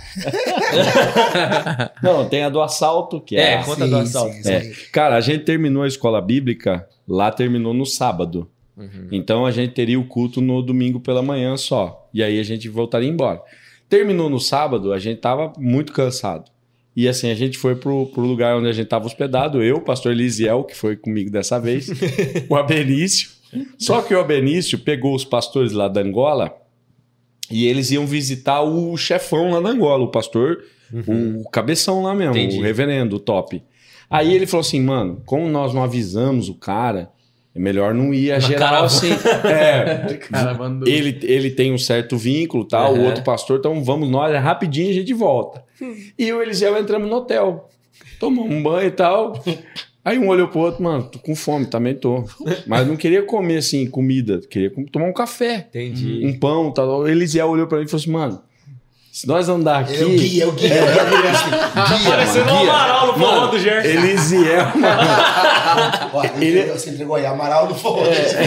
Não, tem a do assalto, que É, é... a- conta do assalto. sim, É. sim. Cara, a gente terminou a escola bíblica, lá terminou no sábado. Uhum. Então a gente teria o culto no domingo pela manhã só. E aí a gente voltaria embora. Terminou no sábado, a gente tava muito cansado. E assim, a gente foi pro, pro lugar onde a gente tava hospedado. Eu, o pastor Lisiel, que foi comigo dessa vez, o Abenício. Só que o Abenício pegou os pastores lá da Angola e eles iam visitar o chefão lá da Angola, o pastor, Uhum. o cabeção lá mesmo, Entendi. o reverendo, o top. Aí ele falou assim, mano, como nós não avisamos o cara, é melhor não ir a Na geral caravana. assim. É, Cara, mandou. ele, ele tem um certo vínculo, tá? Uhum. O outro pastor, então vamos nós, é rapidinho a gente volta. E eu e o Eliseu entramos no hotel, tomamos um banho e tal. Aí um olhou pro outro, mano, tô com fome, também tô. Mas não queria comer assim, comida, queria com- tomar um café, Entendi. um pão, tal. O Eliseu olhou pra mim e falou assim, mano, se nós andar aqui... É o guia, é o guia. É o guia. Parecendo o guia. Amaral no forró Mano, do Gerson. Elisiel, mano. Olha, Ele- ele se entregou aí, Amaral no fogo.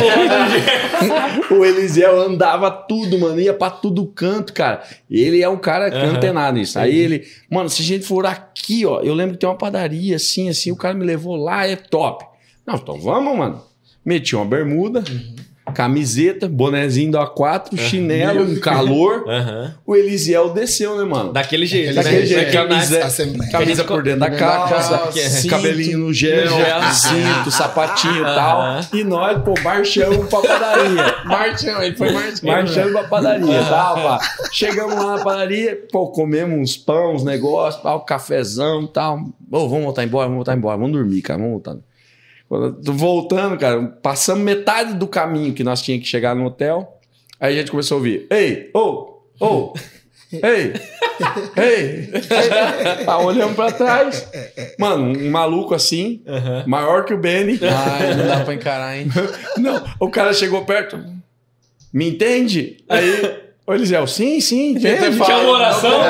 O Elisiel andava tudo, mano, ia pra tudo canto, cara. Ele é um cara Aham. antenado nisso. Aí ele, mano, se a gente for aqui, ó, eu lembro que tem uma padaria assim, assim, o cara me levou lá, é top. Não, então vamos, mano. Meti uma bermuda, camiseta, bonezinho do A quatro, chinelo, um calor. Aham. O Elisiel desceu, né, mano? Daquele jeito, Daquele né? jeito, Daquele camisa- nice. Assembleia. Camisa por dentro da dentro da calça, calça, cinto, cinto, cabelinho no gel, no gel. cinto, sapatinho e tal. Aham. E nós, pô, marchamos pra padaria. Marchão, ele foi marchão. Marchando pra padaria, tá, pá? Chegamos lá na padaria, pô, comemos uns pão, uns negócios, pá, um cafezão e tal. Ô, vamos voltar embora, vamos voltar embora, vamos dormir, cara, vamos voltar. Quando eu tô voltando, cara, passamos metade do caminho que nós tínhamos que chegar no hotel. Aí a gente começou a ouvir: ei, ô, ô, ei, ei, ei. Tá olhando pra trás. Mano, um maluco assim, maior que o Benny. Ai, não dá pra encarar, hein? Não, o cara chegou perto. Me entende? Aí, ô Eliseu, sim, sim, entende. Tinha uma oração?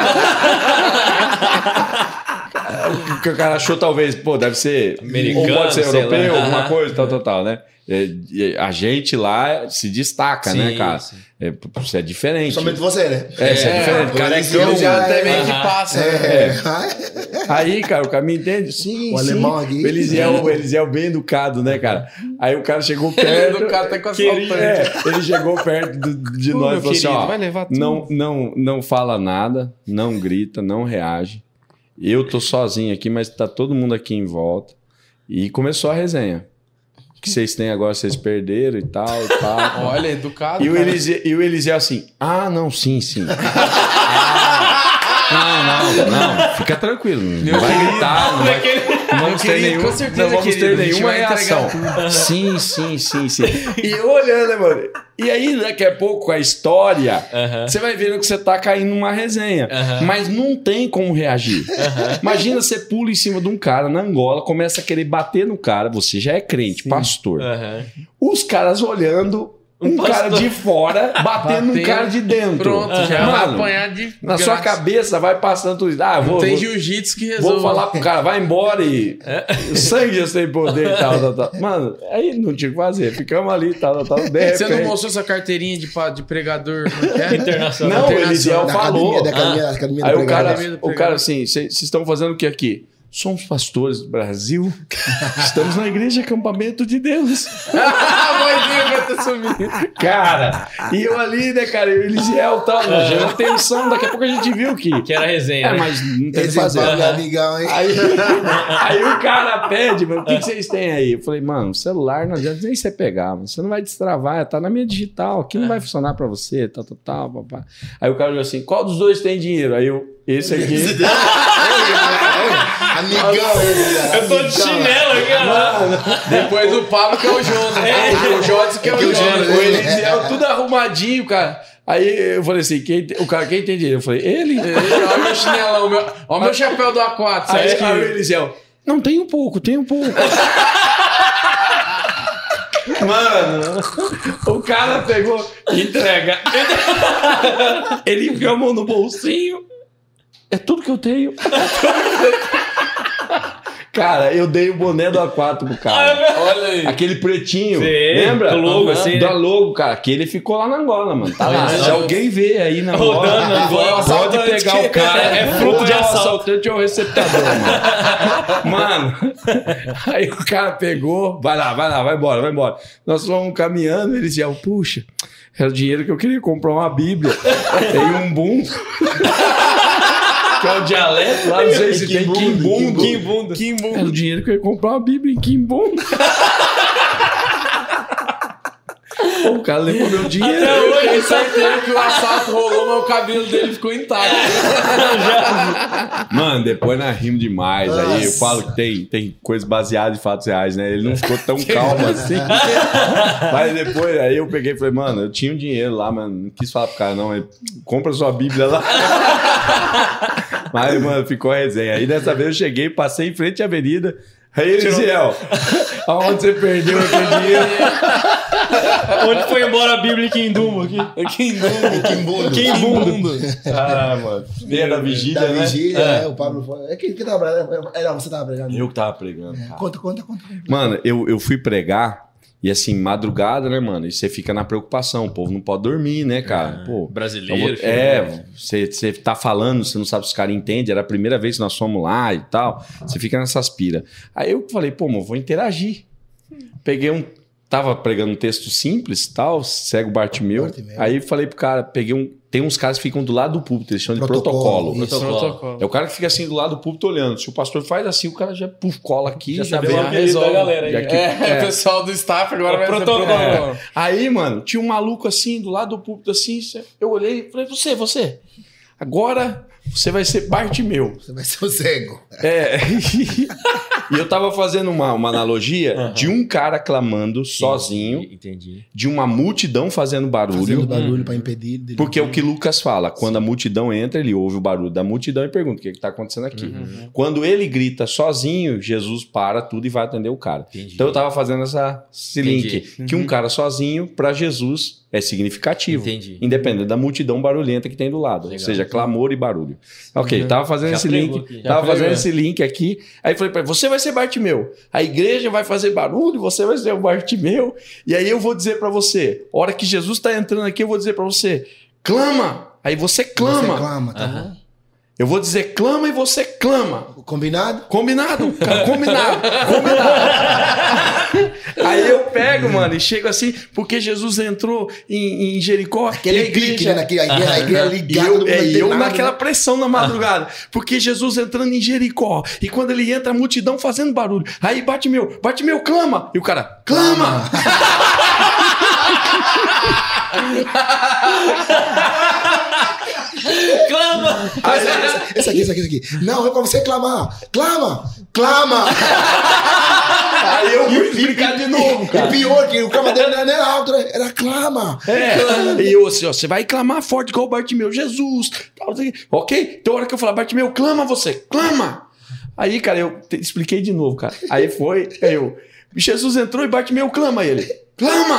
O que o cara achou talvez, pô, deve ser Americano, ou pode ser sei europeu, lá. alguma Aham. coisa, tal, tal, tal, né? É, e a gente lá se destaca, Sim, né, cara? sim. É, isso é diferente. Somente você, né? É, isso é, diferente. o Cara, Eliseu então, já Até meio Aham. que passa, né? É. Aí, cara, o cara me entende? Sim, O sim. alemão aqui. O Elisiel, o Elisiel bem educado, né, cara? Aí o cara chegou perto. O cara tá com a queria- assaltante. é, ele chegou perto do- de Ô, nós meu e falou assim, querido, ó, vai levar tudo. não, não, não fala nada, não grita, não reage. Eu tô sozinho aqui, mas tá todo mundo aqui em volta. E começou a resenha. O que vocês têm agora, vocês perderam e tal, e tal. Olha, educado. E o, cara. Eliseu, e o Eliseu assim, ah, não, sim, sim. Ah, não, não, não, fica tranquilo. Não vai gritar, não vai, não vamos ter, querido, nenhum, com certeza, não vamos querido, ter a gente nenhuma vai entregar reação. Sim, sim, sim, sim. E eu olhando, né, mano? E aí, daqui a pouco, a história, Aham. você vai vendo que você tá caindo numa resenha. Aham. Mas não tem como reagir. Imagina você pula em cima de um cara na Angola, começa a querer bater no cara, você já é crente, pastor. Aham. Os caras olhando, um, Um cara pastor. de fora batendo num Batendo. cara de dentro. Pronto, já vai Mano, apanhar de na sua graça. cabeça vai passando tudo isso. Ah, Não vou, tem vou, jiu-jitsu que resolve. vou falar pro cara, vai embora e o sangue já tem poder e tal, tal, tal. Mano, aí não tinha o que fazer. Ficamos ali e tal, tal, tal. De Você não repente- mostrou sua carteirinha de, pa- de pregador? Como é que é? Internacional. Não, o Internacional. Elisiel Da falou. academia, da academia, da academia Aí do o cara, pregado. Academia do o cara Pregado. assim, vocês estão fazendo o que aqui? Somos pastores do Brasil. Estamos na igreja Acampamento de Deus. Ah, a vozinha vai ter Cara, e eu ali, né, cara, e o Elisiel e tal, já atenção, daqui a pouco a gente viu que... Que era resenha, É, né? mas não tem o que Esse fazer. Pablo é amigão, hein? Aí, aí o cara pede, mano, o que, que vocês têm aí? Eu falei, mano, celular não adianta nem você pegar, mano, você não vai destravar, tá na minha digital, aqui não vai funcionar pra você, tal, tal, tal, papá. Aí o cara falou assim, qual dos dois tem dinheiro? Aí eu, esse aqui... Amigão, esse, cara. Eu tô de chinelo aqui, ó. Depois o Pablo que é o Jonas. O Jonas que é o Que o Jonas. Jonas, O Elisiel tudo arrumadinho, cara. Aí eu falei assim, quem, o cara, quem tem dinheiro? Eu falei, ele? Olha o meu chinelão, meu, olha o meu chapéu do A quatro. Aí, Aí, aí o Elisiel, não, tem um pouco, tem um pouco. Mano, o cara pegou, entrega. Ele enfiou a mão no bolsinho. É tudo que eu tenho. Cara, eu dei o boné do A quatro pro cara. olha aí. Aquele pretinho. Sim, lembra? do logo, Uhum. assim, Do né? logo, cara. Que ele ficou lá na Angola, mano. Tá lá. Olha Se só. alguém vê aí na Angola, Rodando na Angola, pode assaltante pegar que- o cara. é fruto ou de é o assalto. assaltante ou é o receptador, mano. Mano, aí o cara pegou, vai lá, vai lá, vai embora, vai embora. Nós fomos caminhando, ele dizia, puxa, era o dinheiro que eu queria comprar uma Bíblia. Tem um boom. Que é o dialeto lá, não sei se tem Quimbundo. Quimbundo. Quimbundo. Era o dinheiro que eu ia comprar uma Bíblia em Quimbundo. O cara levou meu dinheiro. Até hoje eu certeza que o assalto rolou, mas o cabelo dele ficou intacto. Mano, depois nós rimos demais. Aí eu Nossa. falo que tem, tem coisa baseada em fatos reais, né? Ele não ficou tão calmo assim. Mas depois, aí eu peguei e falei, mano, eu tinha um dinheiro lá, mano. Não quis falar pro cara, não. Ele, compra sua Bíblia lá. Mas, mano, ficou a resenha. Aí dessa vez eu cheguei, passei em frente à avenida. Aí, Elisiel, aonde você perdeu aquele dinheiro? Onde foi embora a Bíblia em Quindumbo aqui? Quimbundo. Quimbundo. Ah, mano. Meia da vigília, Da né? vigília, é, o Pablo foi. É que, que tava pregando? É, não, você tava pregando. Eu que tava pregando, cara. Conta, conta, conta. Mano, eu, eu fui pregar e assim, madrugada, né, mano? E você fica na preocupação, o povo não pode dormir, né, cara? Pô, Brasileiro. então, é, você, você tá falando, você não sabe se os caras entendem, era a primeira vez que nós fomos lá e tal. Você fica nessas piras. Aí eu falei, pô, mano, vou interagir. Peguei um. Tava pregando um texto simples tal, cego Bartimeu. Bartimeu. Aí falei pro cara, peguei um. Tem uns caras que ficam do lado do púlpito, eles chamam de Protocolo, protocolo. isso. Protocolo. É o cara que fica assim do lado do púlpito olhando. Se o pastor faz assim, o cara já puf, cola aqui, Já já, sabe vem o a apelido da galera aí. Já que- É, é. o pessoal do staff agora O vai protocolo. ser protocolo. Aí, mano, tinha um maluco assim, do lado do púlpito assim, eu olhei e falei, você, você, agora você vai ser Bartimeu. Você vai ser o cego. É. E eu tava fazendo uma, uma analogia Aham. de um cara clamando sozinho, Entendi. de uma multidão fazendo barulho. Fazendo barulho pra impedir. dele. Porque é o que Lucas fala, quando a multidão entra, ele ouve o barulho da multidão e pergunta o que está acontecendo aqui. Uhum. Quando ele grita sozinho, Jesus para tudo e vai atender o cara. Entendi. Então eu tava fazendo essa, esse Entendi. link, que um cara sozinho, para Jesus, é significativo. Entendi. Independente da multidão barulhenta que tem do lado. Legal. Ou seja, clamor e barulho. Ok, tava fazendo Já esse pregou link. aqui. Já Tava pregou. fazendo esse link aqui. Aí falei pra ele, você vai ser Bartimeu. A igreja vai fazer barulho, você vai ser o Bartimeu. E aí eu vou dizer pra você, a hora que Jesus tá entrando aqui, eu vou dizer pra você, clama. Aí você clama. Você clama, tá Aham. bom? Eu vou dizer clama e você clama. Combinado? Combinado, cara, combinado, combinado. Aí eu pego, mano, e chego assim, porque Jesus entrou em, em Jericó. Aquele e a igreja- clique, né? Naquele, a igreja, a igreja E ligada. eu, todo é, mundo e eu antenado, naquela né? pressão na madrugada. Porque Jesus entrando em Jericó. E quando ele entra, a multidão fazendo barulho. Aí bate meu, bate meu, clama. E o cara, clama. Clama! Ah, esse, esse- esse aqui, esse aqui, esse aqui. Não, é pra você clamar. Clama! Clama! Aí eu fui explicar de novo, E cara. pior, que o clama dele não era alto, né? Era clama. É, e eu assim, ó, você vai clamar forte igual o Bartimeu, Jesus. tal, assim, Ok? Então a hora que eu falar, Bartimeu, clama você, clama. Aí, cara, eu te- expliquei de novo, cara. Aí foi, aí eu, Jesus entrou e Bartimeu clama ele. Clama!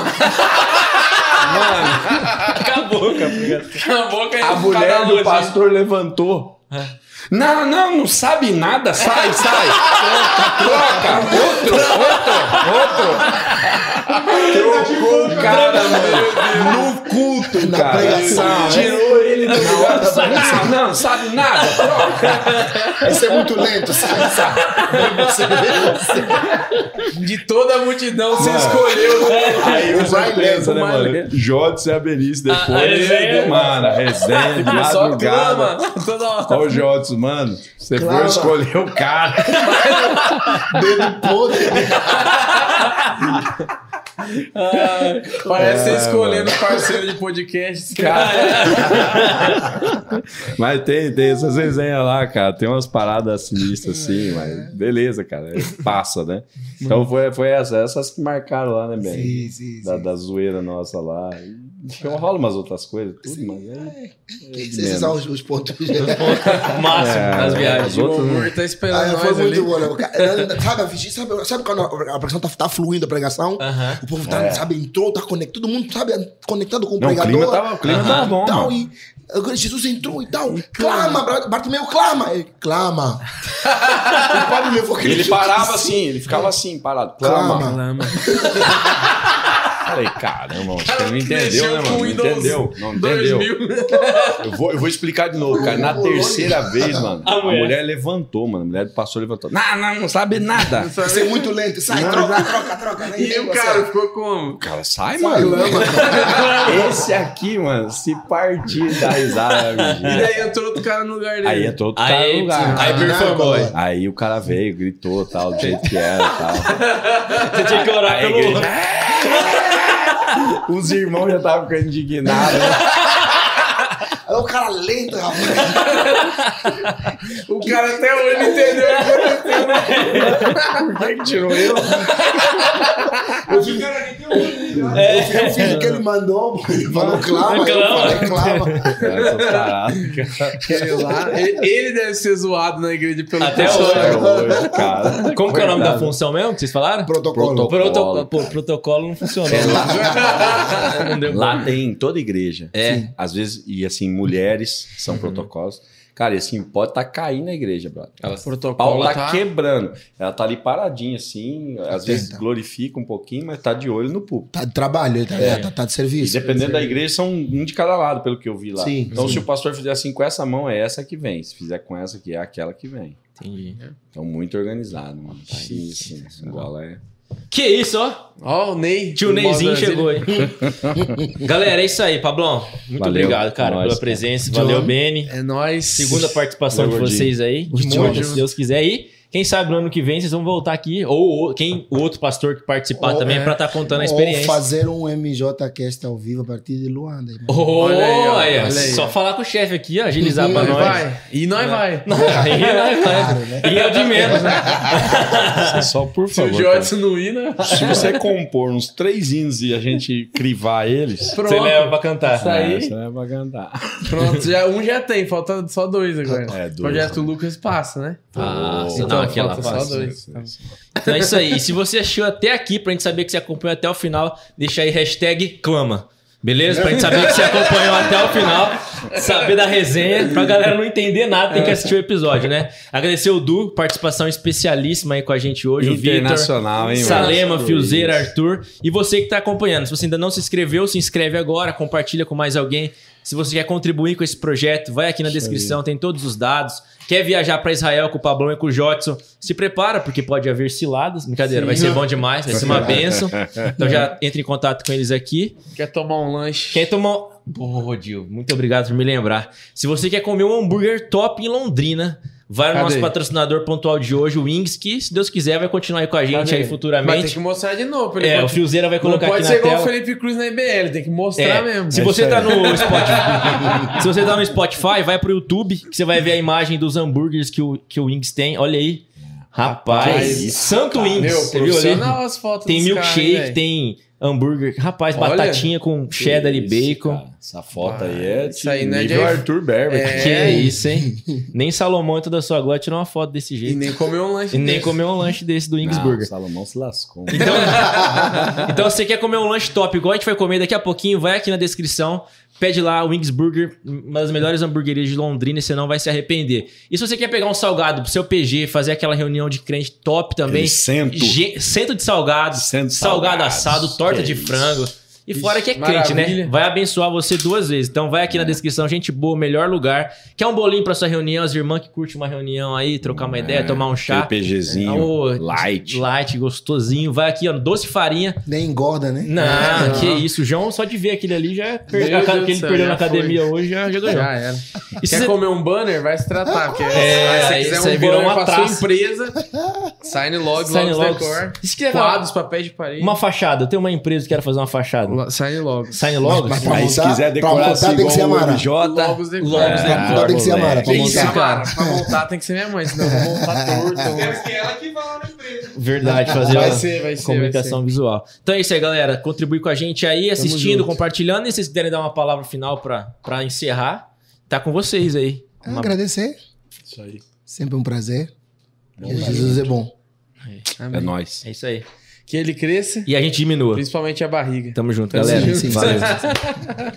Mano, Acabou, cara. Cala a boca aí, a cada mulher um do assim. pastor levantou. Não, não, não sabe nada. Sai, sai. Troca. Outro, outro, outro. Trocou o cara, mano. No culto, Na cara. pregação, Tirou ele do lugar. da Não, não sabe nada. Troca. Esse é muito lento, sai, sai. Você vê, De toda a multidão, você Mano. escolheu. Aí O vai pensa, lento, né, vai mano? Jodes e a Benício depois. A- a resenha. Mano, a resenha, de Só madrugada. clama toda hora. Ó o Jodes, mano. Você Clama. foi escolher o cara. dedo podre. Parece você É, escolhendo parceiro de podcast. Mas tem, tem essas resenhas lá, cara. Tem umas paradas sinistras assim, mas beleza, cara. Passa, né? Então foi, foi essa, essas que marcaram lá, né, Ben? Sim, sim, Da, sim. da zoeira nossa lá. E rola umas outras coisas, tudo, mas aí. Esses são os, os pontos. Máximo É, nas as viagens. O outras, amor tá esperando Ah, nós foi muito ali. bom, né? Cara, Sabe, a vigília, sabe, sabe quando a a pregação tá, tá fluindo a pregação? Aham. O povo tá, sabe, entrou, tá conectado, todo mundo, sabe, conectado com o Não, o pregador. clima tava, o clima tava bom, e tal, mano. e agora Jesus entrou e tal. Clama, Bart- Bartimeu, clama. Ele, clama. O Pablo levou aquele Ele chute parava assim, ele ficava assim, parado. Clama. Clama. Clama. Falei, caramba, mano, você não Mexeu entendeu, né, com mano? Não Windows entendeu, não dois entendeu. mil. Eu vou, eu vou explicar de novo, cara. Na terceira vez, mano, A a mulher. mulher levantou, mano. A mulher do pastor levantou. Não, não, não sabe nada. Isso é muito lento. Sai, troca, troca, troca. Nem E tem o você. cara ficou como? O cara, sai, Sai, mano. lama. Esse aqui, mano, se partir da risada, E vigília. daí entrou outro cara no lugar dele. Aí entrou outro cara Aí, no lugar. aí performou. Aí. Aí o cara veio, gritou, tal, do jeito que era, tal. Você tinha que orar Aí a pelo igreja- outro. Os irmãos já estavam ficando indignados. Né? Aí o cara lento, rapaz. O cara até hoje não entendeu o que aconteceu, né? Por que que tirou eu? Eu fiz o que ele mandou, ele falou clama, eu Clama. falei clama. Essas paradas, Sei lá. Ele ele deve ser zoado na igreja pelo Até pessoal. hoje. hoje, cara. Como que é o nome da Coitado. função mesmo que vocês falaram? Protocolo. Protocolo. Pô, protocolo não funcionou. Não deu Lá tem em toda igreja. É. Às vezes, e assim, mulheres são protocolos. Cara, e assim, pode estar caindo na igreja, brother. Ela- O pau Protocolo tá, tá... quebrando. Ela tá ali paradinha, assim. Às Atenta. vezes glorifica um pouquinho, mas tá de olho no púlpito. Tá de trabalho, ele tá, é, tá, tá de E serviço. dependendo da igreja, são um de cada lado, pelo que eu vi lá. Sim, então, sim. se o pastor fizer assim com essa mão, é essa que vem. Se fizer com essa aqui, é aquela que vem. Entendi. Então, muito organizado, mano. Sim, sim. Igual é. Que isso, ó. Ó, o Ney. Tio do Neyzinho Modo chegou aí. Galera, é isso aí, Pablão. Muito Valeu. obrigado, cara, Nóis, pela cara. presença. John. Valeu, Beni. É nóis. Segunda participação Valeu, de vocês aí. De Tchau. monte, se Deus quiser. E quem sabe no ano que vem vocês vão voltar aqui. Ou, ou quem, o outro pastor que participar Ou, também é. pra estar contando a Ou experiência. fazer um M J Cast ao vivo a partir de Luanda. irmão. Oh, Olha aí, ó, olha, olha aí. só falar com o chefe aqui, ó, agilizar pra Nós nós. vai. E nós vai. Aí nós vai. E é o de menos, né? Só por Se o favor. cara. Jodson não ir, né? Se você compor uns três hinos e a gente crivar eles, Pronto. Você leva pra cantar. Isso aí. é, você vai pra cantar. Pronto, já, um já tem, falta só dois agora. É, dois. Projeto Lucas passa, né? Ah, Então, não, aqui ela falta só faz. dois. Então é isso aí. E se você assistiu até aqui, pra gente saber que você acompanhou até o final, deixa aí hashtag clama. Beleza? Pra gente saber que você acompanhou até o final, saber da resenha, pra galera não entender nada, tem que assistir o episódio, né? Agradecer o Du, participação especialíssima aí com a gente hoje, o Vitor, Internacional, hein, mano? Salema, Isso. Fiozeira, Arthur. E você que tá acompanhando, se você ainda não se inscreveu, se inscreve agora, compartilha com mais alguém. Se você quer contribuir com esse projeto, vai aqui na descrição, tem todos os dados. Quer viajar para Israel com o Pablão e com o Jodson, se prepara, porque pode haver ciladas. Brincadeira, Sim. vai ser bom demais, vai ser uma bênção. Então já entre em contato com eles aqui. Quer tomar um lanche? Quem tomou... Pô, Dil, muito obrigado por me lembrar. Se você quer comer um hambúrguer top em Londrina, vai no Cadê? nosso patrocinador pontual de hoje, o Wings, que, se Deus quiser, vai continuar aí com a gente Cadê? aí Mas tem futuramente. que mostrar de novo. pra ele É, o continuar. Fiozeira vai Não colocar pode aqui ser na igual tela. o Felipe Cruz na I B L, tem que mostrar É, mesmo. se É você isso tá aí. no Spotify, se você tá no Spotify, vai pro YouTube, que você vai ver a imagem dos hambúrgueres que o, que o Wings tem. Olha aí. Rapaz, Rapaz, isso, Santo Wings. Meu, Você viu ali? profissional as fotos Tem dos milkshake, caras, hein, velho? tem hambúrguer. Rapaz, Olha. batatinha com cheddar e isso, bacon. cara. Essa foto Ah, aí é isso aí não é nível de- Arthur Berber. É. Que é isso, hein? Nem Salomão e toda a sua glória tirou uma foto desse E jeito. nem comeu um lanche E nem desse. comeu um lanche desse do Wings Não, Burger. Salomão se lascou. Então, então, você quer comer um lanche top, igual a gente vai comer daqui a pouquinho, vai aqui na descrição, pede lá o Wings Burger, uma das melhores hamburguerias de Londrina, e você não vai se arrepender. E se você quer pegar um salgado pro seu P G, fazer aquela reunião de crente top também, Aquele cento. ge- cento de salgado, Cento de salgado salgados. assado, torta Que de isso. frango. E fora que é crente, né? maravilha. Vai abençoar você duas vezes. Então vai aqui na descrição, gente boa, melhor lugar. Quer um bolinho pra sua reunião, as irmãs que curtem uma reunião aí, trocar uma ideia, tomar um chá. PPGzinho, Ô, light. Light, gostosinho. Vai aqui, ó, doce farinha. Nem engorda, né? Não, Não. que isso. O João, só de ver aquele ali, já perdeu. Meu A, Deus que ele do céu, perdeu já na academia foi. hoje, já, já ganhou. Já era. E se Quer você- comer um banner? Vai se tratar. Porque É, se aí você você quiser um virou banner uma pra sua praça. empresa, Sign Logs, Sign Logs Logs. Decor, E se quiser quadros, papéis de parede. uma fachada, eu tenho uma empresa que quer fazer uma fachada. Lo- Sign Logs. Sign Logs? Mas pra Aí se montar- quiser pra decorar montar assim tem que igual ser o Amara. M J, Logos Decor. Logos Pra Decor. montar tem que ser Amara. Pra Que isso, montar. cara? Pra montar tem que ser minha mãe, senão eu vou montar torto. Quero que ela que vá lá na empresa. Verdade, fazer Vai uma ser, vai ser, comunicação visual. Então é isso aí, galera. Contribui com a gente aí, assistindo, junto. compartilhando. E se vocês quiserem dar uma palavra final pra, pra encerrar, tá com vocês aí. Uma- Agradecer. Isso aí. Sempre um prazer. Jesus é bom. Amém. É nóis. É isso aí. Que ele cresça, E a gente diminua. principalmente a barriga. Tamo junto, Sim, galera. sim. Valeu.